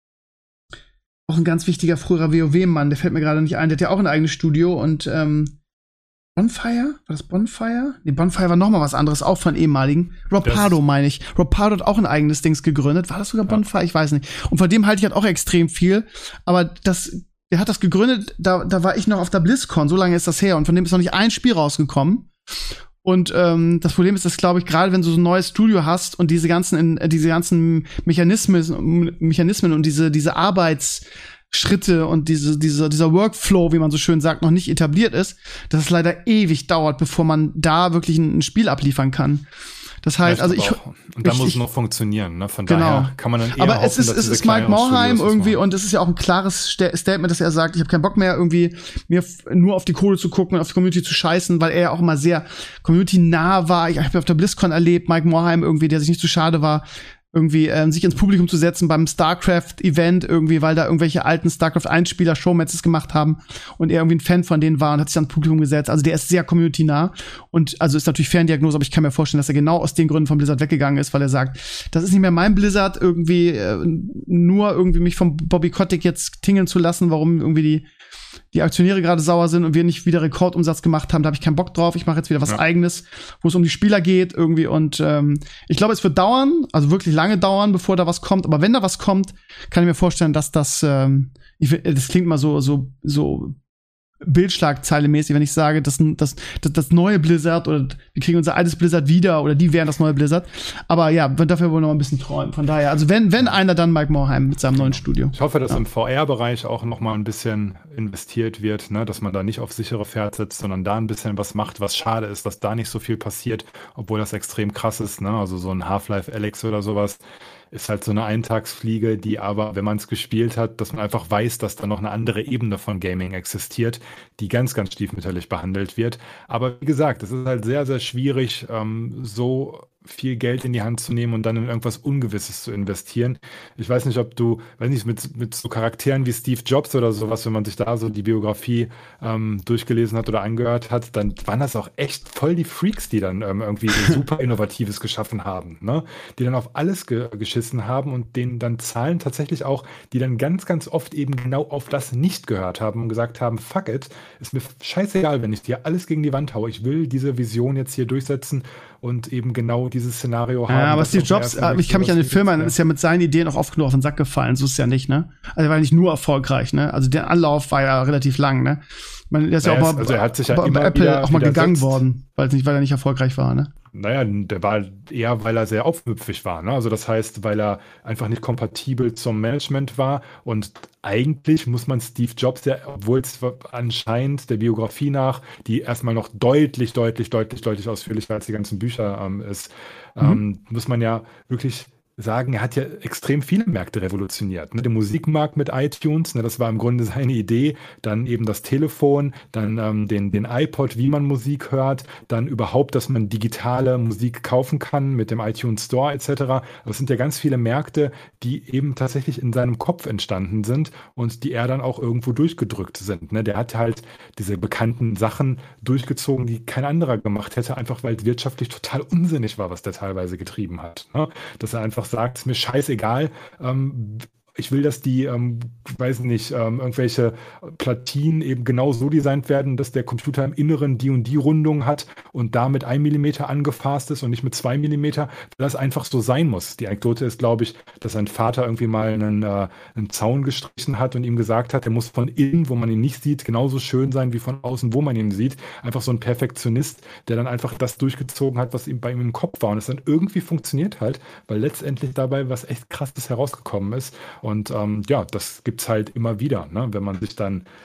auch ein ganz wichtiger früherer WoW-Mann, der fällt mir gerade nicht ein. Der hat ja auch ein eigenes Studio und ähm, Bonfire? War das Bonfire? Nee, Bonfire war noch mal was anderes, auch von ehemaligen. Rob Das- Pardo, meine ich. Rob Pardo hat auch ein eigenes Dings gegründet. War das sogar Bonfire? Ich weiß nicht. Und von dem halte ich halt auch extrem viel. Aber das, der hat das gegründet, da, da war ich noch auf der BlizzCon, so lange ist das her. Und von dem ist noch nicht ein Spiel rausgekommen. Und ähm, das Problem ist, dass, glaube ich, gerade wenn du so ein neues Studio hast und diese ganzen, äh, diese ganzen Mechanismen, Mechanismen und diese, diese Arbeitsschritte und diese, diese, dieser Workflow, wie man so schön sagt, noch nicht etabliert ist, dass es leider ewig dauert, bevor man da wirklich ein, ein Spiel abliefern kann. Das heißt, also ich. Auch. Und da ich- muss ich- es noch funktionieren, ne? Von Genau. daher kann man dann eher Aber hoffen, es ist, dass es diese ist Mike kleineren Morhaime Studios das irgendwie machen. und es ist ja auch ein klares Sta- Statement, dass er sagt, ich habe keinen Bock mehr irgendwie mir f- nur auf die Kohle zu gucken und auf die Community zu scheißen, weil er ja auch immer sehr Community-nah war. Ich habe auf der BlizzCon erlebt, Mike Morhaime irgendwie, der sich nicht zu schade war, irgendwie ähm, sich ins Publikum zu setzen beim StarCraft-Event irgendwie, weil da irgendwelche alten StarCraft eins Spieler Showmatches gemacht haben und er irgendwie ein Fan von denen war und hat sich ans Publikum gesetzt. Also der ist sehr community-nah und also ist natürlich Ferndiagnose, aber ich kann mir vorstellen, dass er genau aus den Gründen von Blizzard weggegangen ist, weil er sagt, das ist nicht mehr mein Blizzard, irgendwie äh, nur irgendwie mich vom Bobby Kotick jetzt tingeln zu lassen, warum irgendwie die die Aktionäre gerade sauer sind und wir nicht wieder Rekordumsatz gemacht haben, da habe ich keinen Bock drauf. Ich mache jetzt wieder was Ja. Eigenes, wo es um die Spieler geht irgendwie. Und ähm, ich glaube, es wird dauern, also wirklich lange dauern, bevor da was kommt. Aber wenn da was kommt, kann ich mir vorstellen, dass das, ähm, ich, will- das klingt mal so, so, so Bildschlagzeile-mäßig, wenn ich sage, das, das, das, das neue Blizzard oder wir kriegen unser altes Blizzard wieder oder die wären das neue Blizzard. Aber ja, dafür wollen wir noch ein bisschen träumen. Von daher, also wenn, wenn einer, dann Mike Morhaime mit seinem neuen Studio. Ich hoffe, dass Ja. im V R-Bereich auch noch mal ein bisschen investiert wird, ne? Dass man da nicht auf sichere Pferd sitzt, sondern da ein bisschen was macht, was schade ist, dass da nicht so viel passiert, obwohl das extrem krass ist. Ne? Also so ein Half-Life Alyx oder sowas ist halt so eine Eintagsfliege, die aber, wenn man es gespielt hat, dass man einfach weiß, dass da noch eine andere Ebene von Gaming existiert, die ganz, ganz stiefmütterlich behandelt wird. Aber wie gesagt, es ist halt sehr, sehr schwierig, ähm, so viel Geld in die Hand zu nehmen und dann in irgendwas Ungewisses zu investieren. Ich weiß nicht, ob du, weiß nicht, mit, mit so Charakteren wie Steve Jobs oder sowas, wenn man sich da so die Biografie ähm, durchgelesen hat oder angehört hat, dann waren das auch echt voll die Freaks, die dann ähm, irgendwie so super Innovatives geschaffen haben, ne? Die dann auf alles ge geschissen haben und denen dann Zahlen tatsächlich auch, die dann ganz, ganz oft eben genau auf das nicht gehört haben und gesagt haben, fuck it, ist mir scheißegal, wenn ich dir alles gegen die Wand haue. Ich will diese Vision jetzt hier durchsetzen und eben genau dieses Szenario haben. Ja, aber dass Steve auch der Jobs, erste äh, ich kann mich an den Wechsel Film was erinnern, ist ja mit seinen Ideen auch oft genug auf den Sack gefallen. So ist es ja nicht, ne? Also er war nicht nur erfolgreich, ne? Also der Anlauf war ja relativ lang, ne? Man, der ist ja Naja, auch es- mal, also er hat sich ja bei, bei immer Apple wieder auch mal gegangen widersetzt. worden, weil es nicht, weil er nicht erfolgreich war, ne? Naja, der war eher, weil er sehr aufmüpfig war. Ne? Also das heißt, weil er einfach nicht kompatibel zum Management war. Und eigentlich muss man Steve Jobs, ja, obwohl es anscheinend der Biografie nach, die erstmal noch deutlich, deutlich, deutlich, deutlich ausführlicher als die ganzen Bücher ähm, ist, Mhm. ähm, muss man ja wirklich sagen, er hat ja extrem viele Märkte revolutioniert. Ne? Den Musikmarkt mit iTunes, ne, das war im Grunde seine Idee. Dann eben das Telefon, dann ähm, den, den iPod, wie man Musik hört, dann überhaupt, dass man digitale Musik kaufen kann mit dem iTunes Store et cetera. Das sind ja ganz viele Märkte, die eben tatsächlich in seinem Kopf entstanden sind und die er dann auch irgendwo durchgedrückt sind. Ne? Der hat halt diese bekannten Sachen durchgezogen, die kein anderer gemacht hätte, einfach weil es wirtschaftlich total unsinnig war, was der teilweise getrieben hat. Ne? Dass er einfach sagt, ist mir scheißegal, ähm, ich will, dass die, ähm, weiß nicht, ähm, irgendwelche Platinen eben genau so designt werden, dass der Computer im Inneren die und die Rundung hat und da mit ein Millimeter angefasst ist und nicht mit zwei Millimeter, weil das einfach so sein muss. Die Anekdote ist, glaube ich, dass sein Vater irgendwie mal einen, äh, einen Zaun gestrichen hat und ihm gesagt hat, der muss von innen, wo man ihn nicht sieht, genauso schön sein wie von außen, wo man ihn sieht. Einfach so ein Perfektionist, der dann einfach das durchgezogen hat, was ihm bei ihm im Kopf war. Und es dann irgendwie funktioniert halt, weil letztendlich dabei was echt Krasses herausgekommen ist. Und ähm, ja, das gibt es halt immer wieder, ne? Wenn man sich dann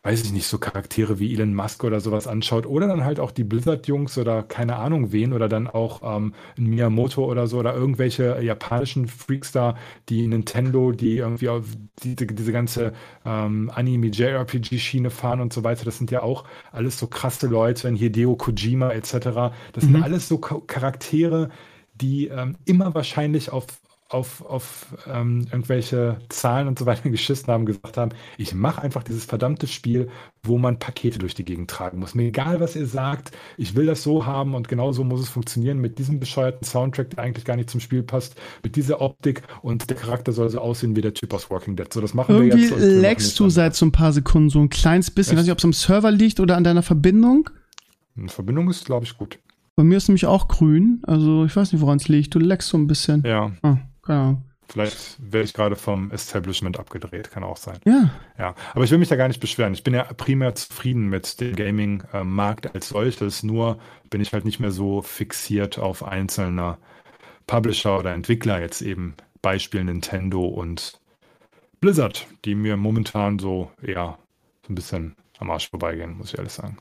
weiß ich nicht, so Charaktere wie Elon Musk oder sowas anschaut oder dann halt auch die Blizzard-Jungs oder keine Ahnung wen oder dann auch ähm, ein Miyamoto oder so oder irgendwelche japanischen Freaks da, die Nintendo, die irgendwie auf die, die, diese ganze ähm, Anime-J R P G-Schiene fahren und so weiter, das sind ja auch alles so krasse Leute, ein Hideo Kojima et cetera. Das sind Mhm. alles so Ka- Charaktere, die ähm, immer wahrscheinlich auf auf, auf ähm, irgendwelche Zahlen und so weiter geschissen haben, gesagt haben, ich mache einfach dieses verdammte Spiel, wo man Pakete durch die Gegend tragen muss. Mir egal, was ihr sagt, ich will das so haben und genau so muss es funktionieren mit diesem bescheuerten Soundtrack, der eigentlich gar nicht zum Spiel passt, mit dieser Optik und der Charakter soll so aussehen wie der Typ aus Walking Dead. So, das machen wir Irgendwie jetzt. und wir machen lagst jetzt du dann- seit so ein paar Sekunden so ein kleines bisschen. Ich weiß nicht, ob es am Server liegt oder an deiner Verbindung. Eine Verbindung ist, glaube ich, gut. Bei mir ist nämlich auch grün. Also ich weiß nicht, woran es liegt. Du lagst so ein bisschen. Ja, Ah, keine Ahnung. vielleicht werde ich gerade vom Establishment abgedreht, kann auch sein. Ja. Ja, aber ich will mich da gar nicht beschweren. Ich bin ja primär zufrieden mit dem Gaming-Markt als solches. Nur bin ich halt nicht mehr so fixiert auf einzelne Publisher oder Entwickler, jetzt eben Beispiel Nintendo und Blizzard, die mir momentan so eher so ein bisschen am Arsch vorbeigehen, muss ich ehrlich sagen.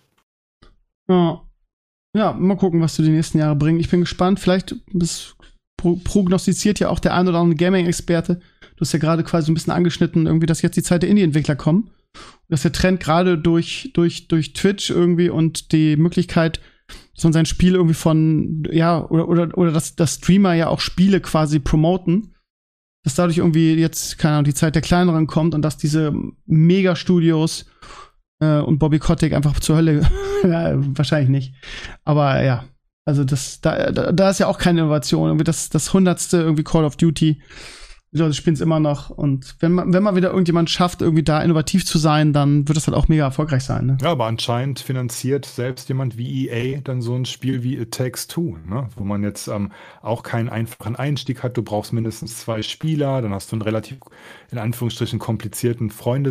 Ja. Ja, mal gucken, was du die nächsten Jahre bringen. Ich bin gespannt. Vielleicht das pro prognostiziert ja auch der ein oder andere Gaming-Experte. Du hast ja gerade quasi so ein bisschen angeschnitten, irgendwie, dass jetzt die Zeit der Indie-Entwickler kommen. Dass der Trend gerade durch, durch, durch Twitch irgendwie und die Möglichkeit, dass man sein Spiel irgendwie von, ja, oder, oder, oder dass, dass Streamer ja auch Spiele quasi promoten, dass dadurch irgendwie jetzt, keine Ahnung, die Zeit der Kleineren kommt und dass diese Mega-Studios äh, und Bobby Kotick einfach zur Hölle, ja, wahrscheinlich nicht. Aber ja, also das, da, da, da ist ja auch keine Innovation. Irgendwie das, das hundertste irgendwie Call of Duty. Die Leute spielen es immer noch. Und wenn man, wenn man wieder irgendjemand schafft, irgendwie da innovativ zu sein, dann wird das halt auch mega erfolgreich sein. Ne? Ja, aber anscheinend finanziert selbst jemand wie E A dann so ein Spiel wie It Takes Two, ne? Wo man jetzt ähm, auch keinen einfachen Einstieg hat. Du brauchst mindestens zwei Spieler, dann hast du einen relativ, in Anführungsstrichen, komplizierten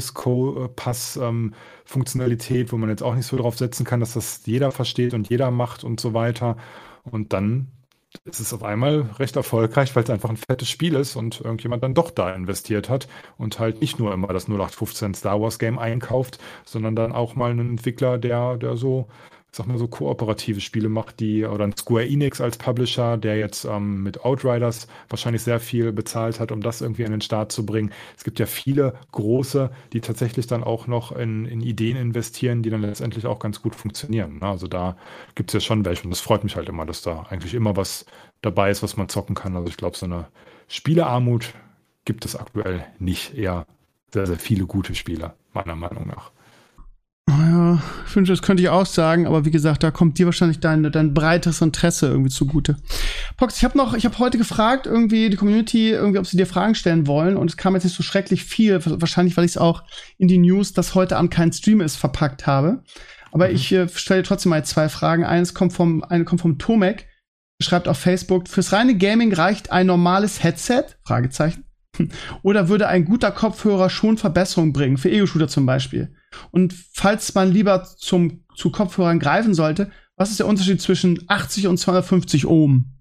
Freundesko-Pass-Funktionalität, wo man jetzt auch nicht so drauf setzen kann, dass das jeder versteht und jeder macht und so weiter. Und dann ist es auf einmal recht erfolgreich, weil es einfach ein fettes Spiel ist und irgendjemand dann doch da investiert hat und halt nicht nur immer das null acht fünfzehn Star Wars Game einkauft, sondern dann auch mal einen Entwickler, der, der so, ich sag mal so kooperative Spiele macht, die, oder ein Square Enix als Publisher, der jetzt ähm, mit Outriders wahrscheinlich sehr viel bezahlt hat, um das irgendwie an den Start zu bringen. Es gibt ja viele große, die tatsächlich dann auch noch in, in Ideen investieren, die dann letztendlich auch ganz gut funktionieren. Ne? Also da gibt es ja schon welche und das freut mich halt immer, dass da eigentlich immer was dabei ist, was man zocken kann. Also ich glaube, so eine Spielearmut gibt es aktuell nicht. Eher sehr, sehr viele gute Spieler, meiner Meinung nach. Ja, ich wünsche, das könnte ich auch sagen, aber wie gesagt, da kommt dir wahrscheinlich dein, dein breites Interesse irgendwie zugute. Pox, ich habe noch, ich habe heute gefragt, irgendwie die Community, irgendwie, ob sie dir Fragen stellen wollen und es kam jetzt nicht so schrecklich viel, wahrscheinlich, weil ich es auch in die News, dass heute Abend kein Stream ist, verpackt habe. Aber mhm. ich äh, stelle trotzdem mal zwei Fragen. Eines kommt vom, eine kommt vom Tomek, schreibt auf Facebook, fürs reine Gaming reicht ein normales Headset? Fragezeichen. Oder würde ein guter Kopfhörer schon Verbesserungen bringen, für Ego-Shooter zum Beispiel? Und falls man lieber zum, zu Kopfhörern greifen sollte, was ist der Unterschied zwischen achtzig und zweihundertfünfzig Ohm?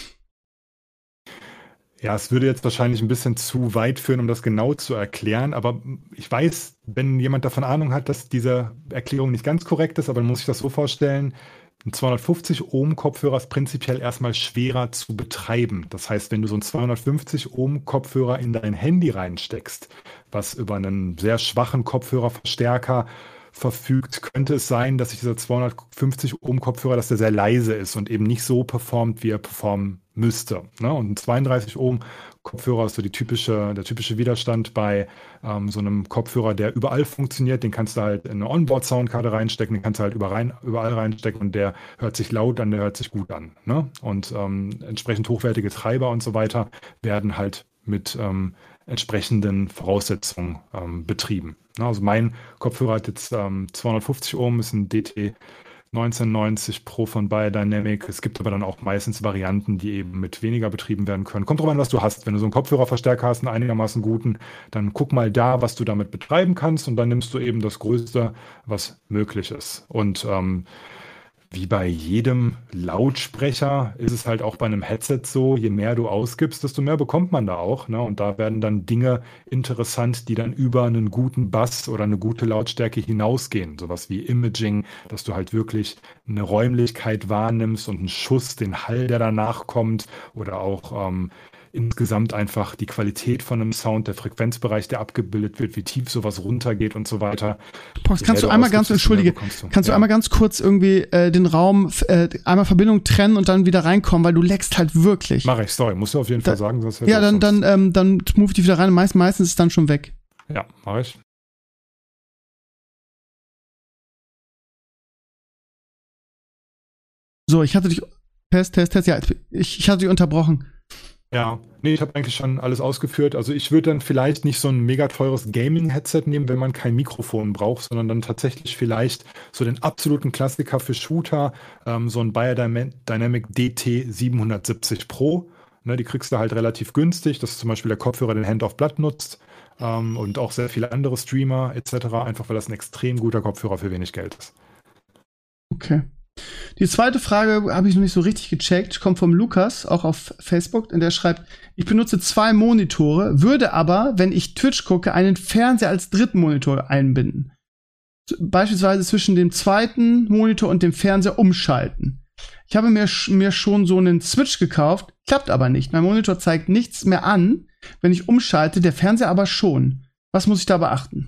Ja, es würde jetzt wahrscheinlich ein bisschen zu weit führen, um das genau zu erklären, aber ich weiß, wenn jemand davon Ahnung hat, dass diese Erklärung nicht ganz korrekt ist, aber dann muss ich das so vorstellen, ein zweihundertfünfzig Ohm Kopfhörer ist prinzipiell erstmal schwerer zu betreiben. Das heißt, wenn du so einen zweihundertfünfzig Ohm Kopfhörer in dein Handy reinsteckst, was über einen sehr schwachen Kopfhörerverstärker verfügt, könnte es sein, dass sich dieser zweihundertfünfzig Ohm Kopfhörer, dass der sehr leise ist und eben nicht so performt, wie er performen müsste. Ne? Und ein zweiunddreißig Ohm Kopfhörer ist so die typische, der typische Widerstand bei ähm, so einem Kopfhörer, der überall funktioniert. Den kannst du halt in eine Onboard-Soundkarte reinstecken, den kannst du halt überall, überall reinstecken und der hört sich laut an, der hört sich gut an. Ne? Und ähm, entsprechend hochwertige Treiber und so weiter werden halt mit ähm, entsprechenden Voraussetzungen ähm, betrieben. Ne? Also mein Kopfhörer hat jetzt ähm, zweihundertfünfzig Ohm, ist ein D T neunzehnhundertneunzig Pro von Biodynamic. Es gibt aber dann auch meistens Varianten, die eben mit weniger betrieben werden können. Kommt drauf an, was du hast. Wenn du so einen Kopfhörerverstärker hast, einen einigermaßen guten, dann guck mal da, was du damit betreiben kannst und dann nimmst du eben das Größte, was möglich ist. Und ähm, wie bei jedem Lautsprecher ist es halt auch bei einem Headset so, je mehr du ausgibst, desto mehr bekommt man da auch. Ne? Und da werden dann Dinge interessant, die dann über einen guten Bass oder eine gute Lautstärke hinausgehen. Sowas wie Imaging, dass du halt wirklich eine Räumlichkeit wahrnimmst und einen Schuss, den Hall, der danach kommt, oder auch ähm, insgesamt einfach die Qualität von einem Sound, der Frequenzbereich, der abgebildet wird, wie tief sowas runtergeht und so weiter. Pox, kannst du einmal ganz, entschuldige, kannst du einmal ganz kurz irgendwie äh, den Raum, äh, einmal Verbindung trennen und dann wieder reinkommen, weil du leckst halt wirklich. Mach ich, sorry, musst du auf jeden da, Fall sagen. Sonst ja, dann, dann, ähm, dann move ich die wieder rein. Meist, meistens ist es dann schon weg. Ja, mach ich. So, ich hatte dich, Test, Test, Test, ja, ich, ich hatte dich unterbrochen. Ja, nee, ich habe eigentlich schon alles ausgeführt. Also ich würde dann vielleicht nicht so ein mega teures Gaming-Headset nehmen, wenn man kein Mikrofon braucht, sondern dann tatsächlich vielleicht so den absoluten Klassiker für Shooter, ähm, so ein Beyerdynamic D T siebenhundertsiebzig Pro. Ne, die kriegst du halt relativ günstig. Das ist zum Beispiel der Kopfhörer, den Hand-of-Blood nutzt, ähm, und auch sehr viele andere Streamer et cetera. Einfach weil das ein extrem guter Kopfhörer für wenig Geld ist. Okay. Die zweite Frage habe ich noch nicht so richtig gecheckt, kommt vom Lukas, auch auf Facebook, und der schreibt, ich benutze zwei Monitore, würde aber, wenn ich Twitch gucke, einen Fernseher als dritten Monitor einbinden. Beispielsweise zwischen dem zweiten Monitor und dem Fernseher umschalten. Ich habe mir, mir schon so einen Switch gekauft, klappt aber nicht. Mein Monitor zeigt nichts mehr an, wenn ich umschalte, der Fernseher aber schon. Was muss ich da beachten?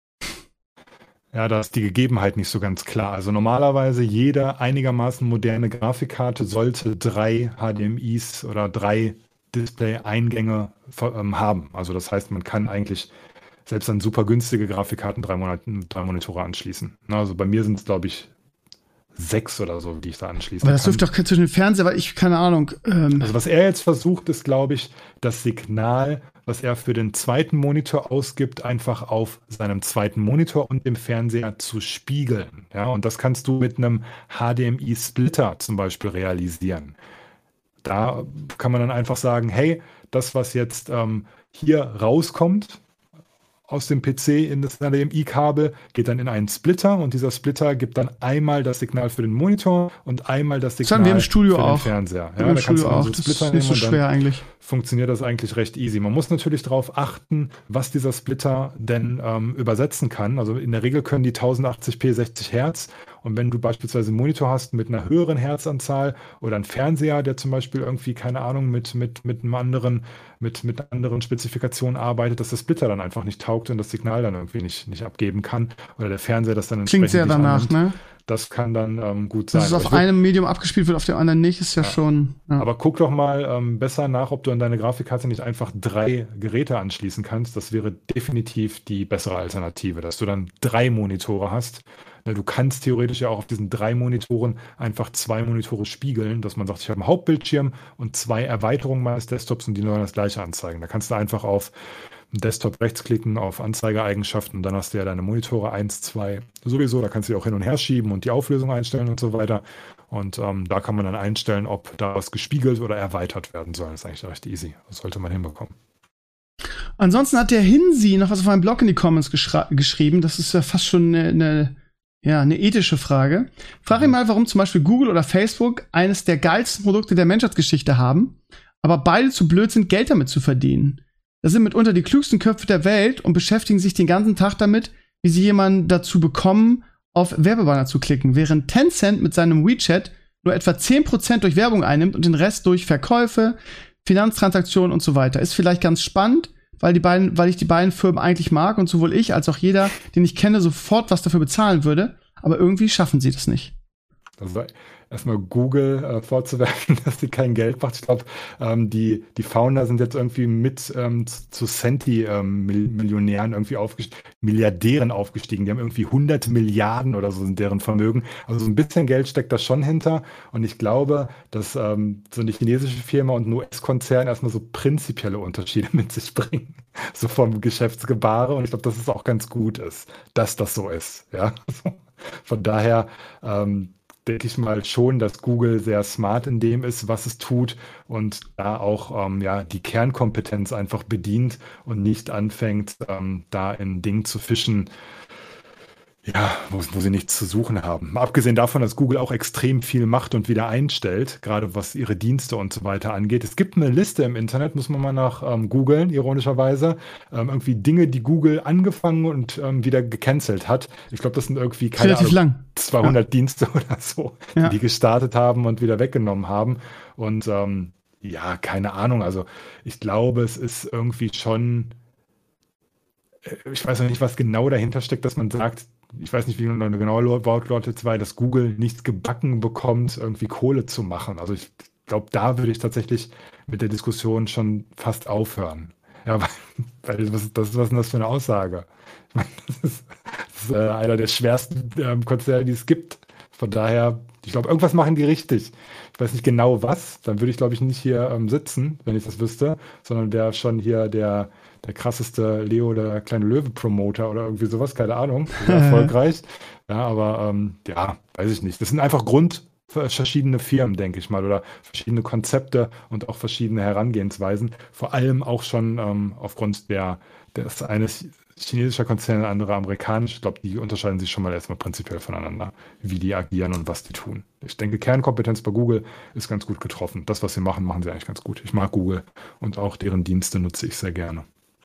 Ja, da ist die Gegebenheit nicht so ganz klar. Also normalerweise jede einigermaßen moderne Grafikkarte sollte drei H D M Is oder drei Display-Eingänge ähm, haben. Also das heißt, man kann eigentlich selbst an super günstige Grafikkarten drei, Monate, drei Monitore anschließen. Also bei mir sind es, glaube ich, sechs oder so, die ich da anschließen kann. Aber das kann. dürfte doch zwischen den Fernseher, weil ich, keine Ahnung. Ähm also was er jetzt versucht, ist, glaube ich, das Signal, was er für den zweiten Monitor ausgibt, einfach auf seinem zweiten Monitor und dem Fernseher zu spiegeln. Ja, und das kannst du mit einem H D M I-Splitter zum Beispiel realisieren. Da kann man dann einfach sagen, hey, das, was jetzt ähm, hier rauskommt aus dem P C in das H D M I-Kabel, geht dann in einen Splitter und dieser Splitter gibt dann einmal das Signal für den Monitor und einmal das Signal wir im Studio für den auch. Fernseher. Ja, ja, im da kannst Studio du dann auch. so Das Splitter ist nicht so nehmen und schwer dann eigentlich. funktioniert das eigentlich recht easy. Man muss natürlich darauf achten, was dieser Splitter denn ähm, übersetzen kann. Also in der Regel können die tausendachtzig p sechzig Hertz. Und wenn du beispielsweise einen Monitor hast mit einer höheren Herzanzahl oder einen Fernseher, der zum Beispiel irgendwie, keine Ahnung, mit, mit, mit einem anderen, mit, mit anderen Spezifikationen arbeitet, dass der Splitter dann einfach nicht taugt und das Signal dann irgendwie nicht, nicht abgeben kann. Oder der Fernseher das dann entsprechend Klingt sehr nicht danach, annimmt. ne? Das kann dann ähm, gut sein. Dass es Aber auf ich würd- einem Medium abgespielt wird, auf dem anderen nicht, ist ja, Ja. schon. Ja. Aber guck doch mal ähm, besser nach, ob du an deine Grafikkarte nicht einfach drei Geräte anschließen kannst. Das wäre definitiv die bessere Alternative, dass du dann drei Monitore hast. Na, du kannst theoretisch ja auch auf diesen drei Monitoren einfach zwei Monitore spiegeln, dass man sagt, ich habe einen Hauptbildschirm und zwei Erweiterungen meines Desktops und die sollen das gleiche anzeigen. Da kannst du einfach auf dem Desktop rechtsklicken, auf Anzeigeeigenschaften und dann hast du ja deine Monitore eins, zwei sowieso. Da kannst du die auch hin und her schieben und die Auflösung einstellen und so weiter. Und ähm, da kann man dann einstellen, ob da was gespiegelt oder erweitert werden soll. Das ist eigentlich recht easy. Das sollte man hinbekommen. Ansonsten hat der Hinsi noch was auf meinem Blog in die Comments geschra- geschrieben. Das ist ja fast schon eine, eine, ja, eine ethische Frage. Frag ihn mal, warum zum Beispiel Google oder Facebook eines der geilsten Produkte der Menschheitsgeschichte haben, aber beide zu blöd sind, Geld damit zu verdienen. Das sind mitunter die klügsten Köpfe der Welt und beschäftigen sich den ganzen Tag damit, wie sie jemanden dazu bekommen, auf Werbebanner zu klicken, während Tencent mit seinem WeChat nur etwa zehn Prozent durch Werbung einnimmt und den Rest durch Verkäufe, Finanztransaktionen und so weiter. Ist vielleicht ganz spannend, weil die beiden, weil ich die beiden Firmen eigentlich mag und sowohl ich als auch jeder, den ich kenne, sofort was dafür bezahlen würde, aber irgendwie schaffen sie das nicht. Also erstmal Google äh, vorzuwerfen, dass sie kein Geld macht. Ich glaube, ähm, die, die Founder sind jetzt irgendwie mit ähm, zu, zu Centi-Millionären ähm, irgendwie aufgestiegen, Milliardären aufgestiegen. Die haben irgendwie hundert Milliarden oder so sind deren Vermögen. Also so ein bisschen Geld steckt da schon hinter. Und ich glaube, dass ähm, so eine chinesische Firma und ein U S-Konzern erstmal so prinzipielle Unterschiede mit sich bringen. So vom Geschäftsgebare. Und ich glaube, dass es auch ganz gut ist, dass das so ist. Ja, von daher ähm, denke ich mal schon, dass Google sehr smart in dem ist, was es tut und da auch ähm, ja, die Kernkompetenz einfach bedient und nicht anfängt, ähm, da in Dingen zu fischen, ja, wo, wo sie nichts zu suchen haben. Mal abgesehen davon, dass Google auch extrem viel macht und wieder einstellt, gerade was ihre Dienste und so weiter angeht. Es gibt eine Liste im Internet, muss man mal nach ähm, googeln, ironischerweise. Ähm, irgendwie Dinge, die Google angefangen und ähm, wieder gecancelt hat. Ich glaube, das sind irgendwie keine Relativ Ahnung, lang. zweihundert Ja. Dienste oder so, Ja. die die gestartet haben und wieder weggenommen haben. Und ähm, ja, keine Ahnung. Also ich glaube, es ist irgendwie schon, äh, ich weiß noch nicht, was genau dahinter steckt, dass man sagt, ich weiß nicht, wie eine genaue Wortlaut jetzt war, dass Google nichts gebacken bekommt, irgendwie Kohle zu machen. Also ich glaube, da würde ich tatsächlich mit der Diskussion schon fast aufhören. Ja, weil, weil was, das, was ist denn das für eine Aussage? Ich meine, das ist, das ist äh, einer der schwersten ähm, Konzerne, die es gibt. Von daher, ich glaube, irgendwas machen die richtig. Ich weiß nicht genau was, dann würde ich, glaube ich, nicht hier ähm, sitzen, wenn ich das wüsste, sondern wäre schon hier der, der krasseste Leo, der kleine Löwe-Promoter oder irgendwie sowas, keine Ahnung, sehr erfolgreich. Ja, aber ähm, ja, weiß ich nicht. Das sind einfach Grund für verschiedene Firmen, denke ich mal, oder verschiedene Konzepte und auch verschiedene Herangehensweisen. Vor allem auch schon ähm, aufgrund der, des eines chinesischer Konzern, der andere amerikanisch. Ich glaube, die unterscheiden sich schon mal erstmal prinzipiell voneinander, wie die agieren und was die tun. Ich denke, Kernkompetenz bei Google ist ganz gut getroffen. Das, was sie machen, machen sie eigentlich ganz gut. Ich mag Google und auch deren Dienste nutze ich sehr gerne.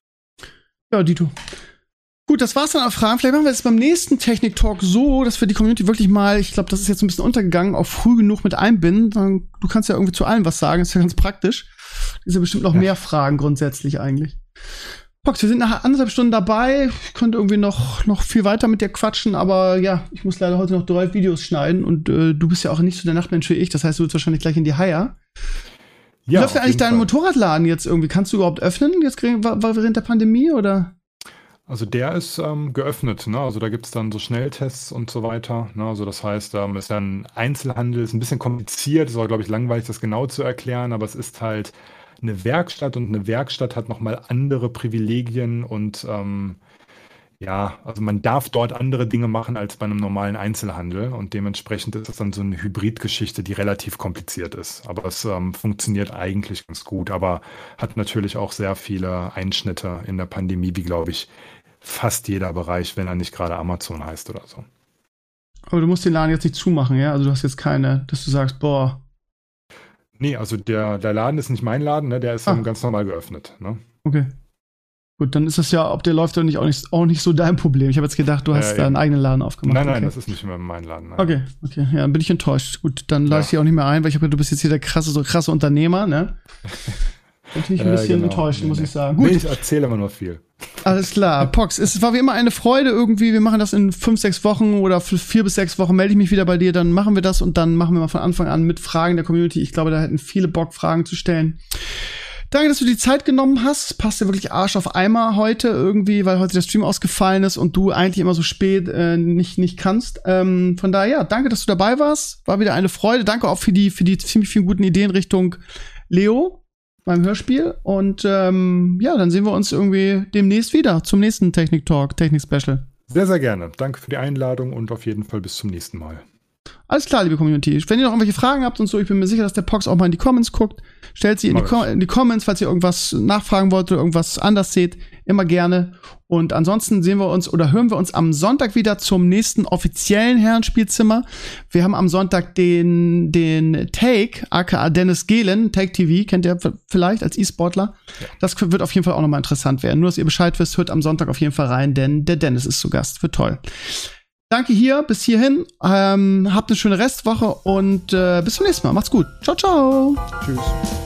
Ja, Dito. Gut, das war's dann an Fragen. Vielleicht machen wir jetzt beim nächsten Technik-Talk so, dass wir die Community wirklich mal, ich glaube, das ist jetzt ein bisschen untergegangen, auch früh genug mit einbinden. Du kannst ja irgendwie zu allem was sagen, das ist ja ganz praktisch. Ist ja bestimmt noch ja. mehr Fragen grundsätzlich eigentlich. Pox, wir sind nach anderthalb Stunden dabei. Ich könnte irgendwie noch, noch viel weiter mit dir quatschen, aber ja, ich muss leider heute noch drei Videos schneiden und äh, du bist ja auch nicht so der Nachtmensch wie ich, das heißt, du willst wahrscheinlich gleich in die Haie. Wie ja, läuft denn eigentlich dein Fall. Motorradladen jetzt irgendwie? Kannst du überhaupt öffnen jetzt während der Pandemie oder? Also der ist ähm, geöffnet, ne? Also da gibt es dann so Schnelltests und so weiter. Ne? Also das heißt, ähm, ist dann Einzelhandel, ist ein bisschen kompliziert, ist auch, glaube ich, langweilig, das genau zu erklären, aber es ist halt eine Werkstatt und eine Werkstatt hat nochmal andere Privilegien und ähm, ja, also man darf dort andere Dinge machen als bei einem normalen Einzelhandel und dementsprechend ist es dann so eine Hybridgeschichte, die relativ kompliziert ist. Aber es ähm, funktioniert eigentlich ganz gut, aber hat natürlich auch sehr viele Einschnitte in der Pandemie, wie glaube ich fast jeder Bereich, wenn er nicht gerade Amazon heißt oder so. Aber du musst den Laden jetzt nicht zumachen, ja? Also du hast jetzt keine, dass du sagst, boah. Nee, also der, der Laden ist nicht mein Laden, ne? Der ist ah. ganz normal geöffnet. Ne? Okay. Gut, dann ist das ja, ob der läuft oder nicht, auch nicht, auch nicht so dein Problem. Ich habe jetzt gedacht, du hast äh, da einen eigenen Laden aufgemacht. Nein, nein, okay. das ist nicht mehr mein Laden. Nein. Okay, okay, ja, dann bin ich enttäuscht. Gut, dann lade ich dich auch nicht mehr ein, weil ich habe, du bist jetzt hier der krasse, so krasse Unternehmer, ne? Natürlich ein bisschen äh, genau. enttäuscht, nee, muss nee. ich sagen. Gut. Nee, ich erzähle immer nur viel. Alles klar, Pox, es war wie immer eine Freude irgendwie. Wir machen das in fünf, sechs Wochen oder vier bis sechs Wochen. Melde ich mich wieder bei dir, dann machen wir das und dann machen wir mal von Anfang an mit Fragen der Community. Ich glaube, da hätten viele Bock, Fragen zu stellen. Danke, dass du die Zeit genommen hast. Passt dir wirklich Arsch auf Eimer heute irgendwie, weil heute der Stream ausgefallen ist und du eigentlich immer so spät äh, nicht nicht kannst. Ähm, von daher, ja, danke, dass du dabei warst. War wieder eine Freude. Danke auch für die für die ziemlich vielen guten Ideen Richtung Leo beim Hörspiel. Und ähm, ja, dann sehen wir uns irgendwie demnächst wieder zum nächsten Technik-Talk, Technik-Special. Sehr, sehr gerne. Danke für die Einladung und auf jeden Fall bis zum nächsten Mal. Alles klar, liebe Community. Wenn ihr noch irgendwelche Fragen habt und so, ich bin mir sicher, dass der Pox auch mal in die Comments guckt. Stellt sie in die, Com- in die Comments, falls ihr irgendwas nachfragen wollt oder irgendwas anders seht. Immer gerne. Und ansonsten sehen wir uns oder hören wir uns am Sonntag wieder zum nächsten offiziellen Herrenspielzimmer. Wir haben am Sonntag den, den Take, aka Dennis Gehlen, Take T V, kennt ihr vielleicht als E-Sportler. Ja. Das wird auf jeden Fall auch nochmal interessant werden. Nur, dass ihr Bescheid wisst, hört am Sonntag auf jeden Fall rein, denn der Dennis ist zu Gast. Wird toll. Danke hier, bis hierhin. Ähm, habt eine schöne Restwoche und äh, bis zum nächsten Mal. Macht's gut. Ciao, ciao. Tschüss.